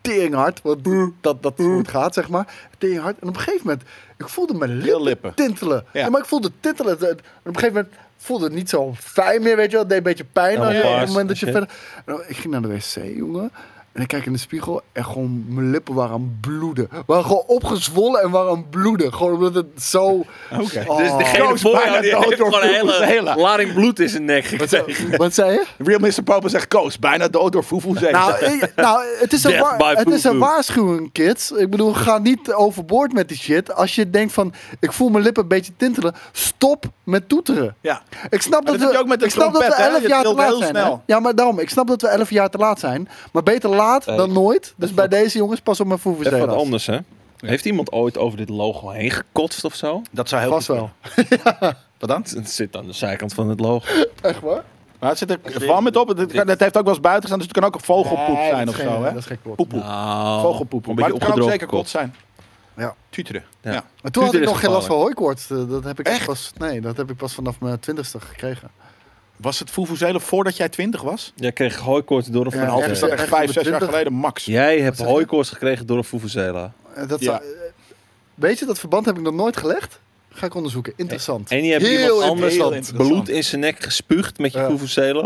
teringhard. Want dat, dat is hoe het gaat, zeg maar. Teringhard. En op een gegeven moment, ik voelde mijn lippen, lippen. tintelen. Ja. Ja, maar ik voelde tintelen. En op een gegeven moment voelde het niet zo fijn meer, weet je wel. Het deed een beetje pijn Ja, aan je, op paars, het moment dat je shit. verder... Nou, ik ging naar de wc, jongen. En ik kijk in de spiegel en gewoon mijn lippen waren aan het bloeden. Waren gewoon opgezwollen en waren aan het bloeden. Gewoon omdat het zo... Oké. Oh. Dus degene Koos voor bijna jou, die dood heeft door gewoon een hele Vuvuzela. lading bloed in zijn nek Wat, gekregen. zei- wat zei je? Real mister Popo zegt Koos, bijna dood door Vuvuzela. Nou, ik- nou het, is een Death wa- by het is een poo-poo. waarschuwing, kids. Ik bedoel, ga niet overboord met die shit. Als je denkt van, ik voel mijn lippen een beetje tintelen. Stop met toeteren. ja. Ik snap dat, dat heb je we, ook met de ik snap dat trompet, we hè? elf Je jaar te trilt laat heel zijn. hè? snel. Ja, maar daarom. Ik snap dat we elf jaar te laat zijn. Maar beter laat Hey, dan nooit. Dus bij deze jongens, pas op mijn Even wat Vuvuzela's. anders, hè? Heeft iemand ooit over dit logo heen gekotst of zo? Dat zou heel Vast goed wel. zijn. Wat dan? Het zit aan de zijkant van het logo. Echt waar? Maar het zit er van met op. Het, het, het heeft ook wel eens buiten gestaan, dus het kan ook een vogelpoep Nee, zijn dat of is zo. geen- Hè? Dat is geen klot. Poepoe. Nou, Vogelpoep. Een Maar beetje het kan ook opgedroogd zeker kot kot. zijn. Ja. Tuteren. Ja. Ja. Maar toen had ik is nog geen last van gevaarlijk. hooikoorts. Eh, Dat heb ik Echt? pas. Nee, dat heb ik pas vanaf mijn twintigste gekregen. Was het Vuvuzela voordat jij twintig was? Jij kreeg hooikoorts door een Ja, Mijn hoofd is ergens- dat echt ergens vijf, op zes de jaar twintig. geleden max. Jij hebt zeg je? hooikoorts gekregen door een Vuvuzela. Eh, Dat Ja. zou- eh, weet je, dat verband heb ik nog nooit gelegd. Ga ik onderzoeken. Interessant. En je hebt Heel iemand anders heel dat interessant. bloed in zijn nek gespuugd met je Ja. Vuvuzela.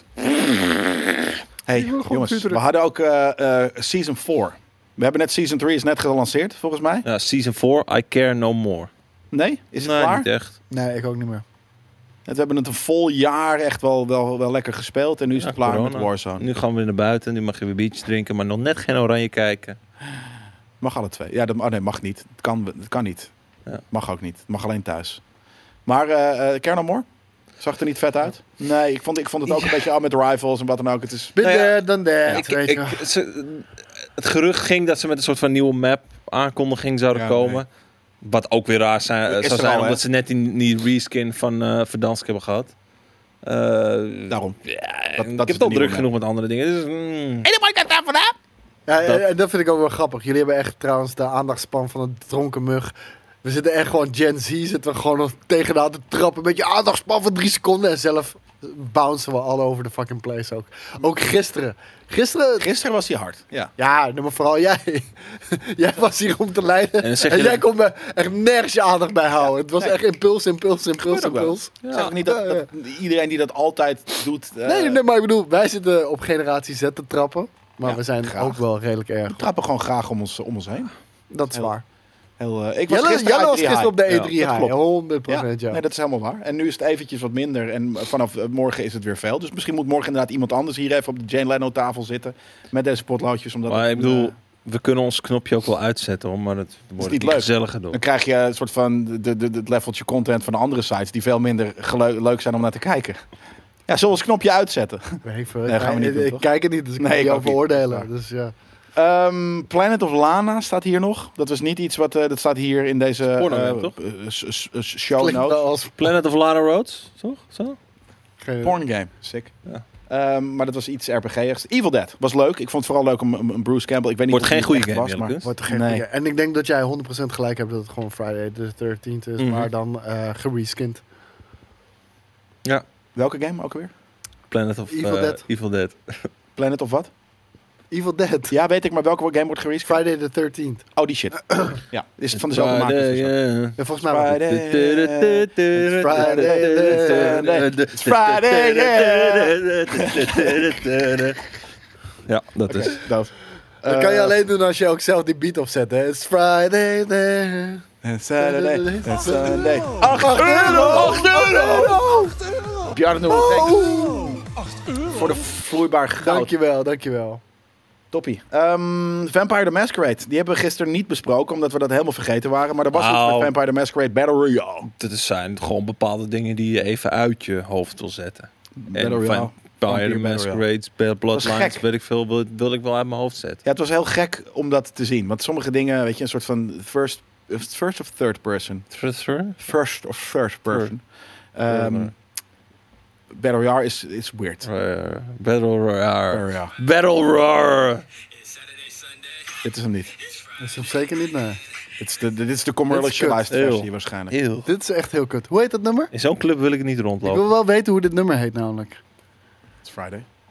Hey, Ik wil gewoon jongens, tuteren. we hadden ook eh, eh, Season vier. We hebben net Season drie is net gelanceerd, volgens mij. Ja, season four, I care no more. Nee? Is het nee, klaar? niet echt. Nee, ik ook niet meer. We hebben het een vol jaar echt wel, wel, wel lekker gespeeld. En nu is Ja, het klaar corona. met Warzone. Nu gaan we weer naar buiten. Nu mag je weer biertjes drinken, maar nog net geen oranje kijken. Mag alle twee. Ja, dat, oh nee, mag niet. Het kan, het kan niet. Ja. Mag ook niet. Het mag alleen thuis. Maar uh, Kernel zag er niet vet uit? Nee, ik vond, ik vond het ook een beetje al met rivals en wat dan ook. Het is... Been Nou ja, there, done that, Ik, weet je wel. ik, ze- het gerucht ging dat ze met een soort van nieuwe map aankondiging zouden Ja, komen. nee. Wat ook weer raar zijn, Is zou er zijn, al, hè? omdat ze net die, die reskin van uh, Verdansk hebben gehad. Uh, Daarom. ja, Dat- ik dat heb is het al de druk nieuwe genoeg met andere dingen. Dus, mm. Ja, dat- en dat vind ik ook wel grappig. Jullie hebben echt trouwens de aandachtspan van een dronken mug. We zitten echt gewoon Gen Z, zitten we gewoon nog tegenaan te trappen. Met je aandachtspan van drie seconden. En zelf bouncen we all over de fucking place ook. Ook gisteren. Gisteren... Gisteren was hij hard. Ja. Ja, nee, maar vooral jij. Jij was hier om te leiden. En En, dan zeg je jij dat- kon me echt nergens je aandacht bij houden. Het was Nee. echt impuls, impuls, impuls, Gebeurt ook wel. impuls. Ik zeg ook niet dat, Ja, ja. dat iedereen die dat altijd doet... uh, Nee, nee, maar ik bedoel, wij zitten op generatie Z te trappen. Maar Ja, we zijn graag. ook wel redelijk erg. We trappen gewoon graag om ons, om ons heen. Dat is Heel- waar. Heel, uh, ik was Jelle, gisteren Jelle was I drie gisteren op de high. E drie Ja, dat high. klopt. honderd Ja, procent, ja. nee, dat is helemaal waar. En nu is het eventjes wat minder. En vanaf eh, morgen is het weer veel. Dus misschien moet morgen inderdaad iemand anders hier even op de Jane Leno tafel zitten. Met deze potloodjes. Omdat Maar het, ik bedoel, eh, we kunnen ons knopje ook wel uitzetten, hoor, maar het wordt niet niet leuk. gezelliger door. dan krijg je een soort van de, de, de, het leveltje content van de andere sites. Die veel minder geleu- leuk zijn om naar te kijken. Ja, zullen we ons knopje uitzetten? Weet ik veel. Nee, gaan we niet ik, doen, ik toch? kijk het niet, dus ik Nee, kan ik jou ook niet. beoordelen. Dat Dus ja. Ehm, Planet of Lana staat hier nog. Dat was niet iets wat... eh, dat staat hier in deze Porno, eh, toch? eh, s- s- s- show Klinkt notes. wel als... Planet of Lana Roads, toch? Zo? Geen- Porn game, sick. Ja. Ehm, maar dat was iets R P G'ers. Evil Dead was leuk. Ik vond het vooral leuk om om- om Bruce Campbell. Ik weet niet Wordt of geen hij goede echt game, was, eerlijk maar is. Wordt er geen Nee. goeie. En ik denk dat jij honderd procent gelijk hebt dat het gewoon Friday the thirteenth is. Mhm. Maar dan eh gereskind. Ja. welke game ook alweer? Planet of Evil eh, Dead. Evil Dead. Planet of wat? Evil Dead. Ja, weet ik, maar welke game wordt gereleased? Friday the thirteenth. Oh, die shit. Ja, is het van dezelfde makers? Friday, of zo? ja. Ja, volgens mij wel. Friday. It's Friday, Ja, dat is. Dat. Dat kan je alleen doen als je ook zelf die beat opzet. Hè. It's Friday there. Saturday and Sunday. acht euro! acht euro! Bjarno, thanks. Voor de vloeibaar goud. Dankjewel, dankjewel. Toppie. Ehm, Vampire the Masquerade. Die hebben we gisteren niet besproken, omdat we dat helemaal vergeten waren. Maar er was iets Nou. met Vampire the Masquerade Battle Royale. Dat zijn gewoon bepaalde dingen die je even uit je hoofd wil zetten. Battle En Royale. Vampire Vampire the Battle Masquerade, Bad Bloodlines, gek. weet ik veel, wil, wil ik wel uit mijn hoofd zetten. Ja, het was heel gek om dat te zien. Want sommige dingen, weet je, een soort van first, first of third person. First of third person. Ehm Battle Royale is, is weird. Uh, Battle Royale. Battle Royale. Battle Royale. Dit is hem niet. Dat is hem zeker niet, nee. Dit is de, dit is de commercialized Dit is kut. versie Eeuw. waarschijnlijk. Eeuw. Dit is echt heel kut. Hoe heet dat nummer? In zo'n club wil ik niet Ik rondlopen. wil wel weten hoe dit nummer heet namelijk. It's Friday.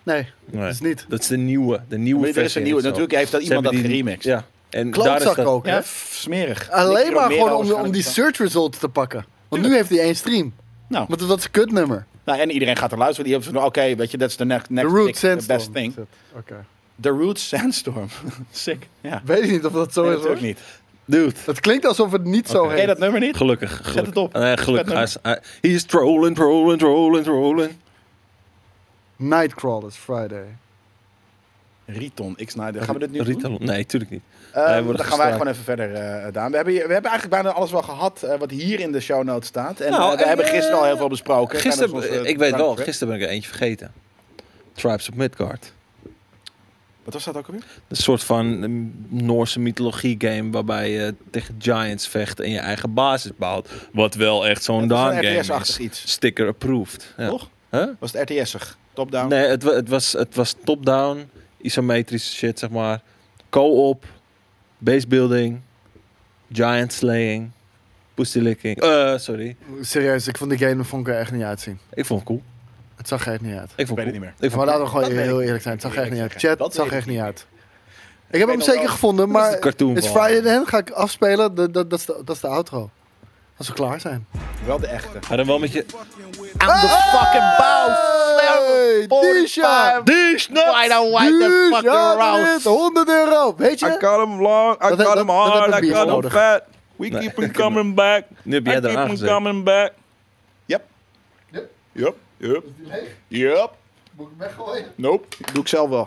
Nee, Nee. dat is niet. Dat is de nieuwe, de nieuwe Maar er is versie. een nieuwe. en zo. Natuurlijk heeft dat Ze iemand dat hebben die- geremixed. Ja. En daar is Klootzak dat, ook, hè? Ja, f- smerig. Alleen Nicky maar Romero gewoon om, om die waarschijnlijk. search results te pakken. Want nu heeft hij één stream. Nou, Want dat is een kutnummer. nou, en iedereen gaat er luisteren. Die heeft van, oké, weet je, that's the next, The next Root big, the Sandstorm. best thing. Oké. The Root Sandstorm. Sick. Ja. Weet ik niet of dat zo Nee, is, natuurlijk hoor. niet. Dude. Het klinkt alsof het niet zo Ken je heet. dat nummer niet? Gelukkig. gelukkig. het op. Nee, gelukkig. Vet Hij is, hij, he is trolling, trolling, trolling, trolling. Nightcrawlers Friday. Riton, X-Night. Gaan we dit nu doen? Ritalon? Nee, tuurlijk niet. Ehm, Nee, dan worden gaan wij gestraft. gewoon even verder, eh Daan. We hebben, hier- we hebben eigenlijk bijna alles wel gehad eh, wat hier in de show notes staat. En Nou, eh, we en, hebben gisteren al eh, heel veel besproken. Gisteren, Tijdens onze ik weet wel, dranktrip. gisteren ben ik er eentje vergeten. Tribes of Midgard. Wat was dat ook alweer? Een soort van um, Noorse mythologie game waarbij je tegen giants vecht en je eigen basis bouwt. Wat wel echt zo'n Dat Daan is een game R T S-achtig is. iets. Sticker approved. Ja. Toch? Huh? Was het R T S'ig? Top-down? Nee, het, wa- het was, het was top-down, isometrische shit, zeg maar. Co-op, base building, giant slaying, pussy licking. Eh, sorry. Serieus, ik vond die game vond ik er echt niet uitzien. Ik vond het cool. Het zag er echt niet uit. Ik vond weet het het niet cool. meer. Ik Maar vond het laten we gewoon Dat weet heel ik. eerlijk zijn. Het zag er echt niet uit. Eerlijk zeggen. Chat, Dat het zag er weet echt ik niet niet. uit. Ik heb weet hem nog zeker wel. gevonden, Dat is maar de cartoon It's van. Friday then ga ik afspelen. Dat, dat, dat, is de, dat is de outro. Als we klaar zijn. Wel de echte. Maar dan wel met je... I'm the fucking boss! Hey, Disha! Dish Why don't why the fuck around? honderd euro. Weet je? got him long, I Dat- dat- dat- dat heb ik nodig. fat. We keep him coming back. Nu heb jij er aangezet. coming back. Yep. Yep. Yep. Yep. Yep. Moet ik hem weggooien? Nope. Doe ik zelf wel.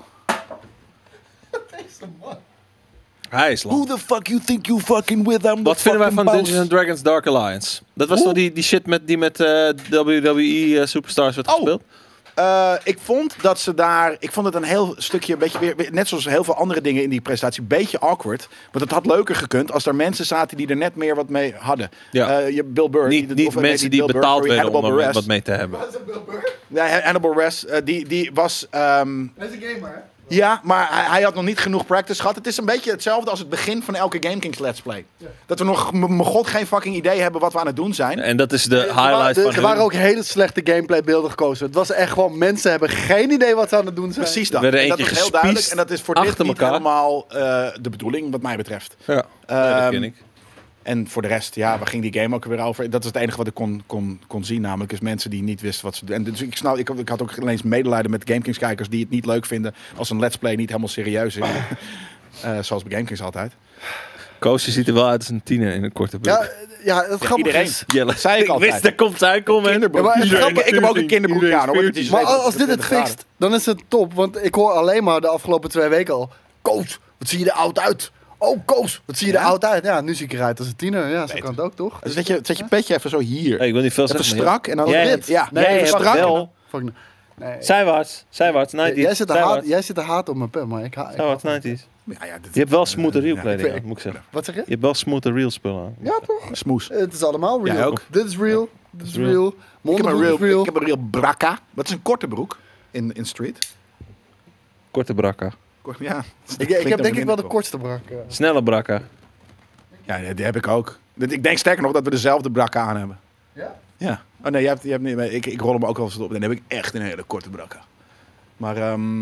Deze man. Hij is lang. the fuck you think you fucking with? I'm the Wat vinden wij fucking van boss. Dungeons and Dragons Dark Alliance? Dat was Hoe? toch die, die shit met, die met eh, W W E eh, Superstars werd Oh. gespeeld? Eh, ik vond dat ze daar... Ik vond het een heel stukje, een beetje weer, weer- net zoals heel veel andere dingen in die presentatie, een beetje awkward. Want het had leuker gekund als er mensen zaten die er net meer wat mee hadden. Ja. Eh, je Bill Burr. Niet, die- niet of, nee, mensen die Bill Burr, betaald sorry, werden om Hannibal er Buress. wat mee te hebben. Dat is een Bill Burr. Ja, Hannibal Buress, eh, die, die was... ehm, Dat is een gamer, hè? ja, maar hij, hij had nog niet genoeg practice gehad. Het is een beetje hetzelfde als het begin van elke GameKings Let's Play. Dat we nog, m- mijn god, geen fucking idee hebben wat we aan het doen zijn. En dat is de Er wa- highlight er- van Er hun. waren ook hele slechte gameplaybeelden gekozen. Het was echt gewoon, mensen hebben geen idee wat ze aan het doen zijn. Precies dat. werden En dat eentje is heel duidelijk. gespiest En dat is voor dit achter niet elkaar. helemaal eh, de bedoeling, wat mij betreft. Ja, nee, dat Ehm, ken ik. En voor de rest, ja, waar ging die game ook weer over? Dat is het enige wat ik kon, kon, kon zien, namelijk is mensen die niet wisten wat ze doen. En dus ik, snap, ik, ik had ook ineens medelijden met GameKings-kijkers die het niet leuk vinden als een Let's Play niet helemaal serieus is. Eh, zoals bij GameKings altijd. Koosje ziet er wel uit als een tiener in een korte broek. Ja, ja, het grappige iedereen. is... Jelle. zei ik altijd. wist, er komt zijn comment. Kinderbroek. Ja, maar het Iedereen- grappige- ik heb ook een kinderbroek aan. Hoor. Het is Maar zeker als dit het twintig fixt, dan is het top. Want ik hoor alleen maar de afgelopen twee weken al... Koos, wat zie je er oud uit? Oh, Koos, wat zie je er Ja? oud uit? Ja, nu zie ik eruit als een tiener. Ja, zo Beter. kan het ook, toch? Dus zet je, zet je petje even zo hier. Hey, ik wil niet veel Even zeggen. maar strak en dan Jij dit. hebt- Ja, jij even hebt strak. wel- Fuck, nee. Zijwaarts, zijwaarts, nineties. Jij zit, te haat, Zijwaarts, jij zit te haat op mijn pen, maar ik haat... ik zijwaarts, haat- nineties. Ja, ja, dit- Je hebt wel smooth real Ja, kleding ik- aan, moet ik zeggen. Wat zeg je? Je hebt wel smooth real spullen aan. Ja, toch? Smoes. Het is allemaal real. Jij ook. Dit is real. Dit is real. real. Ik Mijn heb, een onderbroek real, is real. ik heb een real brakka. Dat is een korte broek in, in street. Korte brakka. Kort- Ja, Ik, ik heb denk ik wel de kortste brak. eh. Snelle brakka. Ja, die die heb ik ook. Dit- Ik denk sterker nog dat we dezelfde brakka aan hebben. Ja? Ja. Oh nee, je hebt, je hebt niet, ik, ik rol hem ook wel eens op. Dan heb ik echt een hele korte brakka. Maar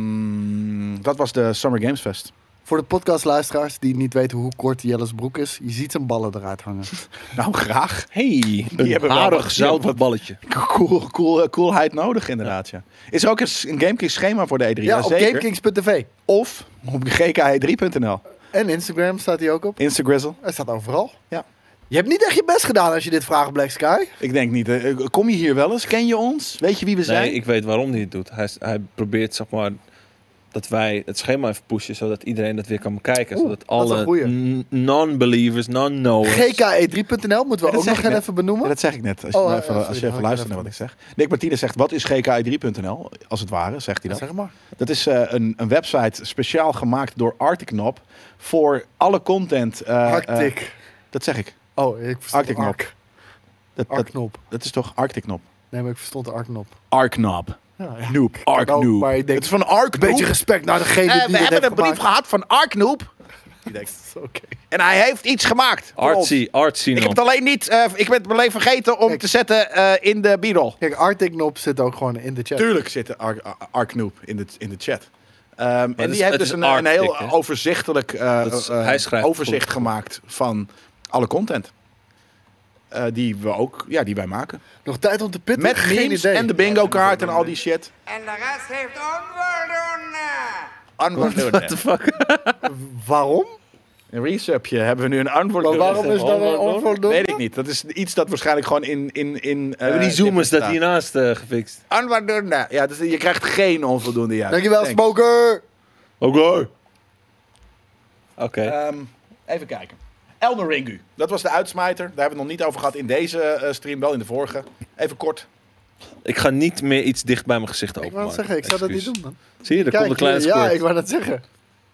ehm, dat was de Summer Games Fest. Voor de podcastluisteraars die niet weten hoe kort Jelle's broek is, je ziet zijn ballen eruit hangen. Nou, graag. Hey, een hebben wel harig wat- zout balletje. Cool, cool, coolheid nodig inderdaad, ja. Is er ook een, s- een GameKings schema voor de E drie? Ja, op Jazeker. GameKings punt tv. Of op g k e drie punt n l. En Instagram staat hij ook op. Instagrizzle. Hij staat overal. Ja. Je hebt niet echt je best gedaan als je dit vraagt, Black Sky. Ik denk niet. eh, Kom je hier wel eens? Ken je ons? Weet je wie we zijn? Nee, ik weet waarom hij het doet. Hij, hij probeert zeg maar dat wij het schema even pushen, zodat iedereen dat weer kan bekijken. Oeh, zodat dat is een alle goeie. n- non-believers, non-knowers... g k e drie punt n l moeten we Ja, dat ook zeg nog ik net. even benoemen. Ja, dat zeg ik net. Als je, Oh, nou ja, even, ja, als je sorry, even dan luistert had naar ik wat ik zeg. Nick Martinez zegt, wat is g k e drie punt n l? Als het ware, zegt hij dat. Zeg maar. Dat is eh, een, een website speciaal gemaakt door Arctic-Knob voor alle content. eh, Arctic. eh, dat zeg ik. Oh, ik verstond Arctic Knob. Arc. Dat, dat, Arc-knop. dat is toch Arctic-Knob? Nee, maar ik verstond de Arc-knop. Arc-Knob. Ja, ja. Noob. ook, Arc-Noob. maar ik denk- Het is van Arc-Noob. Een beetje respect naar degene Eh, die we dit hebben heeft een brief gemaakt. gehad van Arc-Noob. Die denkt, Oké. en hij heeft iets gemaakt. voor ons. Artsy, artsy Ik heb nog. het alleen niet, uh, ik ben het alleen vergeten om Kijk. te zetten uh, in de b-roll. Kijk, Arctic Nop zit ook gewoon in de chat. Tuurlijk zit Ar Ar Arknoop in de, in de chat. Um, en is- die heeft het dus is een, Arctic, een heel hè? overzichtelijk uh, Dat is- uh, hij schrijft overzicht goed. gemaakt van alle content. Uh, die we ook, ja, die wij maken. Nog tijd om te pitten? Met Geen memes idee. en de bingo kaart en al die shit. En de rest heeft onvoldoende. Antwoord What the fuck? Waarom? Een resubje hebben we nu een antwoord. Maar waarom is dat een onvoldoende? Weet ik niet. Dat is iets dat waarschijnlijk gewoon in... in, in uh, Hebben die zoomers dat staat. hiernaast uh, gefixt? Onvoldoende. Ja, dus je krijgt geen onvoldoende juist. Dankjewel, Thanks. Smoker! Oké. Oké. Ehm, even kijken. Elden Ring U. Dat was de uitsmijter. Daar hebben we het nog niet over gehad in deze uh, stream, wel in de vorige. Even kort. Ik ga niet meer iets dicht bij mijn gezicht Ik openmaken. wou het zeggen, ik zou dat niet Excuus. doen, man. Zie je, er komt een kleine ja, squirt. ik wou dat zeggen.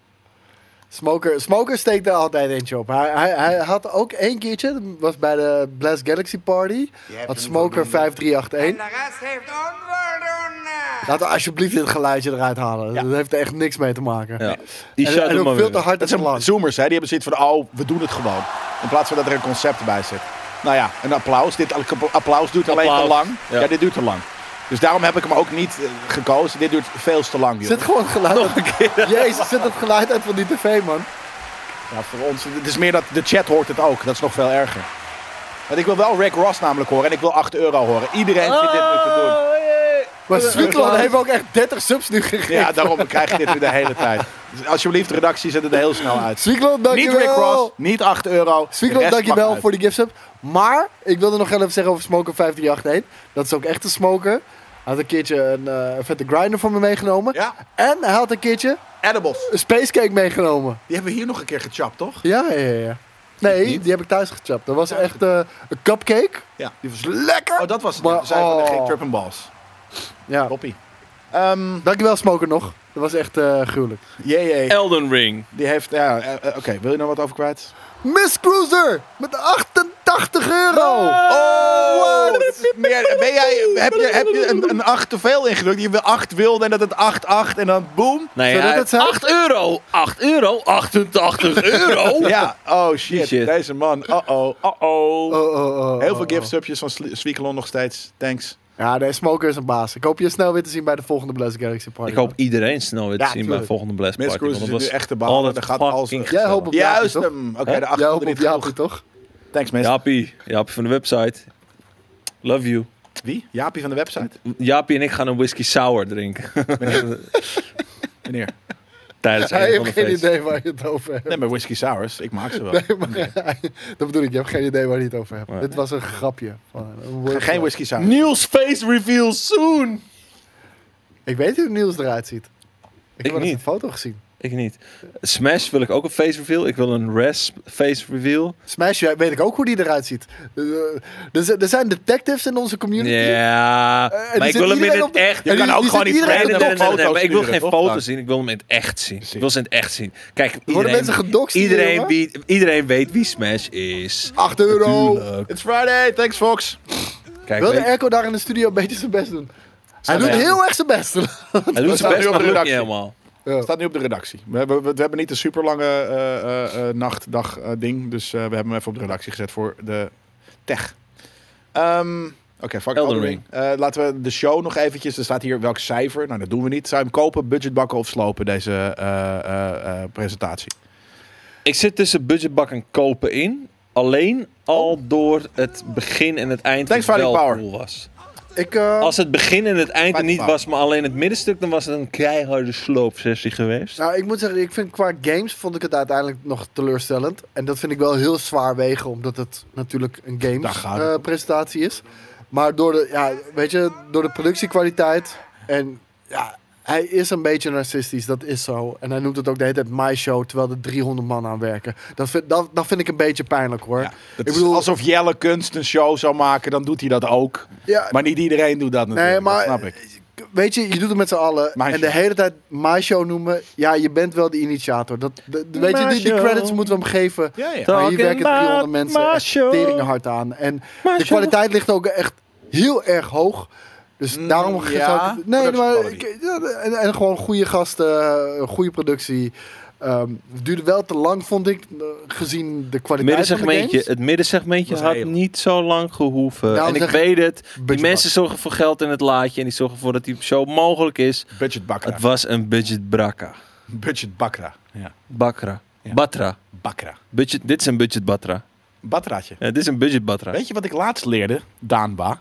Smoker, Smoker steekt er altijd eentje op. Hij, hij, hij had ook één keertje, dat was bij de Blast Galaxy Party, had Smoker vijf drie acht En één. de rest heeft onvoldoende. Laten we alsjeblieft dit geluidje eruit halen. Ja. Dat heeft er echt niks mee te maken. Ja. Die En, shot en hem ook maar veel weer. te hard Dat en te zijn lang. zoomers, hè. Die hebben zoiets van, oh, we doen het gewoon. In plaats van dat er een concept bij zit. Nou ja, een applaus. Dit applaus duurt alleen Applaus. te lang. Ja. Ja. dit duurt te lang. Dus daarom heb ik hem ook niet uh, gekozen. Dit duurt veel te lang, joh. Zet gewoon het geluid uit. Jezus, zet het geluid uit van die tv, man. Ja, voor ons. Het is meer dat de chat hoort het ook. Dat is nog veel erger. Want ik wil wel Rick Ross namelijk horen. En ik wil acht euro horen. Iedereen zit dit nu te doen. Maar Sweetlord heeft ook echt dertig subs nu gegeven. Ja, daarom krijg je dit nu de hele tijd. Dus alsjeblieft, redactie, zet het er heel snel uit. Sweetlord, Niet dankjewel. Rick Ross, niet acht euro. Sweetlord, De rest mag dankjewel uit. voor die gift sub. Maar, ik wilde nog heel even zeggen over Smoker vijf drie acht één. Dat is ook echt een smoker. Hij had een keertje een uh, vette grinder voor me meegenomen. Ja, En hij had een keertje edibles. een spacecake meegenomen. Die hebben we hier nog een keer gechapt, toch? Ja, ja, ja, ja. Nee, niet. die heb ik thuis gechapt. Dat was echt uh, een cupcake. Ja. Die was lekker. Oh, dat was het. Maar- We zijn van de oh. geen trip and balls. Ja. Toppie. Um, Dankjewel Smoker nog. Dat was echt uh, gruwelijk. jee, jee. Elden Ring. Die heeft, ja, uh, uh, oké, wil je nog wat over kwijt? Miss Cruiser met achtentachtig euro. Oh, dat is meer, ben jij, heb je, heb je een, een acht te veel ingedrukt? Je wil acht wilde en dat het acht acht en dan boom? Nee, Zou dat ja, het zijn? acht euro. acht euro. achtentachtig euro. Ja, oh shit. Shit. Deze man. Uh-oh, uh-oh. Oh, oh, oh, Heel oh, veel oh. gift-subjes van Sli- Swiekelon nog steeds. Thanks. Ja, nee, Smoker is een baas. Ik hoop je snel weer te zien bij de volgende Blast Galaxy Party. Ik hoop iedereen snel weer te Ja, zien bij tuurlijk. de volgende Blast Miss Party. Cruise want is dat nu was echt de bal. altijd Er gaat alles fucking gezellig. Jij hoopt op Juist Jaapie, hem. Oké, Hè? de acht Jij wilde hoopt op niet Jaapie, genoeg. toch? Thanks, mensen. Jaapie. Jaapie van de website. Love you. Wie? Jaapie van de website? Jaapie en ik gaan een whisky sour drinken. Meneer. Tijdens Hij een van heeft de geen feesten. idee waar je het over hebt. Nee, maar whisky sours. Ik maak ze wel. Nee, maar, dat bedoel ik, je hebt geen idee waar je het over hebt. Nee. Dit was een grapje. Van een Geen wordplay. whisky sours. Niels face reveal soon. Ik weet hoe Niels eruit ziet. Ik, heb Ik wel eens niet. een foto gezien. Ik niet. Smash wil ik ook een face reveal. Ik wil een Res face reveal. Smash, ja, weet ik ook hoe die eruit ziet. Uh, er, z- er zijn detectives in onze community. Ja, Eh, en die maar ik zit wil hem in iedereen het op de- echt. en die- kan ook die gewoon zit niet iedereen Nee, op nee, de nee, nee, nee, foto's maar ik wil sturen, geen toch? foto's zien. Ik wil hem in het echt zien. Ik wil ze in het echt zien. Kijk, Worden iedereen, mensen gedoxt hier, iedereen, jongen? wie, iedereen weet wie Smash is. acht euro. Tuurlijk. It's Friday. Thanks, Fox. Kijk, Wil de weet- Erco daar in de studio een beetje zijn best doen? Hij Staat doet er- heel erg zijn best. hij doet staat zijn nu best, op maar de lukt niet redactie. helemaal. Ja. Staat nu op de redactie. We hebben, we, we hebben niet een super lange uh, uh, uh, nacht, dag uh, ding. Dus uh, we hebben hem even op de redactie gezet voor de tech. Um, Oké, okay, fuck Elden Elden Ring. Uh, laten we de show nog eventjes. Er staat hier welk cijfer. Nou, dat doen we niet. Zou je hem kopen, budgetbakken of slopen, deze uh, uh, uh, presentatie? Ik zit tussen budgetbak en kopen in. Alleen al door het begin en het eind Thanks, wel Fighting Power. cool was. Ik, uh, Als het begin en het eind er Fighting niet Power. was, maar alleen het middenstuk, dan was het een keiharde sloopsessie geweest. nou, ik moet zeggen, ik vind qua games vond ik het uiteindelijk nog teleurstellend. En dat vind ik wel heel zwaar wegen, omdat het natuurlijk een Daar games gaat het eh, presentatie is. Maar door de, ja, weet je, door de productiekwaliteit en ja, hij is een beetje narcistisch, dat is zo. En hij noemt het ook de hele tijd My Show, terwijl er driehonderd man aan werken. Dat vind, dat, dat vind ik een beetje pijnlijk, hoor. Ja, het ik is bedoel, alsof Jelle Kunst een show zou maken, dan doet hij dat ook. ja, Maar niet iedereen doet dat natuurlijk. nee, maar Dat snap ik. weet je, je doet het met z'n allen. My en de Show. hele tijd My Show noemen. Ja, je bent wel de initiator. Dat, de- de- weet je, My die, die Show. credits moeten we hem geven. Ja, ja. Maar hier Talking werken about driehonderd mensen my echt show. teringen hard aan. En My de show. kwaliteit ligt ook echt heel erg hoog. Dus Mm, daarom ja, zou ik... Nee, production maar... quality. ik- ja, en, en gewoon goede gasten, eh, goede productie. Um, het duurde wel te lang, vond ik, uh, gezien de kwaliteit van de Middensegmentje, games. het middensegmentje Was had heel- niet zo lang gehoeven. Nou, en ik zeg- weet het, die budget mensen zorgen voor geld in het laadje en die zorgen ervoor dat die zo mogelijk is. Budget Bakra. Het was een budget brakka. Budget Bakra. Ja. Bakra. Ja. Batra. Bakra. Budget, dit is een budget batra. Batraatje. Ja, dit is een budget batra. Weet je wat ik laatst leerde? Daanwa.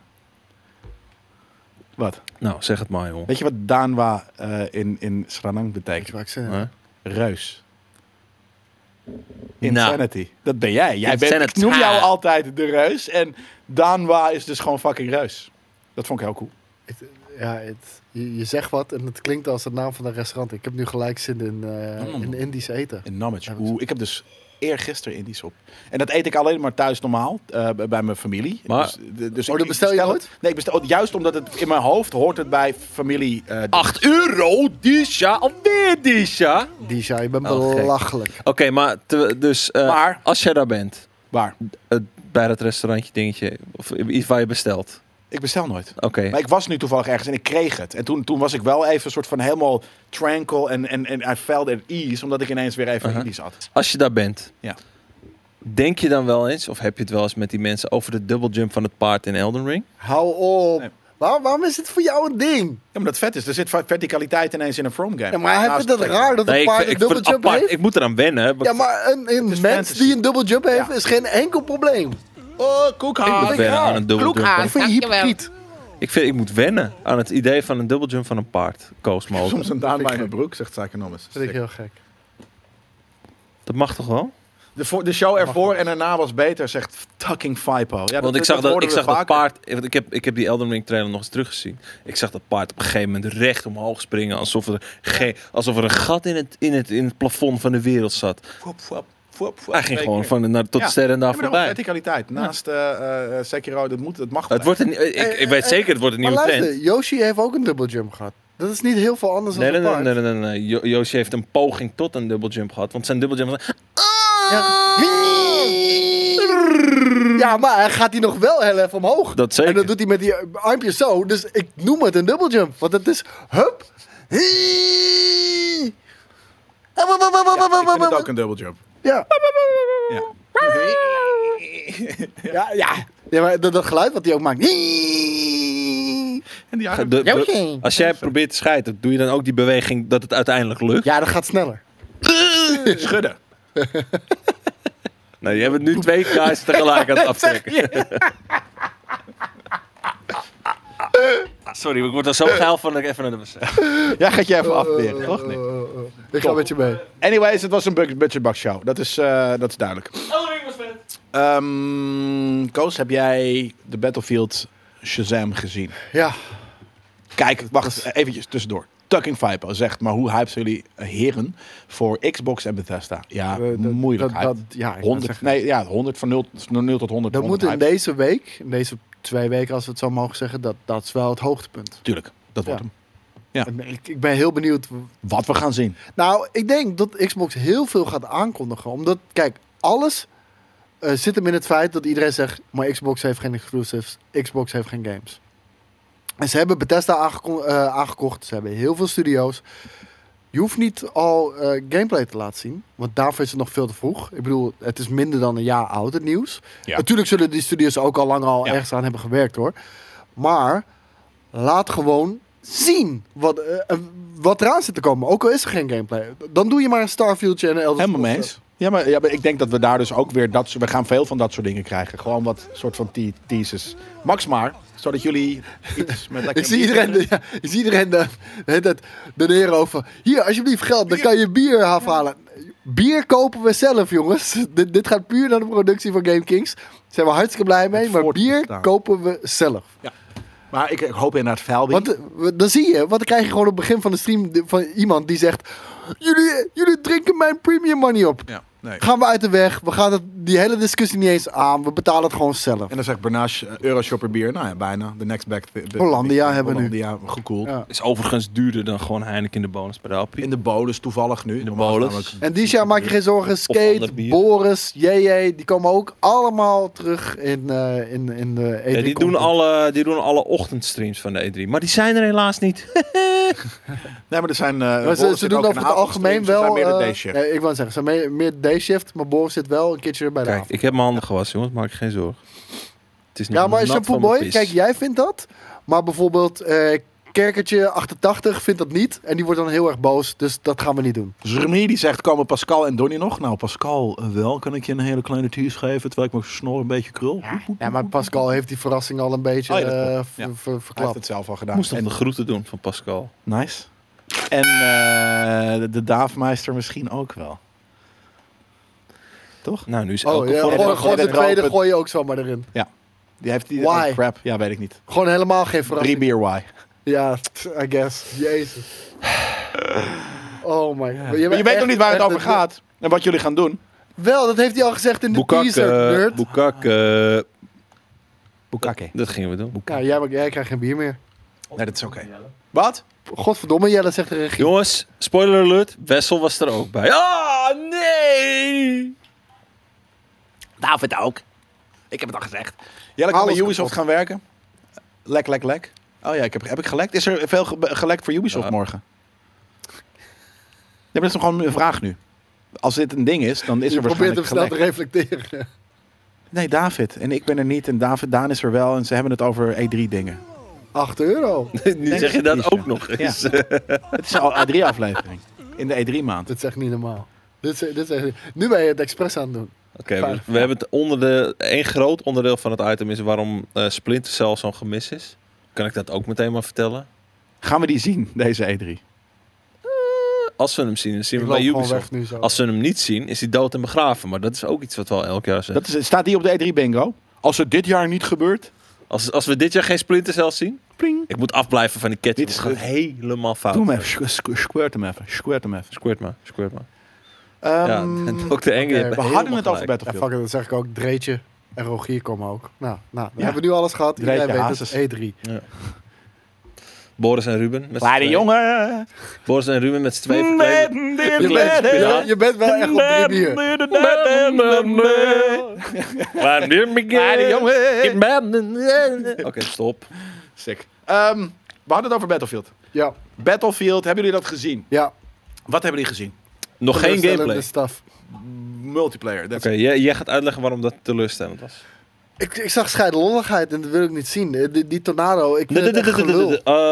Wat? Nou, zeg het maar, joh. Weet je wat Daanwa uh, in, in Sranang Weet je betekent? wat ik zeg? Huh? Reus. Nou. Insanity. Dat ben jij. jij bent, Insanity. ik noem jou altijd de reus. En Daanwa is dus gewoon fucking reus. Dat vond ik heel cool. Het, ja, het, je, je zegt wat en het klinkt als de naam van een restaurant. Ik heb nu gelijk zin in, uh, Mm. in Indisch eten. In Namage. Ja, Oeh, ik heb dus eergisteren Indisch op. En dat eet ik alleen maar thuis normaal. uh, bij mijn familie. Maar- dus, de- dus Oh, ik- dat bestel je ik nooit? het- Nee, ik bestel het juist omdat het in mijn hoofd hoort het bij familie. Uh, acht euro? Disha? Alweer Disha? Disha, je bent Oh, gek. belachelijk. Oké, maar te- dus uh, Maar- als jij daar bent, Waar? uh, bij dat restaurantje dingetje, of iets waar je bestelt. Ik bestel nooit. Oké. Maar ik was nu toevallig ergens en ik kreeg het. En toen, toen was ik wel even een soort van helemaal tranquil en, en, en I felt at ease, omdat ik ineens weer even Uh-huh. Indisch had. Als je daar bent, Ja. denk je dan wel eens, of heb je het wel eens met die mensen over de double jump van het paard in Elden Ring? Hou op. Nee. Waar, waarom is het voor jou een ding? Ja, maar dat vet is. Er zit va- verticaliteit ineens in een From game. Ja, maar hij Naast vindt het het- raar dat een ik, paard vind- een ik, vind double het jump apart. heeft. Ik moet eraan wennen. Ja, maar een, een is mens fantasy. die een double jump heeft Ja. is geen enkel probleem. Oh, Ik koekhaas. moet wennen aan een double jump. Ik van- vind je hypocriet. Ik, vind, ik moet wennen aan het idee van een double jump van een paard. Koos mogen. Soms een Daan bij mijn broek, zegt Psychonomus. Dat vind ik heel gek. Dat mag toch wel? De, voor, de show ervoor en erna was beter, zegt fucking Fipo. Ja, Want ik zag, dat, hoorden ik we zag dat vaker. paard. Want ik heb, ik heb die Elden Ring trailer nog eens teruggezien. Ik zag dat paard op een gegeven moment recht omhoog springen. Alsof er, ge, alsof er een gat in het, in, het, in het plafond van de wereld zat. Fwop, fwop, fwop, fwop. Hij ging Twee gewoon keer. van de, naar, tot de Ja. sterren daar Ja, maar daarom voorbij. verticaliteit. Naast eh, eh, Sekiro, dat, moet, dat mag wel. Het wordt een, ik, ik weet zeker, het wordt een Maar nieuwe luister, trend. Yoshi heeft ook een double jump gehad. Dat is niet heel veel anders Nee, dan nee, een nee, paard. nee, nee, nee. Jo- Yoshi heeft een poging tot een double jump gehad. Want zijn double jump was... Ja, maar hij gaat hij nog wel heel even omhoog. Dat zeker. En dan doet hij met die armpjes zo. Dus ik noem het een double jump. Want het is hup. Ja, ik vind het ook een double jump. Ja. Ja. Ja, ja. ja maar dat, dat geluid wat hij ook maakt. En die De- de- Yoshi. als jij probeert te scheiden, doe je dan ook die beweging dat het uiteindelijk lukt? Ja, dat gaat sneller. schudden. Nee, je hebt nu twee kaars tegelijk aan het aftrekken. Sorry, ik word er zo geil van dat ik even naar de wc. Ja, gaat je even afweren, toch? Nee. Uh, uh, uh. Ik ga met je mee. Anyways, het was een bu- budgetbak show. Dat is, eh, dat is duidelijk. Ehm Koos, heb jij de Battlefield Shazam gezien? Ja. Kijk, wacht, eventjes tussendoor. Tucking Vipo zegt, maar hoe hype zijn jullie eh, heren voor Xbox en Bethesda? Ja, Eh, dat- moeilijk dat- hype. dat- ja, ik wou honderd, zeggen. nee, ja, honderd van nul, nul tot honderd. Dat moet in hype. deze week, in deze twee weken als we het zo mogen zeggen, dat, dat is wel het hoogtepunt. Tuurlijk, dat wordt Ja. hem. Ja. En Ik, ik ben heel benieuwd. Wat we gaan zien. Nou, ik denk dat Xbox heel veel gaat aankondigen. Omdat, kijk, alles eh, zit hem in het feit dat iedereen zegt, maar Xbox heeft geen exclusives, Xbox heeft geen games. En ze hebben Bethesda aangeko- eh, aangekocht, ze hebben heel veel studio's. Je hoeft niet al eh, gameplay te laten zien, want daarvoor is het nog veel te vroeg. Ik bedoel, het is minder dan een jaar oud, het nieuws. Ja. Natuurlijk zullen die studios ook al lang al Ja. ergens aan hebben gewerkt, hoor. Maar laat gewoon zien wat, eh, wat eraan zit te komen. Ook al is er geen gameplay. Dan doe je maar een Starfieldje en een Elder Helemaal mee Scrolls. eens. Ja maar, ja, maar ik denk dat we daar dus ook weer dat soort... We gaan veel van dat soort dingen krijgen. Gewoon wat soort van te- teases. Max maar, zodat jullie iets met lekker... Ik zie iedereen, de, ja, ik zie iedereen de, de, de, doneren over. Hier, alsjeblieft geld, dan kan je bier afhalen. Bier kopen we zelf, jongens. dit, dit gaat puur naar de productie van Game Kings. Daar zijn we hartstikke blij mee. Het Maar voortbestaan. bier kopen we zelf. Maar ik, ik hoop inderdaad Velby. Want eh, dan zie je, want dan krijg je gewoon op het begin van de stream de- van iemand die zegt... Jullie, jullie drinken mijn premium money op. Ja, nee. Gaan we uit de weg. We gaan het, die hele discussie niet eens aan. We betalen het gewoon zelf. En dan zegt Bernache, uh, Euroshopper bier. Nou ja, bijna. De next back. the- the- Hollandia hebben we nu. Hollandia, gekoeld. Ja. Is overigens duurder dan gewoon Heineken in de bonus bij de Appie. In de bonus toevallig nu. In de Normaal bolus. namelijk- En dit jaar maak je geen zorgen. Skate, ander bier. Boris, J J, die komen ook allemaal terug in, eh, in, in de E drie. Ja, die, doen content. alle, die doen alle ochtendstreams van de E drie. Maar die zijn er helaas niet. Nee, maar er zijn... Uh, Maar ze, ze doen over het algemeen wel... meer de uh, day-shift. nee, ik wou zeggen, ze zijn meer, meer day-shift, maar Boris zit wel een keertje bij de Kijk, avond. ik heb mijn handen gewassen, jongens. Maak je geen zorgen. Het is nog Ja, maar nat Shampoo van mijn Boy, pis. kijk, jij vindt dat. Maar bijvoorbeeld uh, Kerkertje achtentachtig vindt dat niet. En die wordt dan heel erg boos, dus dat gaan we niet doen. Zermi die zegt, komen Pascal en Donnie nog? Nou, Pascal uh, wel. Kan ik je een hele kleine tease geven, terwijl ik mijn snor een beetje krul? Ja, ja, maar Pascal heeft die verrassing al een beetje Oh ja, dat uh, klopt. ver- Ja. ver- Hij heeft verklapt. het zelf al Ik gedaan. moest nog En- de groeten doen van Pascal. Nice. En uh, de, de Daafmeister misschien ook wel. Toch? Nou, nu is Oh elke ja, vorm gewoon, van- gewoon de dit tweede wel- gooi je ook zomaar erin. Die heeft die... Why? Oh, crap. Ja, weet ik niet. Gewoon helemaal geen Drie verrassing. beer why. Ja, t- I guess. Jezus. Oh my god. Maar je weet nog niet waar het over gaat. En wat jullie gaan doen. Wel, dat heeft hij al gezegd in de teaser, Boekak, nerd. Boekak, Bukake. dat gingen we doen. Ja, jij, jij krijgt geen bier meer. Nee, dat is oké. Wat? Godverdomme, Jelle zegt de regie. Jongens, spoiler alert. Wessel was er ook bij. Ah, nee! David ook. Ik heb het al gezegd. Jelle kan Alles bij Ubisoft kapot. gaan werken. Lek, lek, lek. Oh ja, ik heb, heb ik gelekt? Is er veel ge- gelekt voor Ubisoft Ja. morgen? Ja, maar dat is nog gewoon een vraag nu. Als dit een ding is, dan is Je er probeert waarschijnlijk hem snel gelekt. te reflecteren. Nee, David. En ik ben er niet. En David, Daan is er wel. En ze hebben het over E drie dingen. acht euro. Nu zeg je dat Kiesje. ook nog eens. Het is een E drie aflevering. In de E drie maand. Dit is echt niet normaal. Dit is, dit is echt, nu ben je het expres aan het doen. Oké, we, we hebben het onder de... Één groot onderdeel van het item is waarom uh, Splinter Cell zo'n gemis is. Kan ik dat ook meteen maar vertellen? Gaan we die zien, deze E drie? Als we hem zien, dan zien Ik we loop bij gewoon Ubisoft. weg nu zo. Als ze hem niet zien, is hij dood en begraven. Maar dat is ook iets wat we al elk jaar zeggen. Dat is, staat die op de E drie bingo? Als het dit jaar niet gebeurt... Als, als we dit jaar geen Splinter Cell zien... Pling. Ik moet afblijven van die ketting. Dit is Het gaat helemaal fout. Doe hem even. squ- squ- Squirt hem even. Squirt hem even. Squirt maar, squirt maar. Ehm, Ja, dokter Enge, je hebt we we helemaal hadden het over gelijk. Ja, Battlefield. fuck it, dat zeg ik ook. Dreetje en Rogier komen ook. Nou, nou dan Ja. hebben we nu alles gehad. Dreetje, Iedereen weet Hazes. het. E drie. Boris en Ruben. Met z'n Kleine tweeën. jongen. Boris en Ruben met z'n tweeën verkleed. Je bent, je, je bent wel echt op drie bier. Kleine jongen. Oké, stop. Sick. Ehm, we hadden het over Battlefield. Ja, Battlefield, hebben jullie dat gezien? ja. Wat hebben jullie gezien? Nog geen Teleurstellende gameplay. stuff. Multiplayer. Oké, that's- jij, jij gaat uitleggen waarom dat teleurstellend was. Ik, ik zag scheidenlolligheid en dat wil ik niet zien. Die, die tornado, ik vind het echt gelul.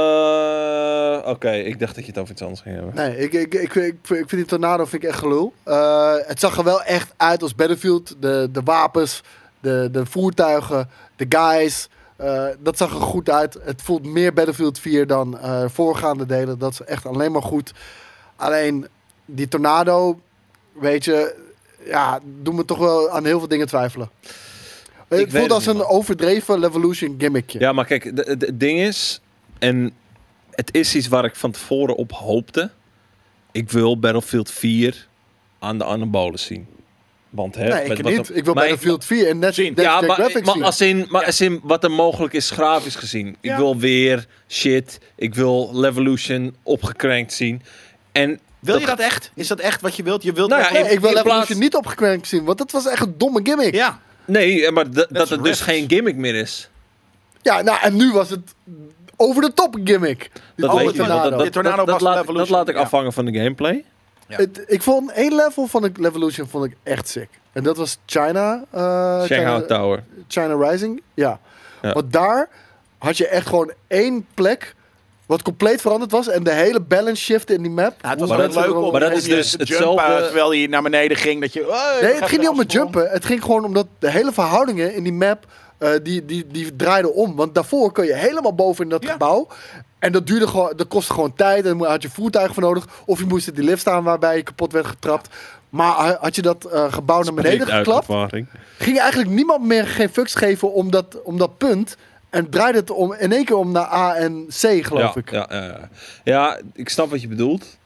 Eh, Oké, ik dacht dat je het over iets anders ging hebben. Nee, ik, ik, ik, ik, ik vind die tornado vind ik echt gelul. Uh, het zag er wel echt uit als Battlefield. De, de wapens, de, de voertuigen, de guys. Uh, dat zag er goed uit. Het voelt meer Battlefield vier dan uh, voorgaande delen. Dat is echt alleen maar goed. Alleen die tornado, weet je, ja, doet me toch wel aan heel veel dingen twijfelen. weet Het voelt het als niet, een man. overdreven Levolution gimmickje. Ja, maar kijk, de- de- het ding is... En het is iets waar ik van tevoren op hoopte. Ik wil Battlefield vier aan de anabolen zien. Want, hè, nee, met ik wat niet. er- Ik wil maar Battlefield vier en net Zien. Next Ja, Gen maar, Graphics maar, zien. als in, maar als in wat er mogelijk is grafisch gezien. Ik Ja. wil weer shit. Ik wil Levolution opgekrankt zien. En Wil je dat echt? Is dat echt wat je wilt? Je wilt Nou ja, echt- Nee, in- ik wil in Levolution plaats- niet opgekwenkt zien, want dat was echt een domme gimmick. Ja, Ja. nee, maar d- dat is het dus Rift. geen gimmick meer is. nou en nu was het over de top gimmick. Die Dat domme weet je niet. want tornado. Dat, Die dat, tornado dat, dat was laat, Levolution, dat laat ik ja. afhangen van de gameplay. Ja. Het- ik vond één level van de Levolution vond ik echt sick. En dat was China. eh, Shanghai China, Tower. China Rising. Ja. Ja. Want daar had je echt gewoon één plek wat compleet veranderd was. En de hele balance shift in die map. Ja, het was Hoe wel mensen leuk er om, al- Maar dat om is je dus te hetzelfde- jumpen terwijl hij naar beneden ging. Dat je, oh, Nee, gaat het ging niet om het afsprong. jumpen. Het ging gewoon omdat de hele verhoudingen in die map, eh, die, die, die draaiden om. Want daarvoor kun je helemaal boven in dat Ja. gebouw. En dat duurde gewoon, dat kostte gewoon tijd. En daar had je voertuigen voor nodig. Of je moest in die lift staan waarbij je kapot werd getrapt. Maar had je dat eh, gebouw naar beneden Spreekt uit geklapt, ervaring. ging eigenlijk niemand meer geen fucks geven om dat, om dat punt. En draaide het om, in één keer om naar A en C, geloof Ja, ik. ja, ja, ja. ja, ik snap wat je bedoelt.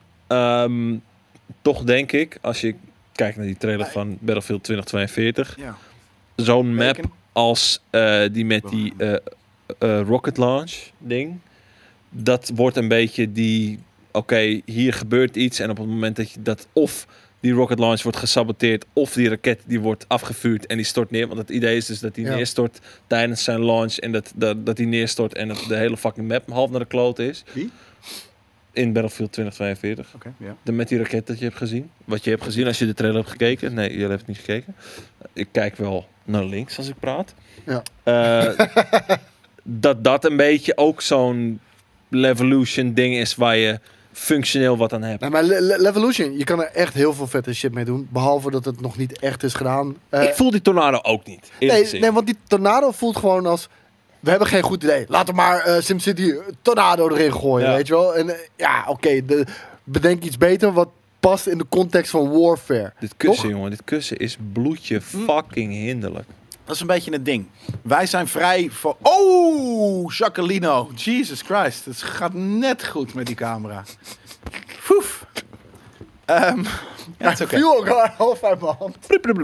Ehm, toch denk ik, als je kijkt naar die trailer van Battlefield twintig tweeënveertig, Ja. zo'n map Bacon. als eh, die met die eh, eh, rocket launch ding, dat wordt een beetje die, oké, hier gebeurt iets en op het moment dat je dat of die rocket launch wordt gesaboteerd of die raket die wordt afgevuurd en die stort neer. Want het idee is dus dat die Ja. neerstort tijdens zijn launch en dat, dat, dat die neerstort en dat de hele fucking map half naar de kloot is. Wie? In Battlefield twintig tweeënveertig. Oké, ja. De, met die raket dat je hebt gezien. Wat je hebt gezien als je de trailer hebt gekeken. Nee, jullie hebben het niet gekeken. Ik kijk wel naar links als ik praat. Ja. Eh, dat dat een beetje ook zo'n Levolution ding is waar je functioneel wat aan hebt. Nee, maar Le- Le- Levolution, je kan er echt heel veel vette shit mee doen. Behalve dat het nog niet echt is gedaan. Eh, Ik voel die tornado ook niet. eerlijk nee, gezegd. nee, want die tornado voelt gewoon als... We hebben geen goed idee. Laten we maar eh, SimCity tornado erin gooien, Ja. weet je wel. En eh, ja, oké, okay, bedenk iets beter wat past in de context van warfare. Dit kussen, Toch? jongen. Dit kussen is bloedje fucking hinderlijk. Dat is een beetje het ding. Wij zijn vrij van... Oh, Jacquelino. Jesus Christ. Het gaat net goed met die camera. Foef. Ehm ja, het is oké. Viel ook al half uit mijn hand.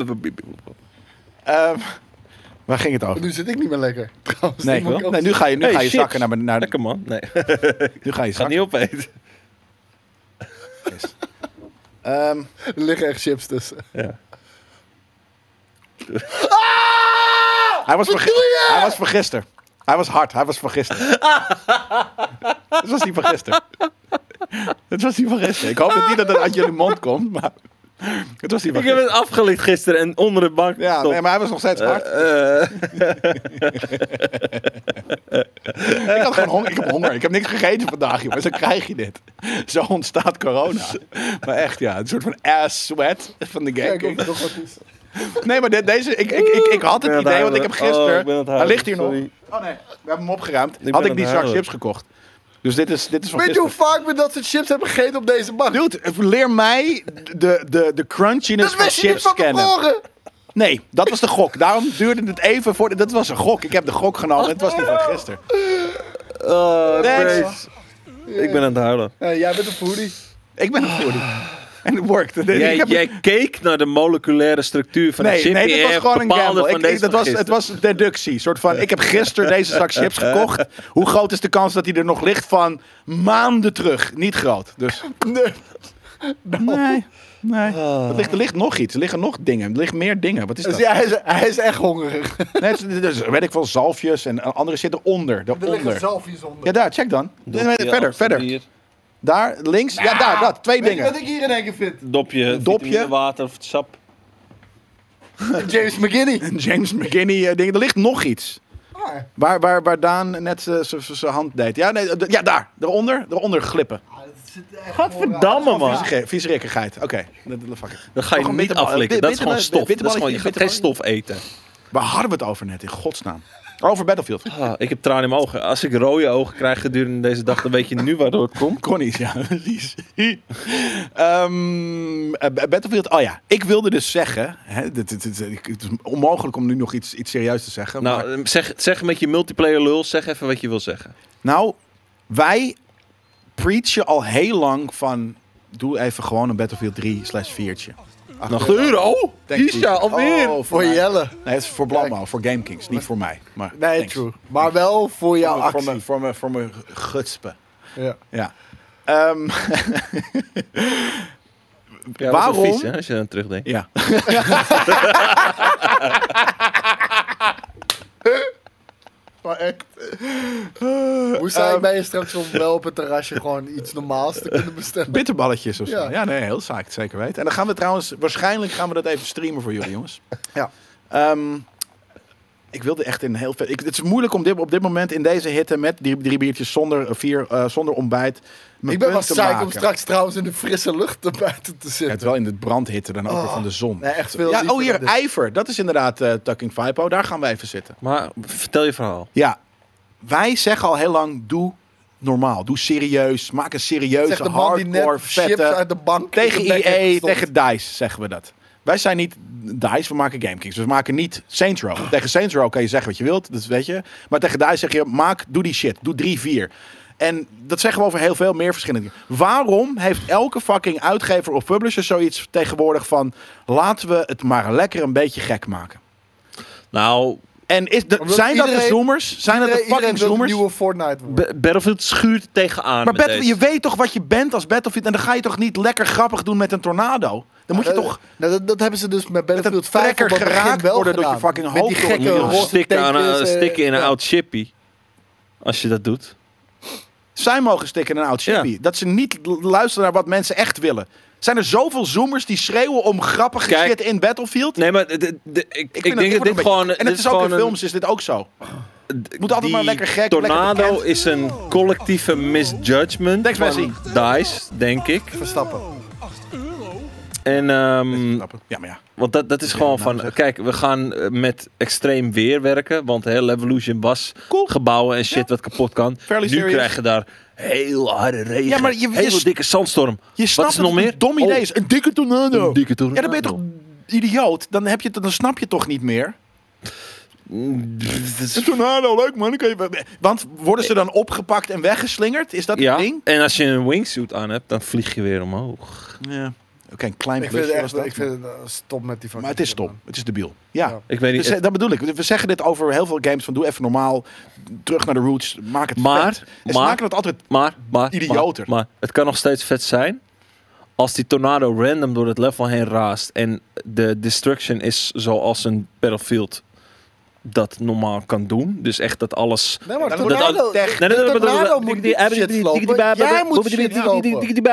Ehm, waar ging het over? Nu zit ik niet meer lekker. Trouwens, Nee, Die moet ik ook- nee nu ga je, nu Hey, ga je shit. zakken naar... ben- naar Lekker man. Nee, nu ga je gaat zakken. niet opeten. Er Ehm, liggen echt chips tussen. Ja. hij, was vergi- hij was van gisteren. Hij was hard. Hij was van gisteren. Het was die van gisteren. Het was die van gisteren. Ik hoop dat niet dat het uit jullie mond komt, maar... Het was die van Ik heb gisteren. het afgelicht gisteren en onder de bank. Ja, gestopt. nee, maar hij was nog steeds hard. Eh, Ik had gewoon honger. Ik heb honger. Ik heb niks gegeten vandaag, jongens. Dan krijg je dit. Zo ontstaat corona. Maar echt, ja. Een soort van ass sweat van de Kijk of game. er nog wat is. Nee, maar dit, deze... Ik, ik, ik, ik had Ik ben het aan het idee, want ik heb huilen. Oh, gisteren... ik ben aan het hij huilen, ligt hier nog. sorry. Oh nee, we hebben hem opgeruimd. ben Had ik aan die het zak huilen. chips gekocht. Dus dit is, dit is van Weet je hoe gisteren. vaak we dat soort chips hebben gegeten op deze bank? Dude, leer mij de, de, de crunchiness Dat van wist je niet chips van kennen. tevoren. Nee, dat was de gok. Daarom duurde het even voor... Dat was een gok. Ik heb de gok genomen. Het was die van gisteren. Oh, Thanks. Grace. Ik ben aan het huilen. Ja, jij bent een foodie. Ik ben een foodie. En het worked. Ik Jij, heb- jij keek naar de moleculaire structuur van Nee, het chipje. nee, dit en was je gewoon een bepaalde gamble. van Ik, deze ik, dat van was, het gisteren. was deductie. Soort van, ik heb gisteren deze zak chips gekocht. Hoe groot is de kans dat hij er nog ligt van maanden terug? Niet groot. Dus Nee. nee, nee. Er, ligt, er ligt nog iets. Er liggen nog dingen. Er liggen meer dingen. Wat is Dus dat? ja, hij, is, hij is echt hongerig. Nee, het is- dus, weet ik veel, zalfjes en andere zit eronder. Er liggen Daaronder. zalfjes onder. Ja, daar, check dan. Nee, nee, Dopje, verder, verder. hier. Daar, links. Ja, daar, dat. Twee Weet je dingen. wat ik hier in één keer vind? Dopje, Dopje. water of sap. James McGinney. James McGinney eh, ding. Er ligt nog iets. Ah, Waar, waar, waar Daan net zijn hand deed. Ja, nee, d- ja, daar. Daaronder. Daaronder glippen. dat zit echt Gadverdamme, man. Vieze, vieze rikkigheid. Oké. dat- dat- fuck it. Dat ga je Nog een niet bitterbal- aflikken. bit- Dat is gewoon bitterbal- stof. Dat is gewoon, je gaat geen bitterbal- stof eten. Waar hadden we het over net, in godsnaam? Over Battlefield. Ah, ik heb tranen in mijn ogen. Als ik rode ogen krijg gedurende deze dag, dan weet je nu waardoor het komt. Connie's, ja, precies. Ehm, eh, Battlefield, oh ja. Ik wilde dus zeggen... Hè, dit, dit, dit- het is onmogelijk om nu nog iets, iets serieus te zeggen. maar- Nou, zeg, zeg met je multiplayer lul, zeg even wat je wil zeggen. Nou, wij preachen al heel lang van... Doe even gewoon een Battlefield drie slash viertje. Acht euro? Thanks, Kisha, Pete. alweer? Oh, Voor mij. Jelle. Nee, het is voor Blammo, voor GameKings. Niet voor mij. Maar Nee, thanks. true. Maar wel voor jouw Voor mijn- Voor actie. mijn, voor mijn, voor mijn gutspe. Ja. Ja. Ehm, Ja, waarom? Dat is wel vies, hè, als je aan terugdenkt. ja. Maar echt. Hoe saai ben je straks om wel op het terrasje gewoon iets normaals te kunnen bestellen? Bitterballetjes of zo. Ja. Ja. nee, heel saai, zeker weten. En dan gaan we trouwens, waarschijnlijk gaan we dat even streamen voor jullie, jongens. Ja. Ehm, ik wilde echt in heel veel. Ik, het is moeilijk om dit, op dit moment in deze hitte met die drie biertjes zonder, uh, vier, uh, zonder ontbijt. mijn Ik ben wel punt te saai om maken. straks trouwens in de frisse lucht er buiten te Ja, zitten. het wel in de brandhitte dan ook weer Oh. van de zon. Nee, echt veel Ja, liever oh hier, dan dit. ijver. Dat is inderdaad uh, Tucking Vipo. Daar gaan we even zitten. Maar vertel je verhaal. Ja, wij zeggen al heel lang, doe normaal. Doe serieus. Maak een serieuze, Zeg de man die hardcore, net chips vette... uit de bank Tegen in de bek E A, heeft gestopt. tegen DICE zeggen we dat. Wij zijn niet DICE, we maken GameKings. Dus we maken niet Saints Row. Tegen Saints Row kan je zeggen wat je wilt, dat weet je. Maar tegen DICE zeg je, maak, doe die shit. Doe drie, vier. En dat zeggen we over heel veel meer verschillende dingen. Waarom heeft elke fucking uitgever of publisher zoiets tegenwoordig van... laten we het maar lekker een beetje gek maken? Nou, En is de, Omdat zijn dat de iedereen- zoomers? Zijn dat de Iedereen- fucking iedereen wil de zoomers? nieuwe Fortnite worden. B- Battlefield schuurt tegen aan. Maar met Battlefield, deze. je weet toch wat je bent als Battlefield. En dan ga je toch niet lekker grappig doen met een tornado? Dan moet je Nou, toch nou, dat, dat hebben ze dus met Battlefield vijf trekker op het begin geraakt wel worden door gedaan. je fucking Met die hoofd door gekke een roze stikken, aan een, tapejes, eh, stikken in een ja. oud chippy. Als je dat doet. zij mogen stikken in een oud chippy. Ja. Dat ze niet l- luisteren naar wat mensen echt willen. Zijn er zoveel zoomers die schreeuwen om grappige Kijk. shit in Battlefield? Nee, maar de, de, de- ik, ik, vind denk het- dat word dit een beetje- gewoon... En dit het is ook in gewoon een- films is dit ook zo. Het moet altijd die maar lekker gek, Tornado lekker bekend. is een collectieve misjudgment Thanks, van DICE, denk ik. Verstappen. En, ehm, Snappen. Ja, maar ja. want dat, dat is gewoon nou van... zeg. Kijk, we gaan eh, met extreem weer werken. Want heel Evolution was Cool. gebouwen en shit Ja. wat kapot kan. Fairly nu serious. krijg je daar heel harde regen. Ja, maar je- je hele s- dikke zandstorm. Je snapt is er dat nog het meer? een dom idee Oh. is. Een dikke tornado. Een dikke tornado. Ja, dan ben je toch idioot? Dan, heb je het, dan snap je het toch niet meer? Mm, Een tornado, leuk man. Dan kan je... Want worden ze dan opgepakt en weggeslingerd? Is dat Ja, het ding? en als je een wingsuit aan hebt, dan vlieg je weer omhoog. Ja. Oké, een klein Ik vind plusje het was echt, dat. ik vind het, uh, stop met die fucking Maar het is shit, stom. man. Het is debiel. Ja. Ja. Ik weet niet. Dus, het- eh, dat bedoel ik. We zeggen dit over heel veel games van doe even normaal. Terug naar de roots. Maak het Maar- vet. En ze maar- maken het altijd... Maar, maar, Idioter. Maar, maar het kan nog steeds vet zijn. Als die tornado random door het level heen raast. En de destruction is zoals een Battlefield dat normaal kan doen. Dus echt dat alles... Nee, maar Dat tornado, ook tech- de Nee, nee, nee, tornado nee, moet die- niet die- shit die- slopen. die- die- Jij moet die- shit die- slopen. die- die-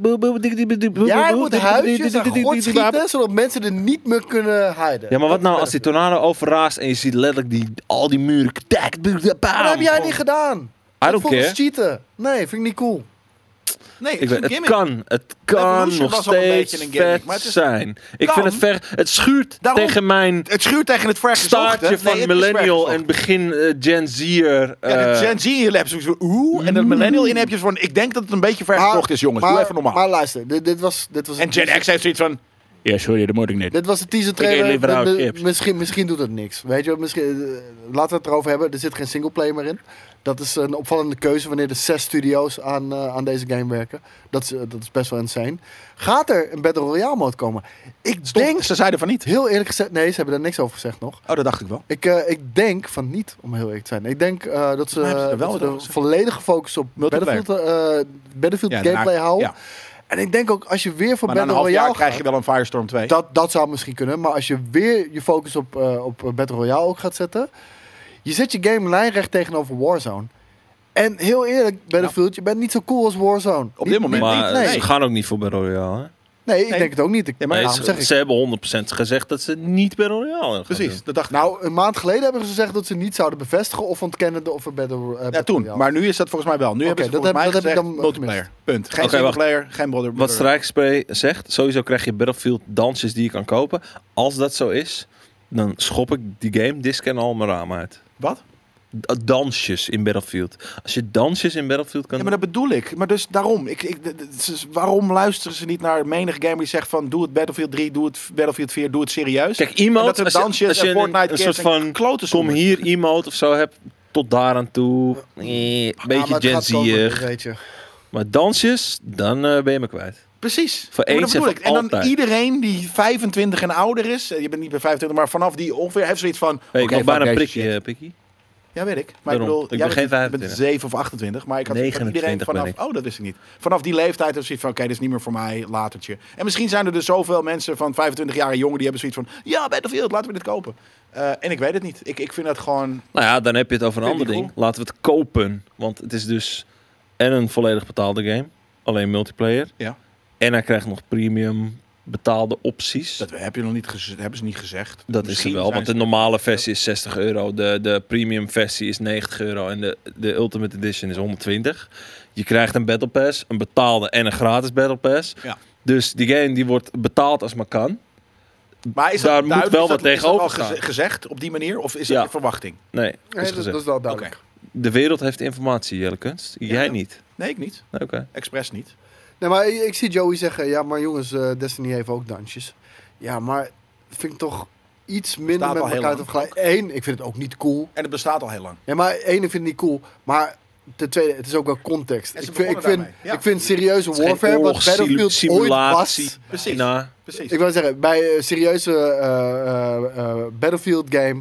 die- Jij moet huisjes aan die- God die- schieten, zodat mensen er niet meer kunnen hiden. Ja, maar wat Dat nou is als die het. tornado overraast en je ziet letterlijk die, al die muren... Dat heb jij niet gedaan. I Dat don't volgens care. cheaten. Nee, vind ik niet cool. Nee, Ik het, weet, is een het gimmick. kan, het kan Evolution nog was al een steeds beetje een gimmick, vet maar het is- zijn. Ik Kan. vind het ver, het schuurt Daarom- tegen mijn Het schuurt tegen het vergezochte. staartje van Nee, het is millennial vergezocht. en begin eh, Gen Z'er. Ja, de eh, Gen Z in heb je zo oeh. En de millennial in heb je van... Ik denk dat het een beetje vergezocht is, jongens. maar, Doe even normaal. Maar luister, dit, dit was... Dit was En Gen X heeft zoiets van... Ja, sorry, dat moet ik niet. Dit was de teaser Ik eet trailer. liever oude Mi- mi- chips. Misschien, misschien doet het niks. Weet je, misschien, eh, laten we het erover hebben. Er zit geen singleplayer meer in. Dat is een opvallende keuze wanneer er zes studio's aan, eh, aan deze game werken. Dat is, eh, dat is best wel insane. Gaat er een Battle Royale mode komen? Ik Stop. denk, Ze zeiden van niet. heel eerlijk gezegd, nee, ze hebben daar niks over gezegd nog. Oh, dat dacht ik wel. Ik, eh, ik denk van niet, om heel eerlijk te zijn. Ik denk eh, dat ze, mij hebben ze er wel dat ze wat over de gezegd. volledige focus op Multiplayer. Battlefield, eh, Battlefield Ja, gameplay daarna- houden. ja. En ik denk ook, als je weer voor Maar na een Battle half jaar Royale krijg gaat, je wel een Firestorm twee. dat, dat zou misschien kunnen. Maar als je weer je focus op, eh, op eh, Battle Royale ook gaat zetten. Je zet je game lijnrecht tegenover Warzone. En heel eerlijk, Battlefield, je bent niet zo cool als Warzone. Op Niet- dit moment niet- maar niet- ze nee. gaan ook niet voor Battle Royale. Hè? nee, ik Nee. denk het ook niet. Ik, Ja, maar Nee, daarom ze, zeg ik. ze hebben honderd procent gezegd dat ze niet Battle Royale gaan Precies, doen. dat dacht ik. Nou, een maand geleden hebben ze gezegd dat ze niet zouden bevestigen of ontkennen of er Battle, uh, Ja, Battle toen. Royale. Maar nu is dat volgens mij wel. Nu hebben ze dat volgens heb- mij dat heb ik gezegd dan multiplayer. Punt. Geen Oké, singleplayer, geen border. Wat Strijkspray zegt, sowieso krijg je Battlefield dansjes die je kan kopen. Als dat zo is, dan schop ik die game disc en al mijn raam uit. Wat? D- Dansjes in Battlefield. Als je dansjes in Battlefield kan Ja, maar dat bedoel ik. Maar dus daarom. Ik, ik, d- d- ze- waarom luisteren ze niet naar menig gamer die zegt van... Doe het Battlefield drie, doe het Battlefield vier, doe het serieus. Kijk, En emote, dat er als je, dansjes als je en een, Fortnite een soort kids en van kloten kom zonder. hier emote of zo hebt, tot daar aan toe. Eh, Ja, beetje maar het Gen gaat komen, Z'er. weet je. Maar dansjes, dan eh, ben je me kwijt. Precies. Voor Ja, maar eens dat en bedoel ik. voor En dan altijd. iedereen die vijfentwintig en ouder is... eh, Je bent niet bij vijfentwintig, maar vanaf die ongeveer... Heeft zoiets van... Hey, ik oké, nog bijna fuck een deze prikje, shit. eh, Pikkie. Ja, weet ik. Maar Waarom? ik bedoel, Ik jij ben bent, geen je bent vijfentwintig. zeven of achtentwintig. Maar ik had zoiets van iedereen negenentwintig vanaf... ben ik. Oh, dat wist ik niet. Vanaf die leeftijd heeft zoiets van... Oké, dit is niet meer voor mij, latertje. En misschien zijn er dus zoveel mensen van vijfentwintig jaar jongen... die hebben zoiets van... Ja, Battlefield, laten we dit kopen. Uh, en ik weet het niet. Ik, ik vind dat gewoon... Nou ja, dan heb je het over een Vind ander ik ding. Laten we het kopen. Want het is dus en een volledig betaalde game. Alleen multiplayer. Ja. En hij krijgt nog premium betaalde opties. Dat heb je nog niet gez- hebben ze niet gezegd. Dat is Misschien er wel, zijn want de ze- normale versie is zestig euro. De, de premium versie is negentig euro. En de, de Ultimate Edition is honderdtwintig. Je krijgt een Battle Pass, een betaalde en een gratis Battle Pass. Ja. Dus die game die wordt betaald als maar kan. Maar is Daar dat moet duidelijk- wel is wat dat- is dat tegenover al staan. geze- gezegd op die manier? Of is Ja. dat je verwachting? Nee, dat Nee, is dat, gezegd. dat is wel duidelijk. De wereld heeft informatie, Jelle Kunst. Jij Ja. niet. Nee, ik niet. Nee, Oké. Expres niet. Nee, maar ik, ik zie Joey zeggen, ja, maar jongens, eh, Destiny heeft ook dansjes. Ja, maar dat vind ik toch iets minder Staat met al heel elkaar te lang. vergelijken. Eén, ik vind het ook niet cool. En het bestaat al heel lang. Ja, maar één, ik vind het niet cool. Maar ten tweede, het is ook wel context. En ze Ik vind, ik, begonnen vind, daarmee, ja. ik vind serieuze Het is geen warfare, wat Battlefield ooit oorlogssimulatie. was. Precies. Nou, Precies. Ik wil zeggen, bij een serieuze eh, eh, eh, Battlefield game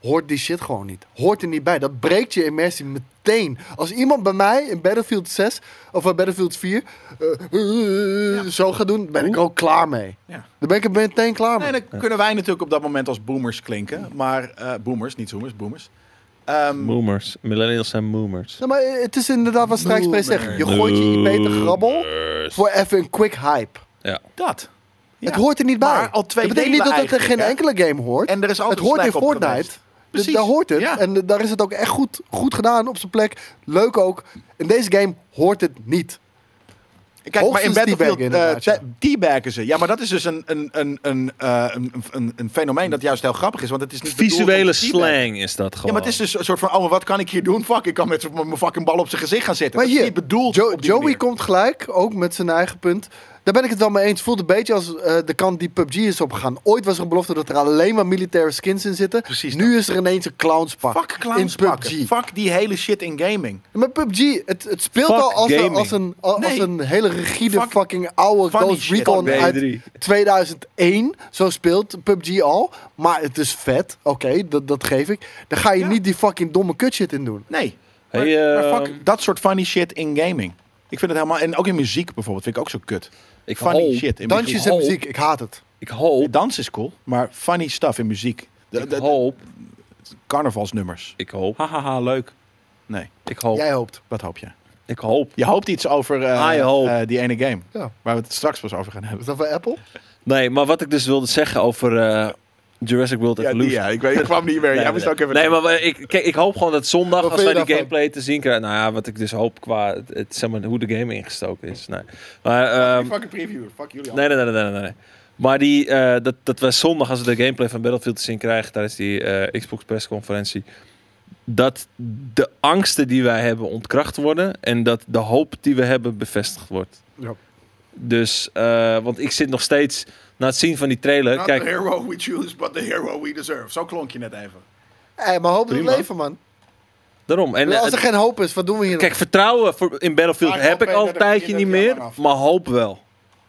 hoort die shit gewoon niet. Hoort er niet bij. Dat breekt je immersie meteen. Als iemand bij mij in Battlefield zes of in Battlefield vier uh, uh, ja. zo gaat doen, ben ik ook klaar mee. Ja. Dan ben ik er meteen klaar mee. Nee, dan kunnen wij natuurlijk op dat moment als boomers klinken. Maar uh, boomers, niet zoomers, boomers. Um, Boomers. Millennials zijn boomers. Ja, maar het is inderdaad wat Strijkspree zegt. Je gooit je I P te grabbel voor even een quick hype. Ja. Dat. Ja. Het hoort er niet bij. Maar al twee dat betekent niet dat het er geen hè? enkele game hoort. En er is altijd het hoort in Slack op Fortnite. geweest. Dus Precies. daar hoort het. Ja. En daar is het ook echt goed, goed gedaan op zijn plek. Leuk ook. In deze game hoort het niet. Kijk, maar in Hoogstens Battlefield teabaggen, uh, te- teabaggen ze. Ja, maar dat is dus een, een, een, een, uh, een, een, een fenomeen dat juist heel grappig is. Want het is niet bedoeld om Visuele te teabaggen. slang is dat gewoon. Ja, maar het is dus een soort van, oh, wat kan ik hier doen? Fuck, ik kan met mijn fucking bal op zijn gezicht gaan zitten. Maar dat hier, is niet bedoeld Jo- op die Joey manier. komt gelijk, ook met zijn eigen punt. Daar ben ik het wel mee eens. Voelt een beetje als uh, de kant die P U B G is opgegaan. Ooit was er een belofte dat er alleen maar militaire skins in zitten. Precies nu is er ineens een clownspak Fuck in clownspakken. P U B G. Fuck die hele shit in gaming. Maar P U B G, het, het speelt Fuck al als een, gaming. als, een, als Nee. een hele rigide Fuck fucking oude funny Ghost shit. Recon Fuck uit B drie. tweeduizend één. Zo speelt P U B G al. Maar het is vet. Oké, okay, dat, dat geef ik. Daar ga je Ja. niet die fucking domme kutshit in doen. Nee. Maar, Hey, uh, maar fuck dat soort funny shit in gaming. Ik vind het helemaal... En ook in muziek bijvoorbeeld vind ik ook zo kut. Ik Funny hoop, shit in Dansjes muziek. en hoop- muziek, ik haat het. ik hoop, Dans is cool, maar funny stuff in muziek. De, ik de- de- hoop, carnavalsnummers. ik hoop, Hahaha, leuk. Nee, ik hoop, Jij hoopt. wat hoop je? ik hoop. Je hoopt iets over eh, I hope. eh, die ene game. Ja. Waar we het straks pas over gaan hebben. Is dat voor Apple? Nee, maar wat ik dus wilde zeggen over eh, Jurassic World Ja, die, Evolution. ja, ik, weet, ik kwam niet meer. Nee, Jij nee, moest nee. ook even... Nee, maar we- ik, kijk, ik hoop gewoon dat zondag, Wat als vind wij je die daarvan? gameplay te zien krijgen... Nou ja, wat ik dus hoop qua het, het, zeg maar, hoe de game ingestoken is. Nee. Maar, ehm, fucking preview. Fuck jullie al. nee, nee, nee, nee, nee, nee. Maar die, eh, dat, dat wij zondag, als we de gameplay van Battlefield te zien krijgen... tijdens die eh, Xbox persconferentie... dat de angsten die wij hebben ontkracht worden... en dat de hoop die we hebben bevestigd wordt. Ja. Dus, eh, want ik zit nog steeds... Na het zien van die trailer... Not kijk, the hero we choose, but the hero we deserve. Zo klonk je net even. Hé, maar hoop in het Prima. leven, man. daarom. En, Als er eh, geen hoop is, wat doen we hier kijk, vertrouwen voor, in Battlefield Maar ik heb hoop ik al een dat er tijdje ieder niet jaar meer, lang af. maar hoop wel.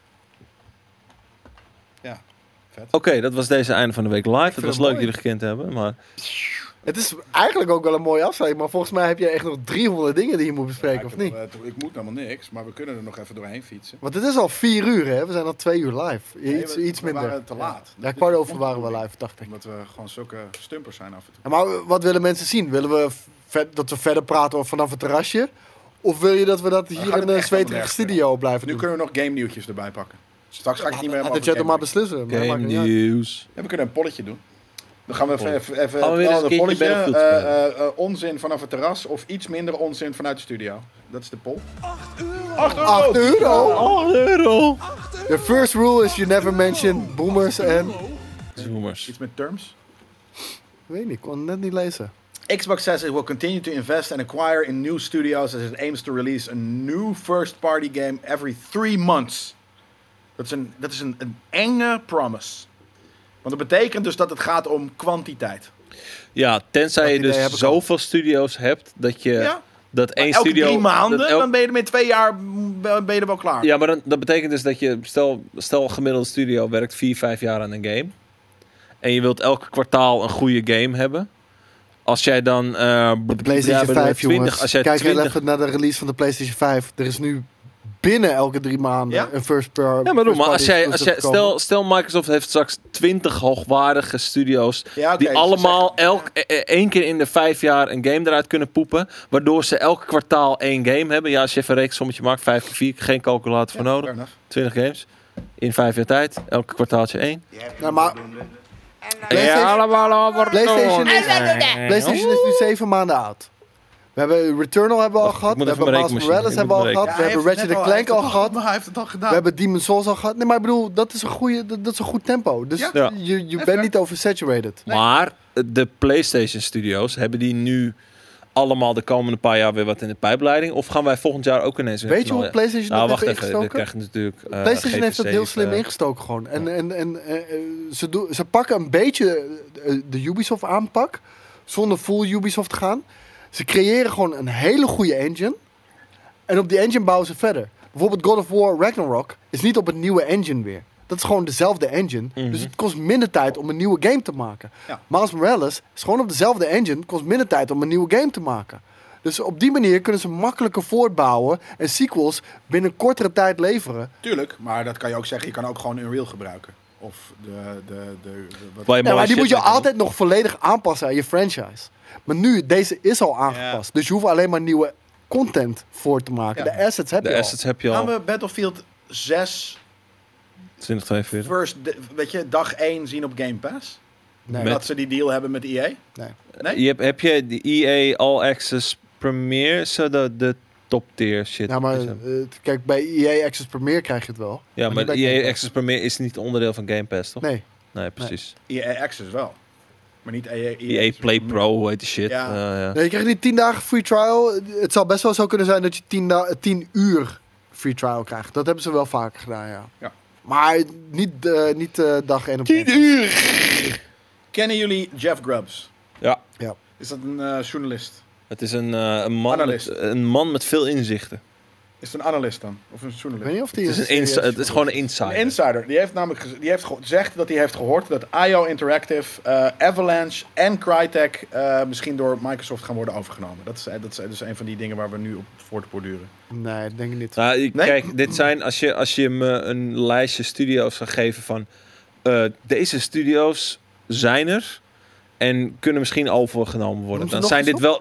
Ja, vet. Oké, dat was deze einde van de week live. Het vind was het leuk mooi. jullie gekend te hebben, maar Het is eigenlijk ook wel een mooie afsluiting, maar volgens mij heb je echt nog driehonderd dingen die je moet bespreken, Ja, of ik, niet? heb, eh, ik moet helemaal niks, maar we kunnen er nog even doorheen fietsen. Want het is al vier uur, hè? We zijn al twee uur live. Iets, Nee, we- iets we minder. waren te laat. Ja, kwart over waren we live, dacht ik. Omdat we gewoon zulke stumpers zijn af en toe. Ja, maar wat willen mensen zien? Willen we ver- dat we verder praten over vanaf het terrasje? Of wil je dat we dat hier gaan in het een echt zweterige helemaal nergens studio blijven Nu doen? kunnen we nog game nieuwtjes erbij pakken. Straks ga ik het niet meer Laat helemaal de chat er maar over game beslissen. Maar game maakt niet uit. nieuws. Ja, we kunnen een polletje doen. Dan gaan we even, even, even Gaan we weer eens een een keertje polletje. Battlefield eh, spelen? eh, eh, onzin vanaf het terras of iets minder onzin vanuit de studio. Dat is de poll. acht euro? acht euro! The first rule is you never mention boomers en... Zoomers. Iets met terms. Weet niet, ik kon het net niet lezen. Xbox says it will continue to invest and acquire in new studios as it aims to release a new first-party game every three months. Dat is een, dat is een, een enge promise. Want dat betekent dus dat het gaat om kwantiteit. Ja, tenzij je idee heb dus ik al. zoveel studio's hebt dat je Ja. dat één Elke studio drie maanden, dat elk- dan ben je er met twee jaar mm, ben je er wel klaar. Ja, maar dan, dat betekent dus dat je stel stel een gemiddelde studio werkt vier, vijf jaar aan een game en je wilt elke kwartaal een goede game hebben. Als jij dan eh PlayStation ja, vijf, twintig, jongens. als jij Kijk heel twintig even naar de release van de PlayStation vijf. Er is nu binnen elke drie maanden Ja? een first per. Ja, maar, doe maar als jij, als jij, stel, stel, stel Microsoft heeft straks twintig hoogwaardige studio's Ja, oké, die ze allemaal zeggen- elk e- e- één keer in de vijf jaar een game eruit kunnen poepen, waardoor ze elk kwartaal één game hebben. Ja, als je even een rekensommetje maakt, vijf keer vier, geen calculator voor Ja, nodig, fair enough. twintig games in vijf jaar tijd, elke kwartaaltje één. Ja, maar En PlayStation- Ja, allemaal over PlayStation is, Nee. PlayStation is nu zeven maanden oud. We hebben Returnal hebben we al Wacht, gehad. ik moet We even hebben mijn Miles rekenmachine- Morales ik hebben we al moet gehad. mijn We hebben Ratchet Clank al gehad. Maar hij heeft het al gedaan. We hebben Demon's Souls al gehad. Nee, maar ik bedoel, dat is een, goede, dat, dat is een goed tempo. Dus Ja. Ja. je, je Even. bent niet oversaturated. Maar de PlayStation Studios, hebben die nu allemaal de komende paar jaar weer wat in de pijpleiding? Of gaan wij volgend jaar ook ineens weer Weet je hoe knallen? PlayStation Nou, dat wacht heeft even. Dan ingestoken? krijg je natuurlijk. eh, PlayStation heeft dat G T heel zeven, slim eh, ingestoken gewoon. En, en, en eh, eh, ze, doen, ze pakken een beetje eh, de Ubisoft aanpak, zonder full Ubisoft te gaan. Ze creëren gewoon een hele goede engine. En op die engine bouwen ze verder. Bijvoorbeeld God of War Ragnarok is niet op een nieuwe engine weer. dat is gewoon dezelfde engine. Mhm. Dus het kost minder tijd om een nieuwe game te maken. Ja. Miles Morales is gewoon op dezelfde engine, kost minder tijd om een nieuwe game te maken. Dus op die manier kunnen ze makkelijker voortbouwen en sequels binnen kortere tijd leveren. Tuurlijk, maar dat kan je ook zeggen. Je kan ook gewoon Unreal gebruiken. Of de... de, de, de wat... Waar je Nee, mooie maar die shit moet je mee kan altijd nog volledig aanpassen aan je franchise. Maar nu, deze is al aangepast. Dus je hoeft alleen maar nieuwe content voor te maken. Ja. De assets heb doen. je De al. assets heb je Gaan al. we Battlefield zes twintig tweeënveertig. first, de- weet je, dag één zien op Game Pass? Nee. Met- Dat ze die deal hebben met E A? Nee. Nee? Je hebt, heb je de E A All Access Premier, zo de, de top tier shit? Ja, maar is eh, hem. kijk, bij E A Access Premier krijg je het wel. ja, maar niet bij de Game E A Pass. Access Premier is niet onderdeel van Game Pass, toch? Nee. Nee, precies. E A Access wel. Maar niet E A. E A Play Pro, hoe heet die shit? Ja. Ja, ja. nee. Je krijgt die tien dagen free trial. Het zal best wel zo kunnen zijn dat je tien, da- tien uur free trial krijgt. Dat hebben ze wel vaker gedaan, ja. Ja. Maar niet, eh, niet eh, dag één op één. uur! Kennen jullie Jeff Grubbs? Ja, Ja. Is dat een eh, journalist? het is een, eh, een, man met, Analyst. een man met veel inzichten. Is het een analist dan? Of een Ik weet journalist? niet of die Het is, een serieus insi- het is gewoon een Een insider. insider. Die heeft namelijk gez- die heeft ge- zegt dat hij heeft gehoord dat I O Interactive, eh, Avalanche en Crytek eh, misschien door Microsoft gaan worden overgenomen. Dat is, dat is dus een van die dingen waar we nu op voortborduren. Nee, denk ik niet. Nou, ik- Nee? Kijk, dit zijn, als je, als je me een lijstje studio's zou geven van... eh, deze studio's zijn er en kunnen misschien overgenomen worden. Noem ze Dan nog zijn eens dit wel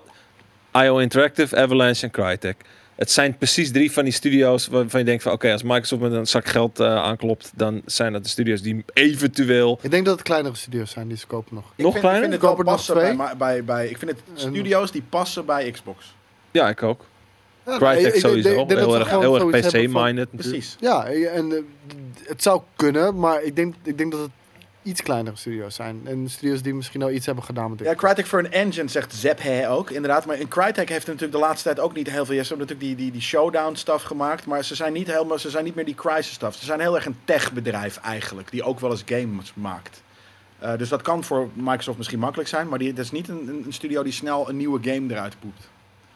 I O Interactive, Avalanche en Crytek. Het zijn precies drie van die studio's waarvan je denkt van... Oké, als Microsoft met een zak geld eh, aanklopt... dan zijn dat de studio's die eventueel... Ik denk dat het kleinere studio's zijn die ze kopen nog. Ik Nog vind, kleiner? Ik vind het Koop wel er nog passen bij, twee? bij, bij, ik vind het studio's die passen bij Xbox. Ja, ik ook. Ja, Crytek ik- ik- ik sowieso. denk- ik denk dat heel ze erg, gewoon heel erg zoiets hebben van- P C-minded natuurlijk. Precies. Ja, en eh, het zou kunnen, maar ik denk, ik denk dat het iets kleinere studio's zijn. En studio's die misschien al iets hebben gedaan met dit. Ja, Crytek voor een engine, zegt Zephe ook, inderdaad. Maar in Crytek heeft natuurlijk de laatste tijd ook niet heel veel... Ja, ze hebben natuurlijk die, die, die showdown-stuff gemaakt, maar ze zijn, niet helemaal, ze zijn niet meer die Crysis-stuff. Ze zijn heel erg een tech-bedrijf eigenlijk, die ook wel eens games maakt. Uh, dus dat kan voor Microsoft misschien makkelijk zijn, maar die, dat is niet een, een studio die snel een nieuwe game eruit poept.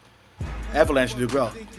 Avalanche natuurlijk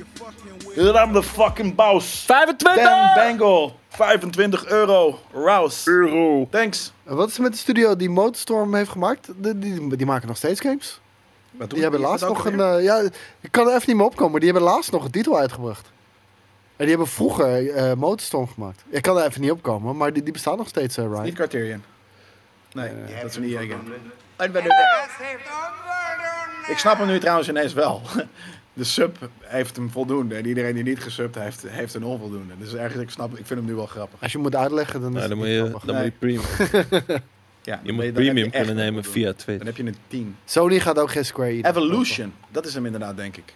wel. I'm the fucking boss. vijfentwintig Dan Bangle. vijfentwintig euro. Rouse. euro. Thanks. En wat is er met de studio die Motorstorm heeft gemaakt? Die, die, die maken nog steeds games. Wat doen Die hebben is laatst dat ook nog een... alweer? eh, ja, ik kan er even niet meer opkomen, maar die hebben laatst nog een titel uitgebracht. En die hebben vroeger eh Motorstorm gemaakt. Ik kan er even niet opkomen, maar die, die bestaat nog steeds, eh, Ryan. Niet Criterion. Nee, dat is een E A game. De rest heeft onvoldoende. Ik snap hem nu trouwens ineens wel. De sub heeft hem voldoende. En iedereen die niet gesubt heeft, heeft een onvoldoende. Dus ergens, ik snap, ik vind hem nu wel grappig. Als je moet uitleggen, dan is Nou, het dan moet niet je, grappig. dan moet je premium. Ja, Je dan moet ben dan premium heb je echt kunnen een nemen onvoldoende. via Twitch. Dan heb je een tien. Sony gaat ook geen Square Enix. Evolution, dat is hem inderdaad, denk ik.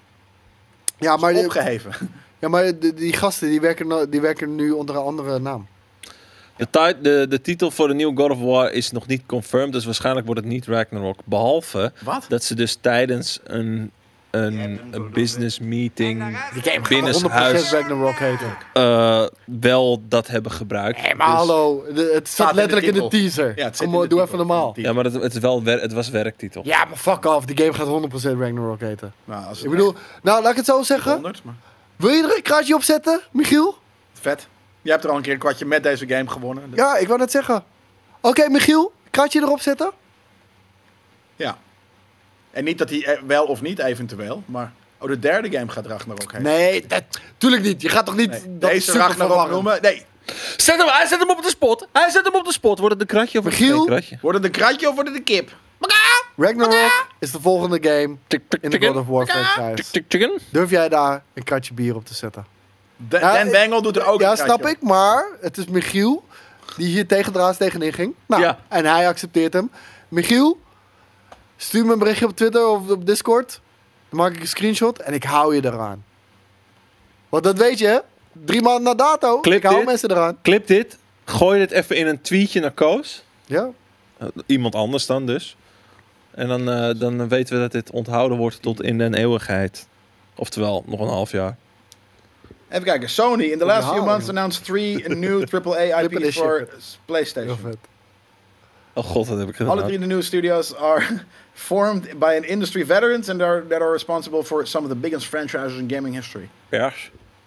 Ja, maar, Maar die, opgeheven. ja, maar die, die gasten die werken, no- die werken nu onder een andere naam. De, ti- de, de titel voor de nieuwe God of War is nog niet confirmed, dus waarschijnlijk wordt het niet Ragnarok. Behalve Wat? dat ze dus tijdens een, een, een business meeting binnen honderd procent huis Ragnarok heten. uh, wel dat hebben gebruikt. Hé, maar Dus- hallo. de- het staat in de letterlijk in de titel. teaser. Ja, het zit Kom in op, de doe titel. even normaal. In de Ja, maar het, het, is wel wer- het was werktitel. Ja, maar fuck off. Die game gaat honderd procent Ragnarok heten. Nou, als het Ik bedoel, nou, laat ik het zo echt zeggen. honderd, maar Wil je er een kruisje op zetten, Michiel? vet. Je hebt er al een keer een kwartje met deze game gewonnen. Ja, ik wou net zeggen. Oké, Michiel, kruisje erop zetten? Ja. En niet dat hij eh, wel of niet eventueel, maar... Oh, de derde game gaat Ragnarok heen. Nee, dat, tuurlijk niet. Je gaat toch niet Nee, dat deze super Ragnarok verwarren. noemen. Nee, Zet hem, hij zet hem op de spot. Hij zet hem op de spot. Wordt het een kratje of wordt het Michiel? geen kratje? wordt het een kratje of wordt het een kip? Ragnarok is de volgende game Tik, tik, in de chicken. God of War Tik, franchise. tik, chicken. Durf jij daar een kratje bier op te zetten? Da- Ja, Dan ik- Bangle doet er ook Ja, een kratje snap op. ik, maar het is Michiel die hier tegendraads tegenin ging. Nou, Ja. en hij accepteert hem. Michiel, stuur me een berichtje op Twitter of op Discord. Dan maak ik een screenshot en ik hou je eraan. Want dat weet je, hè? Drie maanden na dato, Clip ik hou dit. mensen eraan. Clip dit. Gooi dit even in een tweetje naar Koos. Ja, Uh, iemand anders dan dus. En dan, uh, dan weten we dat dit onthouden wordt tot in den eeuwigheid. Oftewel, nog een half jaar. Even kijken. Sony in the last few Ja, months joh. announced three new triple A I Clip Ps this for shit. s- heel PlayStation. vet. Oh god, wat heb ik gedaan? Alle drie de new studios are formed by an industry veterans and are, that are responsible for some of the biggest franchises in gaming history. Ja.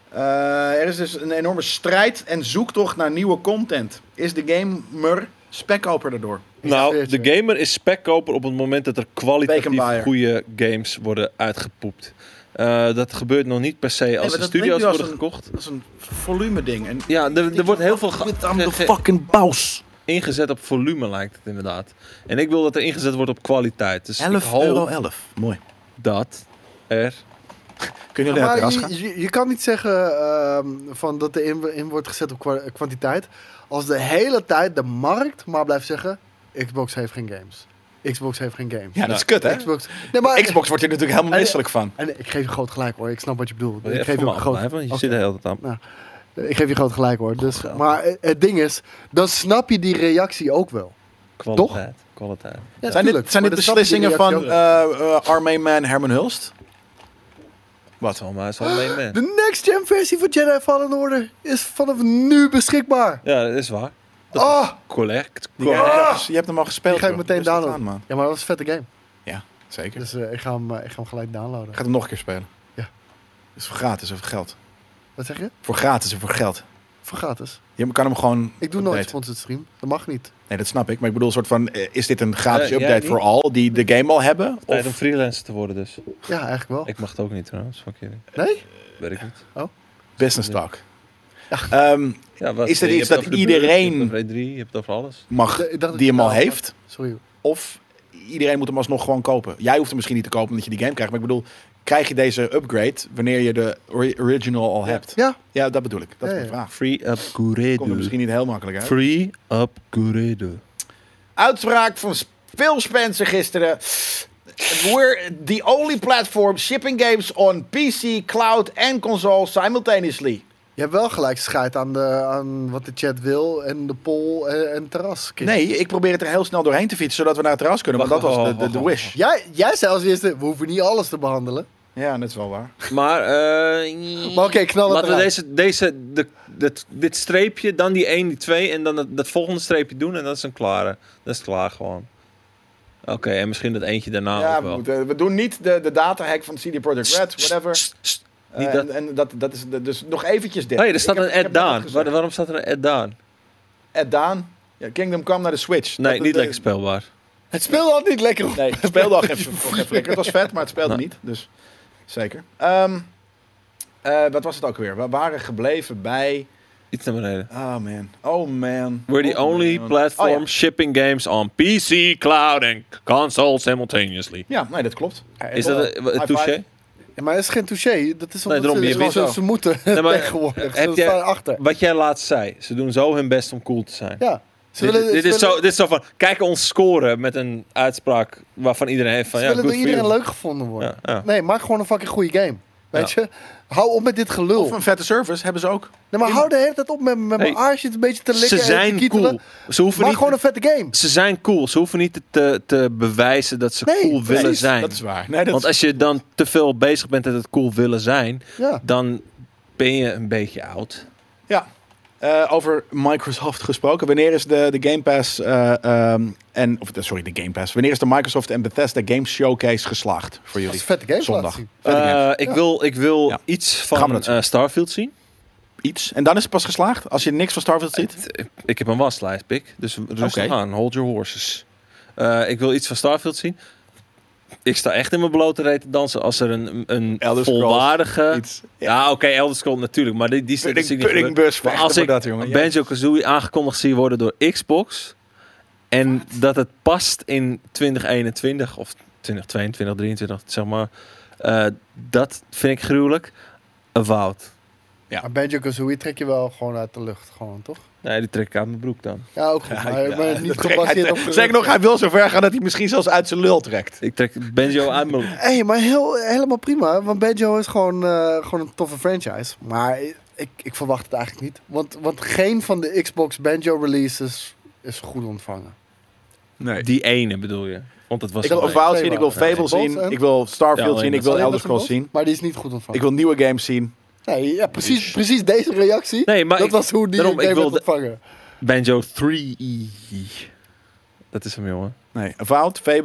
Uh, er is dus een enorme strijd en zoektocht naar nieuwe content. Is de gamer spekkoper erdoor? Nou, de gamer is spekkoper op het moment dat er kwalitatief Baconbuyer. goede games worden uitgepoept. Uh, dat gebeurt nog niet per se als maar de dat studio's klinkt nu als worden een- gekocht. Dat is een volume ding. En Ja, er, er wordt heel veel ge- I'm the ge- fucking boss. ingezet op volume, lijkt het inderdaad. En ik wil dat er ingezet wordt op kwaliteit. Dus ik elf hoop euro elf. Mooi. dat er... Kun je naar het Maar terras gaan? je, je, je kan niet zeggen ehm, van dat er in, in wordt gezet op kwa- kwantiteit. Als de hele tijd de markt maar blijft zeggen... Xbox heeft geen games. Xbox heeft geen games. Ja, dat is kut, hè? Xbox, nee, maar, Xbox wordt hier natuurlijk helemaal En- misselijk van. En ik geef je groot gelijk hoor. Ik snap wat je bedoelt. Wil Ik je geef even je van me groot, afblijven? Je Oké. zit de hele tijd aan. Ik geef je groot gelijk hoor. Dus, maar het, het ding is, dan snap je die reactie ook wel. Kwaliteit. Kwaliteit. Ja, Zijn tuurlijk. dit, zijn Maar dit dan snap je die beslissingen van reactie ook wel. uh, uh, Army Man Herman Hulst? Wat zal maar, zal mee man. De next gen versie van Jedi Fallen Order is vanaf nu beschikbaar. Ja, dat is waar. Dat Oh, is correct. Die game- je, hebt, je hebt hem al gespeeld. die ga ik joh. meteen Rustig aan, downloaden. man. Ja, maar dat was een vette game. Ja, zeker. Dus uh, ik, ga hem, uh, ik ga hem gelijk downloaden. Ik ga hem nog een keer spelen. Ja. Dus voor gratis of voor geld? Wat zeg je? Voor gratis of voor geld. Voor gratis. Je kan hem gewoon Ik doe nooit updaten. sponsored stream. Dat mag niet. Nee, dat snap ik. Maar ik bedoel, een soort van, eh, is dit een gratis Eh, jij update niet? voor al die de game al hebben? Tijd om Of freelancer te worden dus. Ja, eigenlijk wel. Ik mag het ook niet trouwens. Fuck jullie. Nee? Weet ik niet. business talk? Ehm, Ja, wat, Is dit je iets hebt dat het over de iedereen- beurs, je hebt het over E drie, je hebt het over alles. mag Ik dacht dat die je hem al nou- heeft? Sorry. Of iedereen moet hem alsnog gewoon kopen? Jij hoeft hem misschien niet te kopen omdat je die game krijgt. Maar ik bedoel, krijg je deze upgrade wanneer je de ori- original al hebt? Ja, Ja, dat bedoel ik. Dat Ja, is ja. mijn vraag. Free Komt er upgrade. misschien niet heel makkelijk uit. Free upgrade. Uitspraak van Phil Spencer gisteren. We're the only platform shipping games on P C, cloud en console simultaneously. je hebt wel gelijk scheid aan, de, aan wat de chat wil en de poll en, en terras. Kid. Nee, ik probeer het er heel snel doorheen te fietsen, zodat we naar het terras kunnen. Want dat was de, de, de wish. Jij, jij zei als eerste, we hoeven niet alles te behandelen. Ja, dat is wel waar. Maar, eh Maar oké, knal het laten we eruit. deze, deze de, dit, dit streepje, dan die één, die twee en dan dat, dat volgende streepje doen en dat is een klare. Dat is klaar gewoon. Oké, en misschien dat eentje daarna ja, ook we, wel. moeten- we doen niet de, de data hack van C D Projekt Red, whatever. Sst, sst, Uh, niet dat. en en dat, dat is de- dus nog eventjes dit. Hey, er staat Ik heb- een ik Ed heb net wat Daan. gezegd. Waar, waarom staat er een Ed Daan? Ed Daan. Ja, Kingdom Come naar de Switch. Nee, Dat- niet de- lekker speelbaar. Het speelde altijd niet lekker. Nee, het speelde al even, even lekker. Het was vet, maar het speelde Nou. niet. Dus zeker. Ehm, eh, wat was het ook weer? We waren gebleven bij... Iets naar beneden. Oh man. Oh man. We're the Oh, only man. platform Oh, ja. shipping games on P C, cloud and console simultaneously. Ja, nee, dat klopt. Is dat een, een High touché? five. Ja, maar het is geen touché. Dat is omdat daarom, ze, je ze, wist ze, wel. ze moeten Nee, maar tegenwoordig. heb Ze jij- staan achter. Wat jij laatst zei, ze doen zo hun best om cool te zijn. Ja. Ze Dit, willen, dit ze is willen- zo, dit is zo van, kijk ons scoren met een uitspraak waarvan iedereen heeft van, ze ja, willen good door for iedereen you. leuk gevonden worden. Ja, ja. Nee, maak gewoon een fucking goede game. Weet je? Hou op met dit gelul. Of een vette service hebben ze ook. Nee, maar hou de hele tijd op met, met mijn Hey, aarsjes een beetje te likken Ze en te zijn kietelen. cool. Ze hoeven, Maak niet, gewoon een vette game. ze zijn cool. Ze hoeven niet te, te bewijzen dat ze Nee, cool willen precies. zijn. Dat is waar. Nee, dat Want als je dan te veel bezig bent met het cool willen zijn, Ja. dan ben je een beetje oud. Ja. Eh, over Microsoft gesproken. Wanneer is de, de Game Pass eh, ehm, en of de- sorry, de Game Pass. Wanneer is de Microsoft en Bethesda Games Showcase geslaagd voor Dat jullie? is vette games Zondag. laten zien. Vette Eh, games. ik Ja. wil, ik wil Ja. iets Gaan we van dat zien. eh, Starfield zien. Iets. En dan is het pas geslaagd als je niks van Starfield ziet. Ik, ik heb een waslijst, Pik. Dus rustig Oké. aan. Hold your horses. Eh, ik wil iets van Starfield zien. Ik sta echt in mijn blote reet te dansen als er een, een Elder Scrolls, volwaardige... Iets. Ja, oké, Elder Scrolls natuurlijk. Maar die, die, die, die, Pudding, die- puddingbus. Maar vechten als voor ik dat, jongen. Ja. Banjo-Kazooie aangekondigd zie worden door Xbox... en dat het past in twintig eenentwintig of twintig tweeëntwintig, drieëntwintig, zeg maar... eh, dat vind ik gruwelijk. Avowed. Ja. Maar Banjo-Kazooie trek je wel gewoon uit de lucht, gewoon, toch? Nee, die trek ik uit mijn broek dan. Ja, ook goed. Ja, maar, ja, maar niet dat trek- gebaseerd hij- op... gerucht. Zeg nog, hij wil zo ver gaan dat hij misschien zelfs uit zijn lul trekt. Ik trek Banjo uit mijn... Hé, hey, maar heel, helemaal prima. Want Banjo is gewoon, eh, gewoon een toffe franchise. Maar ik, ik verwacht het eigenlijk niet. Want, want geen van de Xbox Banjo releases is goed ontvangen. Nee. Die ene bedoel je? Want het was... Ik wil Nee, Avowed nee, zien, ik wil nee. Fable Bolt zien, en- ik wil Starfield Ja, zien, ik alleen wil Alleen Elder met Scrolls een bot, zien. Maar die is niet goed ontvangen. Ik wil nieuwe games zien. Nee, ja, precies, precies deze reactie. Nee, maar dat ik- was hoe die daarom, ik game wil werd ontvangen. Banjo drie. Dat is hem, jongen. Nee, Avowed, Fable,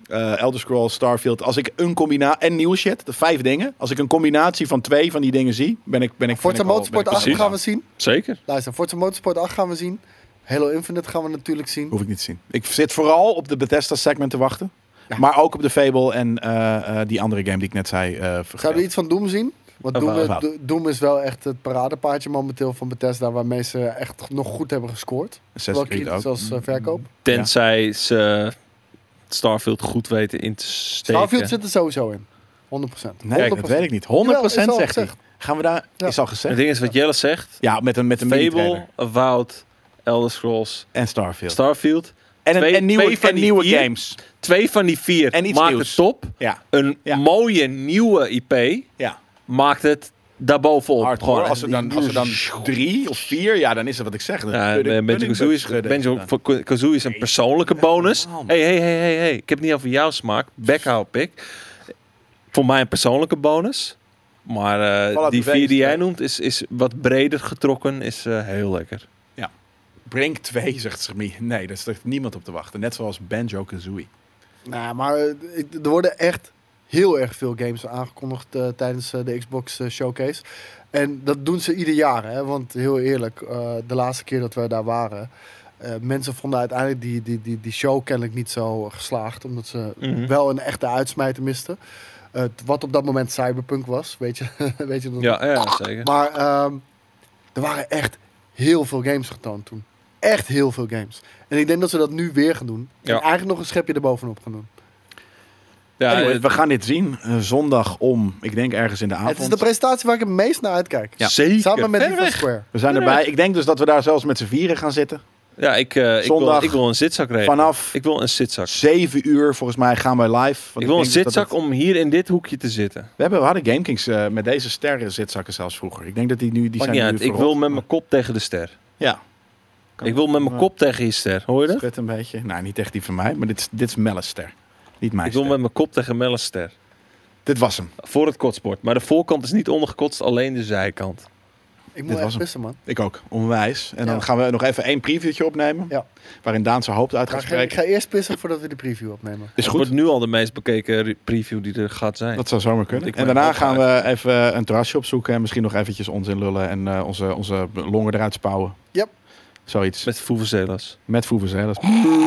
Uh, Elder Scrolls, Starfield. Als ik een combinatie... En nieuwe shit, de vijf dingen. Als ik een combinatie van twee van die dingen zie, ben ik ben ik Forza ben ik al- Motorsport ben ik acht al- gaan we zien. Zeker. Luister, Forza Motorsport acht gaan we zien. Halo Infinite gaan we natuurlijk zien. Hoef ik niet te zien. Ik zit vooral op de Bethesda segment te wachten. Ja. Maar ook op de Fable en uh, uh, die andere game die ik net zei. Uh, Zouden we iets van Doom zien? Want Doom, Avowed. Do- Doom is wel echt het paradepaardje momenteel van Bethesda, waarmee ze echt nog goed hebben gescoord. Zowel Assassin's Creed kritisch ook. als uh, verkoop. Tenzij ze Starfield goed weten in te steken. Starfield zit er sowieso in. honderd procent. Nee, dat weet ik niet. honderd procent Jawel, is al zegt hij. gezegd. Gaan we daar... Ja. Is al Het gezegd. ding is wat Jelle zegt. Ja, met een, met een mini-trailer. Fable, Avowed, Elder Scrolls, En Starfield. Starfield. en, een, twee- en nieuwe, twee van en die nieuwe vier. games. Twee van die vier En iets maakt nieuws. het top. Ja, Een Ja. mooie nieuwe I P ja. maakt het daarbovenop. Hardcore. Gewoon Als er dan, als er dan drie of vier, ja, dan is het wat ik zeg. Dan Ja, kun je- kun je Banjo-Kazooie is, schudden. Banjo Kazooie is een persoonlijke bonus. man. Hey, hey, hey, hey, hey. Ik heb het niet over jouw smaak. Backhou pik. Voor mij een persoonlijke bonus. Maar eh, Fallout die New vier die Vegas jij noemt is, is wat breder getrokken. Is eh, heel lekker. Brink twee, zegt ze me. Nee, daar staat niemand op te wachten. Net zoals Banjo-Kazooie. Nou, maar eh, ik- er worden echt heel erg veel games aangekondigd eh, tijdens eh, de Xbox eh, Showcase. En dat doen ze ieder jaar, hè? Want heel eerlijk, eh, de laatste keer dat we daar waren, eh, mensen vonden uiteindelijk die, die, die, die show kennelijk niet zo geslaagd, omdat ze Mhm. wel een echte uitsmijter misten. Eh, wat op dat moment Cyberpunk was, weet je, weet je dat? Ja, ja zeker. Maar ehm, er waren echt heel veel games getoond toen. Echt heel veel games. En ik denk dat ze dat nu weer gaan doen. Ja. En eigenlijk nog een schepje erbovenop gaan doen. Ja, Anyway, eh, we gaan dit zien. eh, zondag om, ik denk ergens in de avond. Het is de presentatie waar ik het meest naar uitkijk. Ja. zeker. Samen met Ver die van weg. Square. We zijn erbij. Ik denk dus dat we daar zelfs met z'n vieren gaan zitten. Ja, ik, eh, ik, Zondag wil, ik wil een zitzak regelen. Vanaf Ik wil een zitzak. zeven uur volgens mij gaan wij live. Want Ik wil een denk dus dat zitzak het- om hier in dit hoekje te zitten. We, hebben, we hadden GameKings uh, met deze sterren zitzakken zelfs vroeger. Ik denk dat die nu die Maakt zijn niet nu uit. Ik verrot. wil met mijn kop tegen de ster. Ja. Ik wil met mijn kop tegen je ster. Hoor je dat? Schud een beetje. Nou, niet echt die van mij, maar dit is, dit is Melle's ster. Niet mijn Ik wil ster. met mijn kop tegen Melle's ster. Dit was hem. Voor het kotsport. Maar de voorkant is niet ondergekotst, alleen de zijkant. Ik moet Dit was echt hem. pissen, man. Ik ook. Onwijs. En dan Ja. gaan we nog even één previewtje opnemen. Ja. Waarin Daan zijn hoofd uit Maar gaat ik, ga, ik spreken. ga eerst pissen voordat we de preview opnemen. Is Het goed. wordt nu al de meest bekeken re- preview die er gaat zijn. Dat zou zomaar kunnen. Want ik En ben daarna ook gaan uit. we even een terrasje opzoeken. En misschien nog eventjes onzin lullen. En uh, onze, onze longen eruit spouwen. Yep. Zoiets. Met, Met Vuvuzelas. met Vuvuzelas.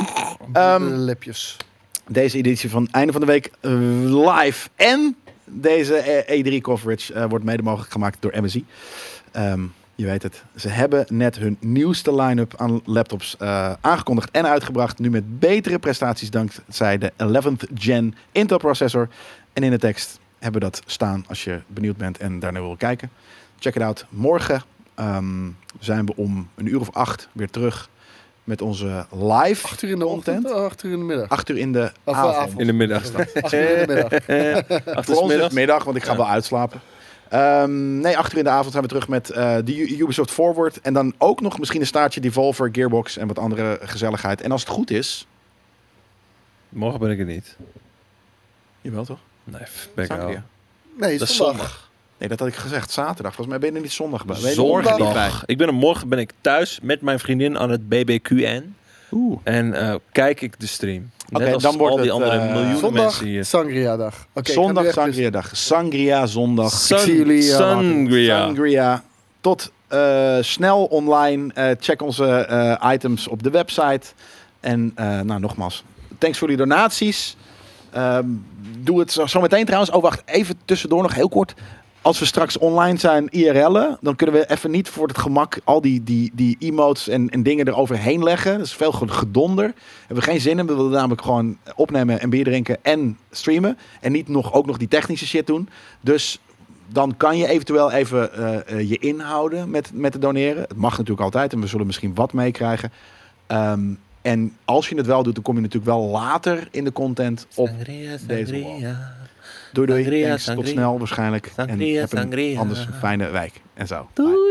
Um, lipjes. Deze editie van Einde van de Week uh, live. En deze E drie coverage uh, wordt mede mogelijk gemaakt door M S I. Um, je weet het. Ze hebben net hun nieuwste line-up aan laptops uh, aangekondigd en uitgebracht. Nu met betere prestaties dankzij de eleventh gen Intel processor. En in de tekst hebben we dat staan als je benieuwd bent en daarnaar wil kijken. Check it out. Morgen um, zijn we om een uur of acht weer terug met onze live Acht uur in de content. ochtend, oh, acht uur in de middag. Acht uur in de Of, uh, avond. avond. In de middag. Acht uur in de middag. Achter Voor ons is middag. het middag, want ik ga Ja. wel uitslapen. Um, nee, acht uur in de avond zijn we terug met uh, de U- Ubisoft Forward. En dan ook nog misschien een staartje Devolver, Gearbox en wat andere gezelligheid. En als het goed is... Morgen ben ik er niet. Jawel toch? Nee, ben ik Sangria. al. Nee, Dat is zondag. zondag. Nee, dat had ik gezegd. Zaterdag. Volgens mij ben je er niet zondag bij. Ben je er morgen Zondag. niet bij? Ik ben er morgen ben ik thuis met mijn vriendin aan het B B Q N. Oeh. En eh, kijk ik de stream. Net Oké, als dan wordt al die het, andere eh, miljoenen Zondag, mensen hier. Sangria-dag. Oké, Zondag ik ga nu echt Sangria dag. Sangria zondag. Sun- zie jullie, eh, later. Sangria. Sangria. Tot uh, snel online. Uh, check onze uh, items op de website. En uh, nou, nogmaals, thanks voor die donaties. Um, doe het zo, zo meteen trouwens. Oh, wacht. Even tussendoor nog heel kort. Als we straks online zijn I R L'en, dan kunnen we even niet voor het gemak al die, die, die emotes en, en dingen eroverheen leggen. Dat is veel gedonder. Daar hebben we geen zin in. We willen namelijk gewoon opnemen en bier drinken en streamen. En niet nog, ook nog die technische shit doen. Dus dan kan je eventueel even uh, uh, je inhouden met, met te doneren. Het mag natuurlijk altijd en we zullen misschien wat meekrijgen. Um, en als je het wel doet, dan kom je natuurlijk wel later in de content op Sangria, deze wall. sangria. Doei doei, Sangria, thanks, tot sangria. snel waarschijnlijk. Sangria, en heb een sangria. anders een fijne wijk en zo. Doei. Bye.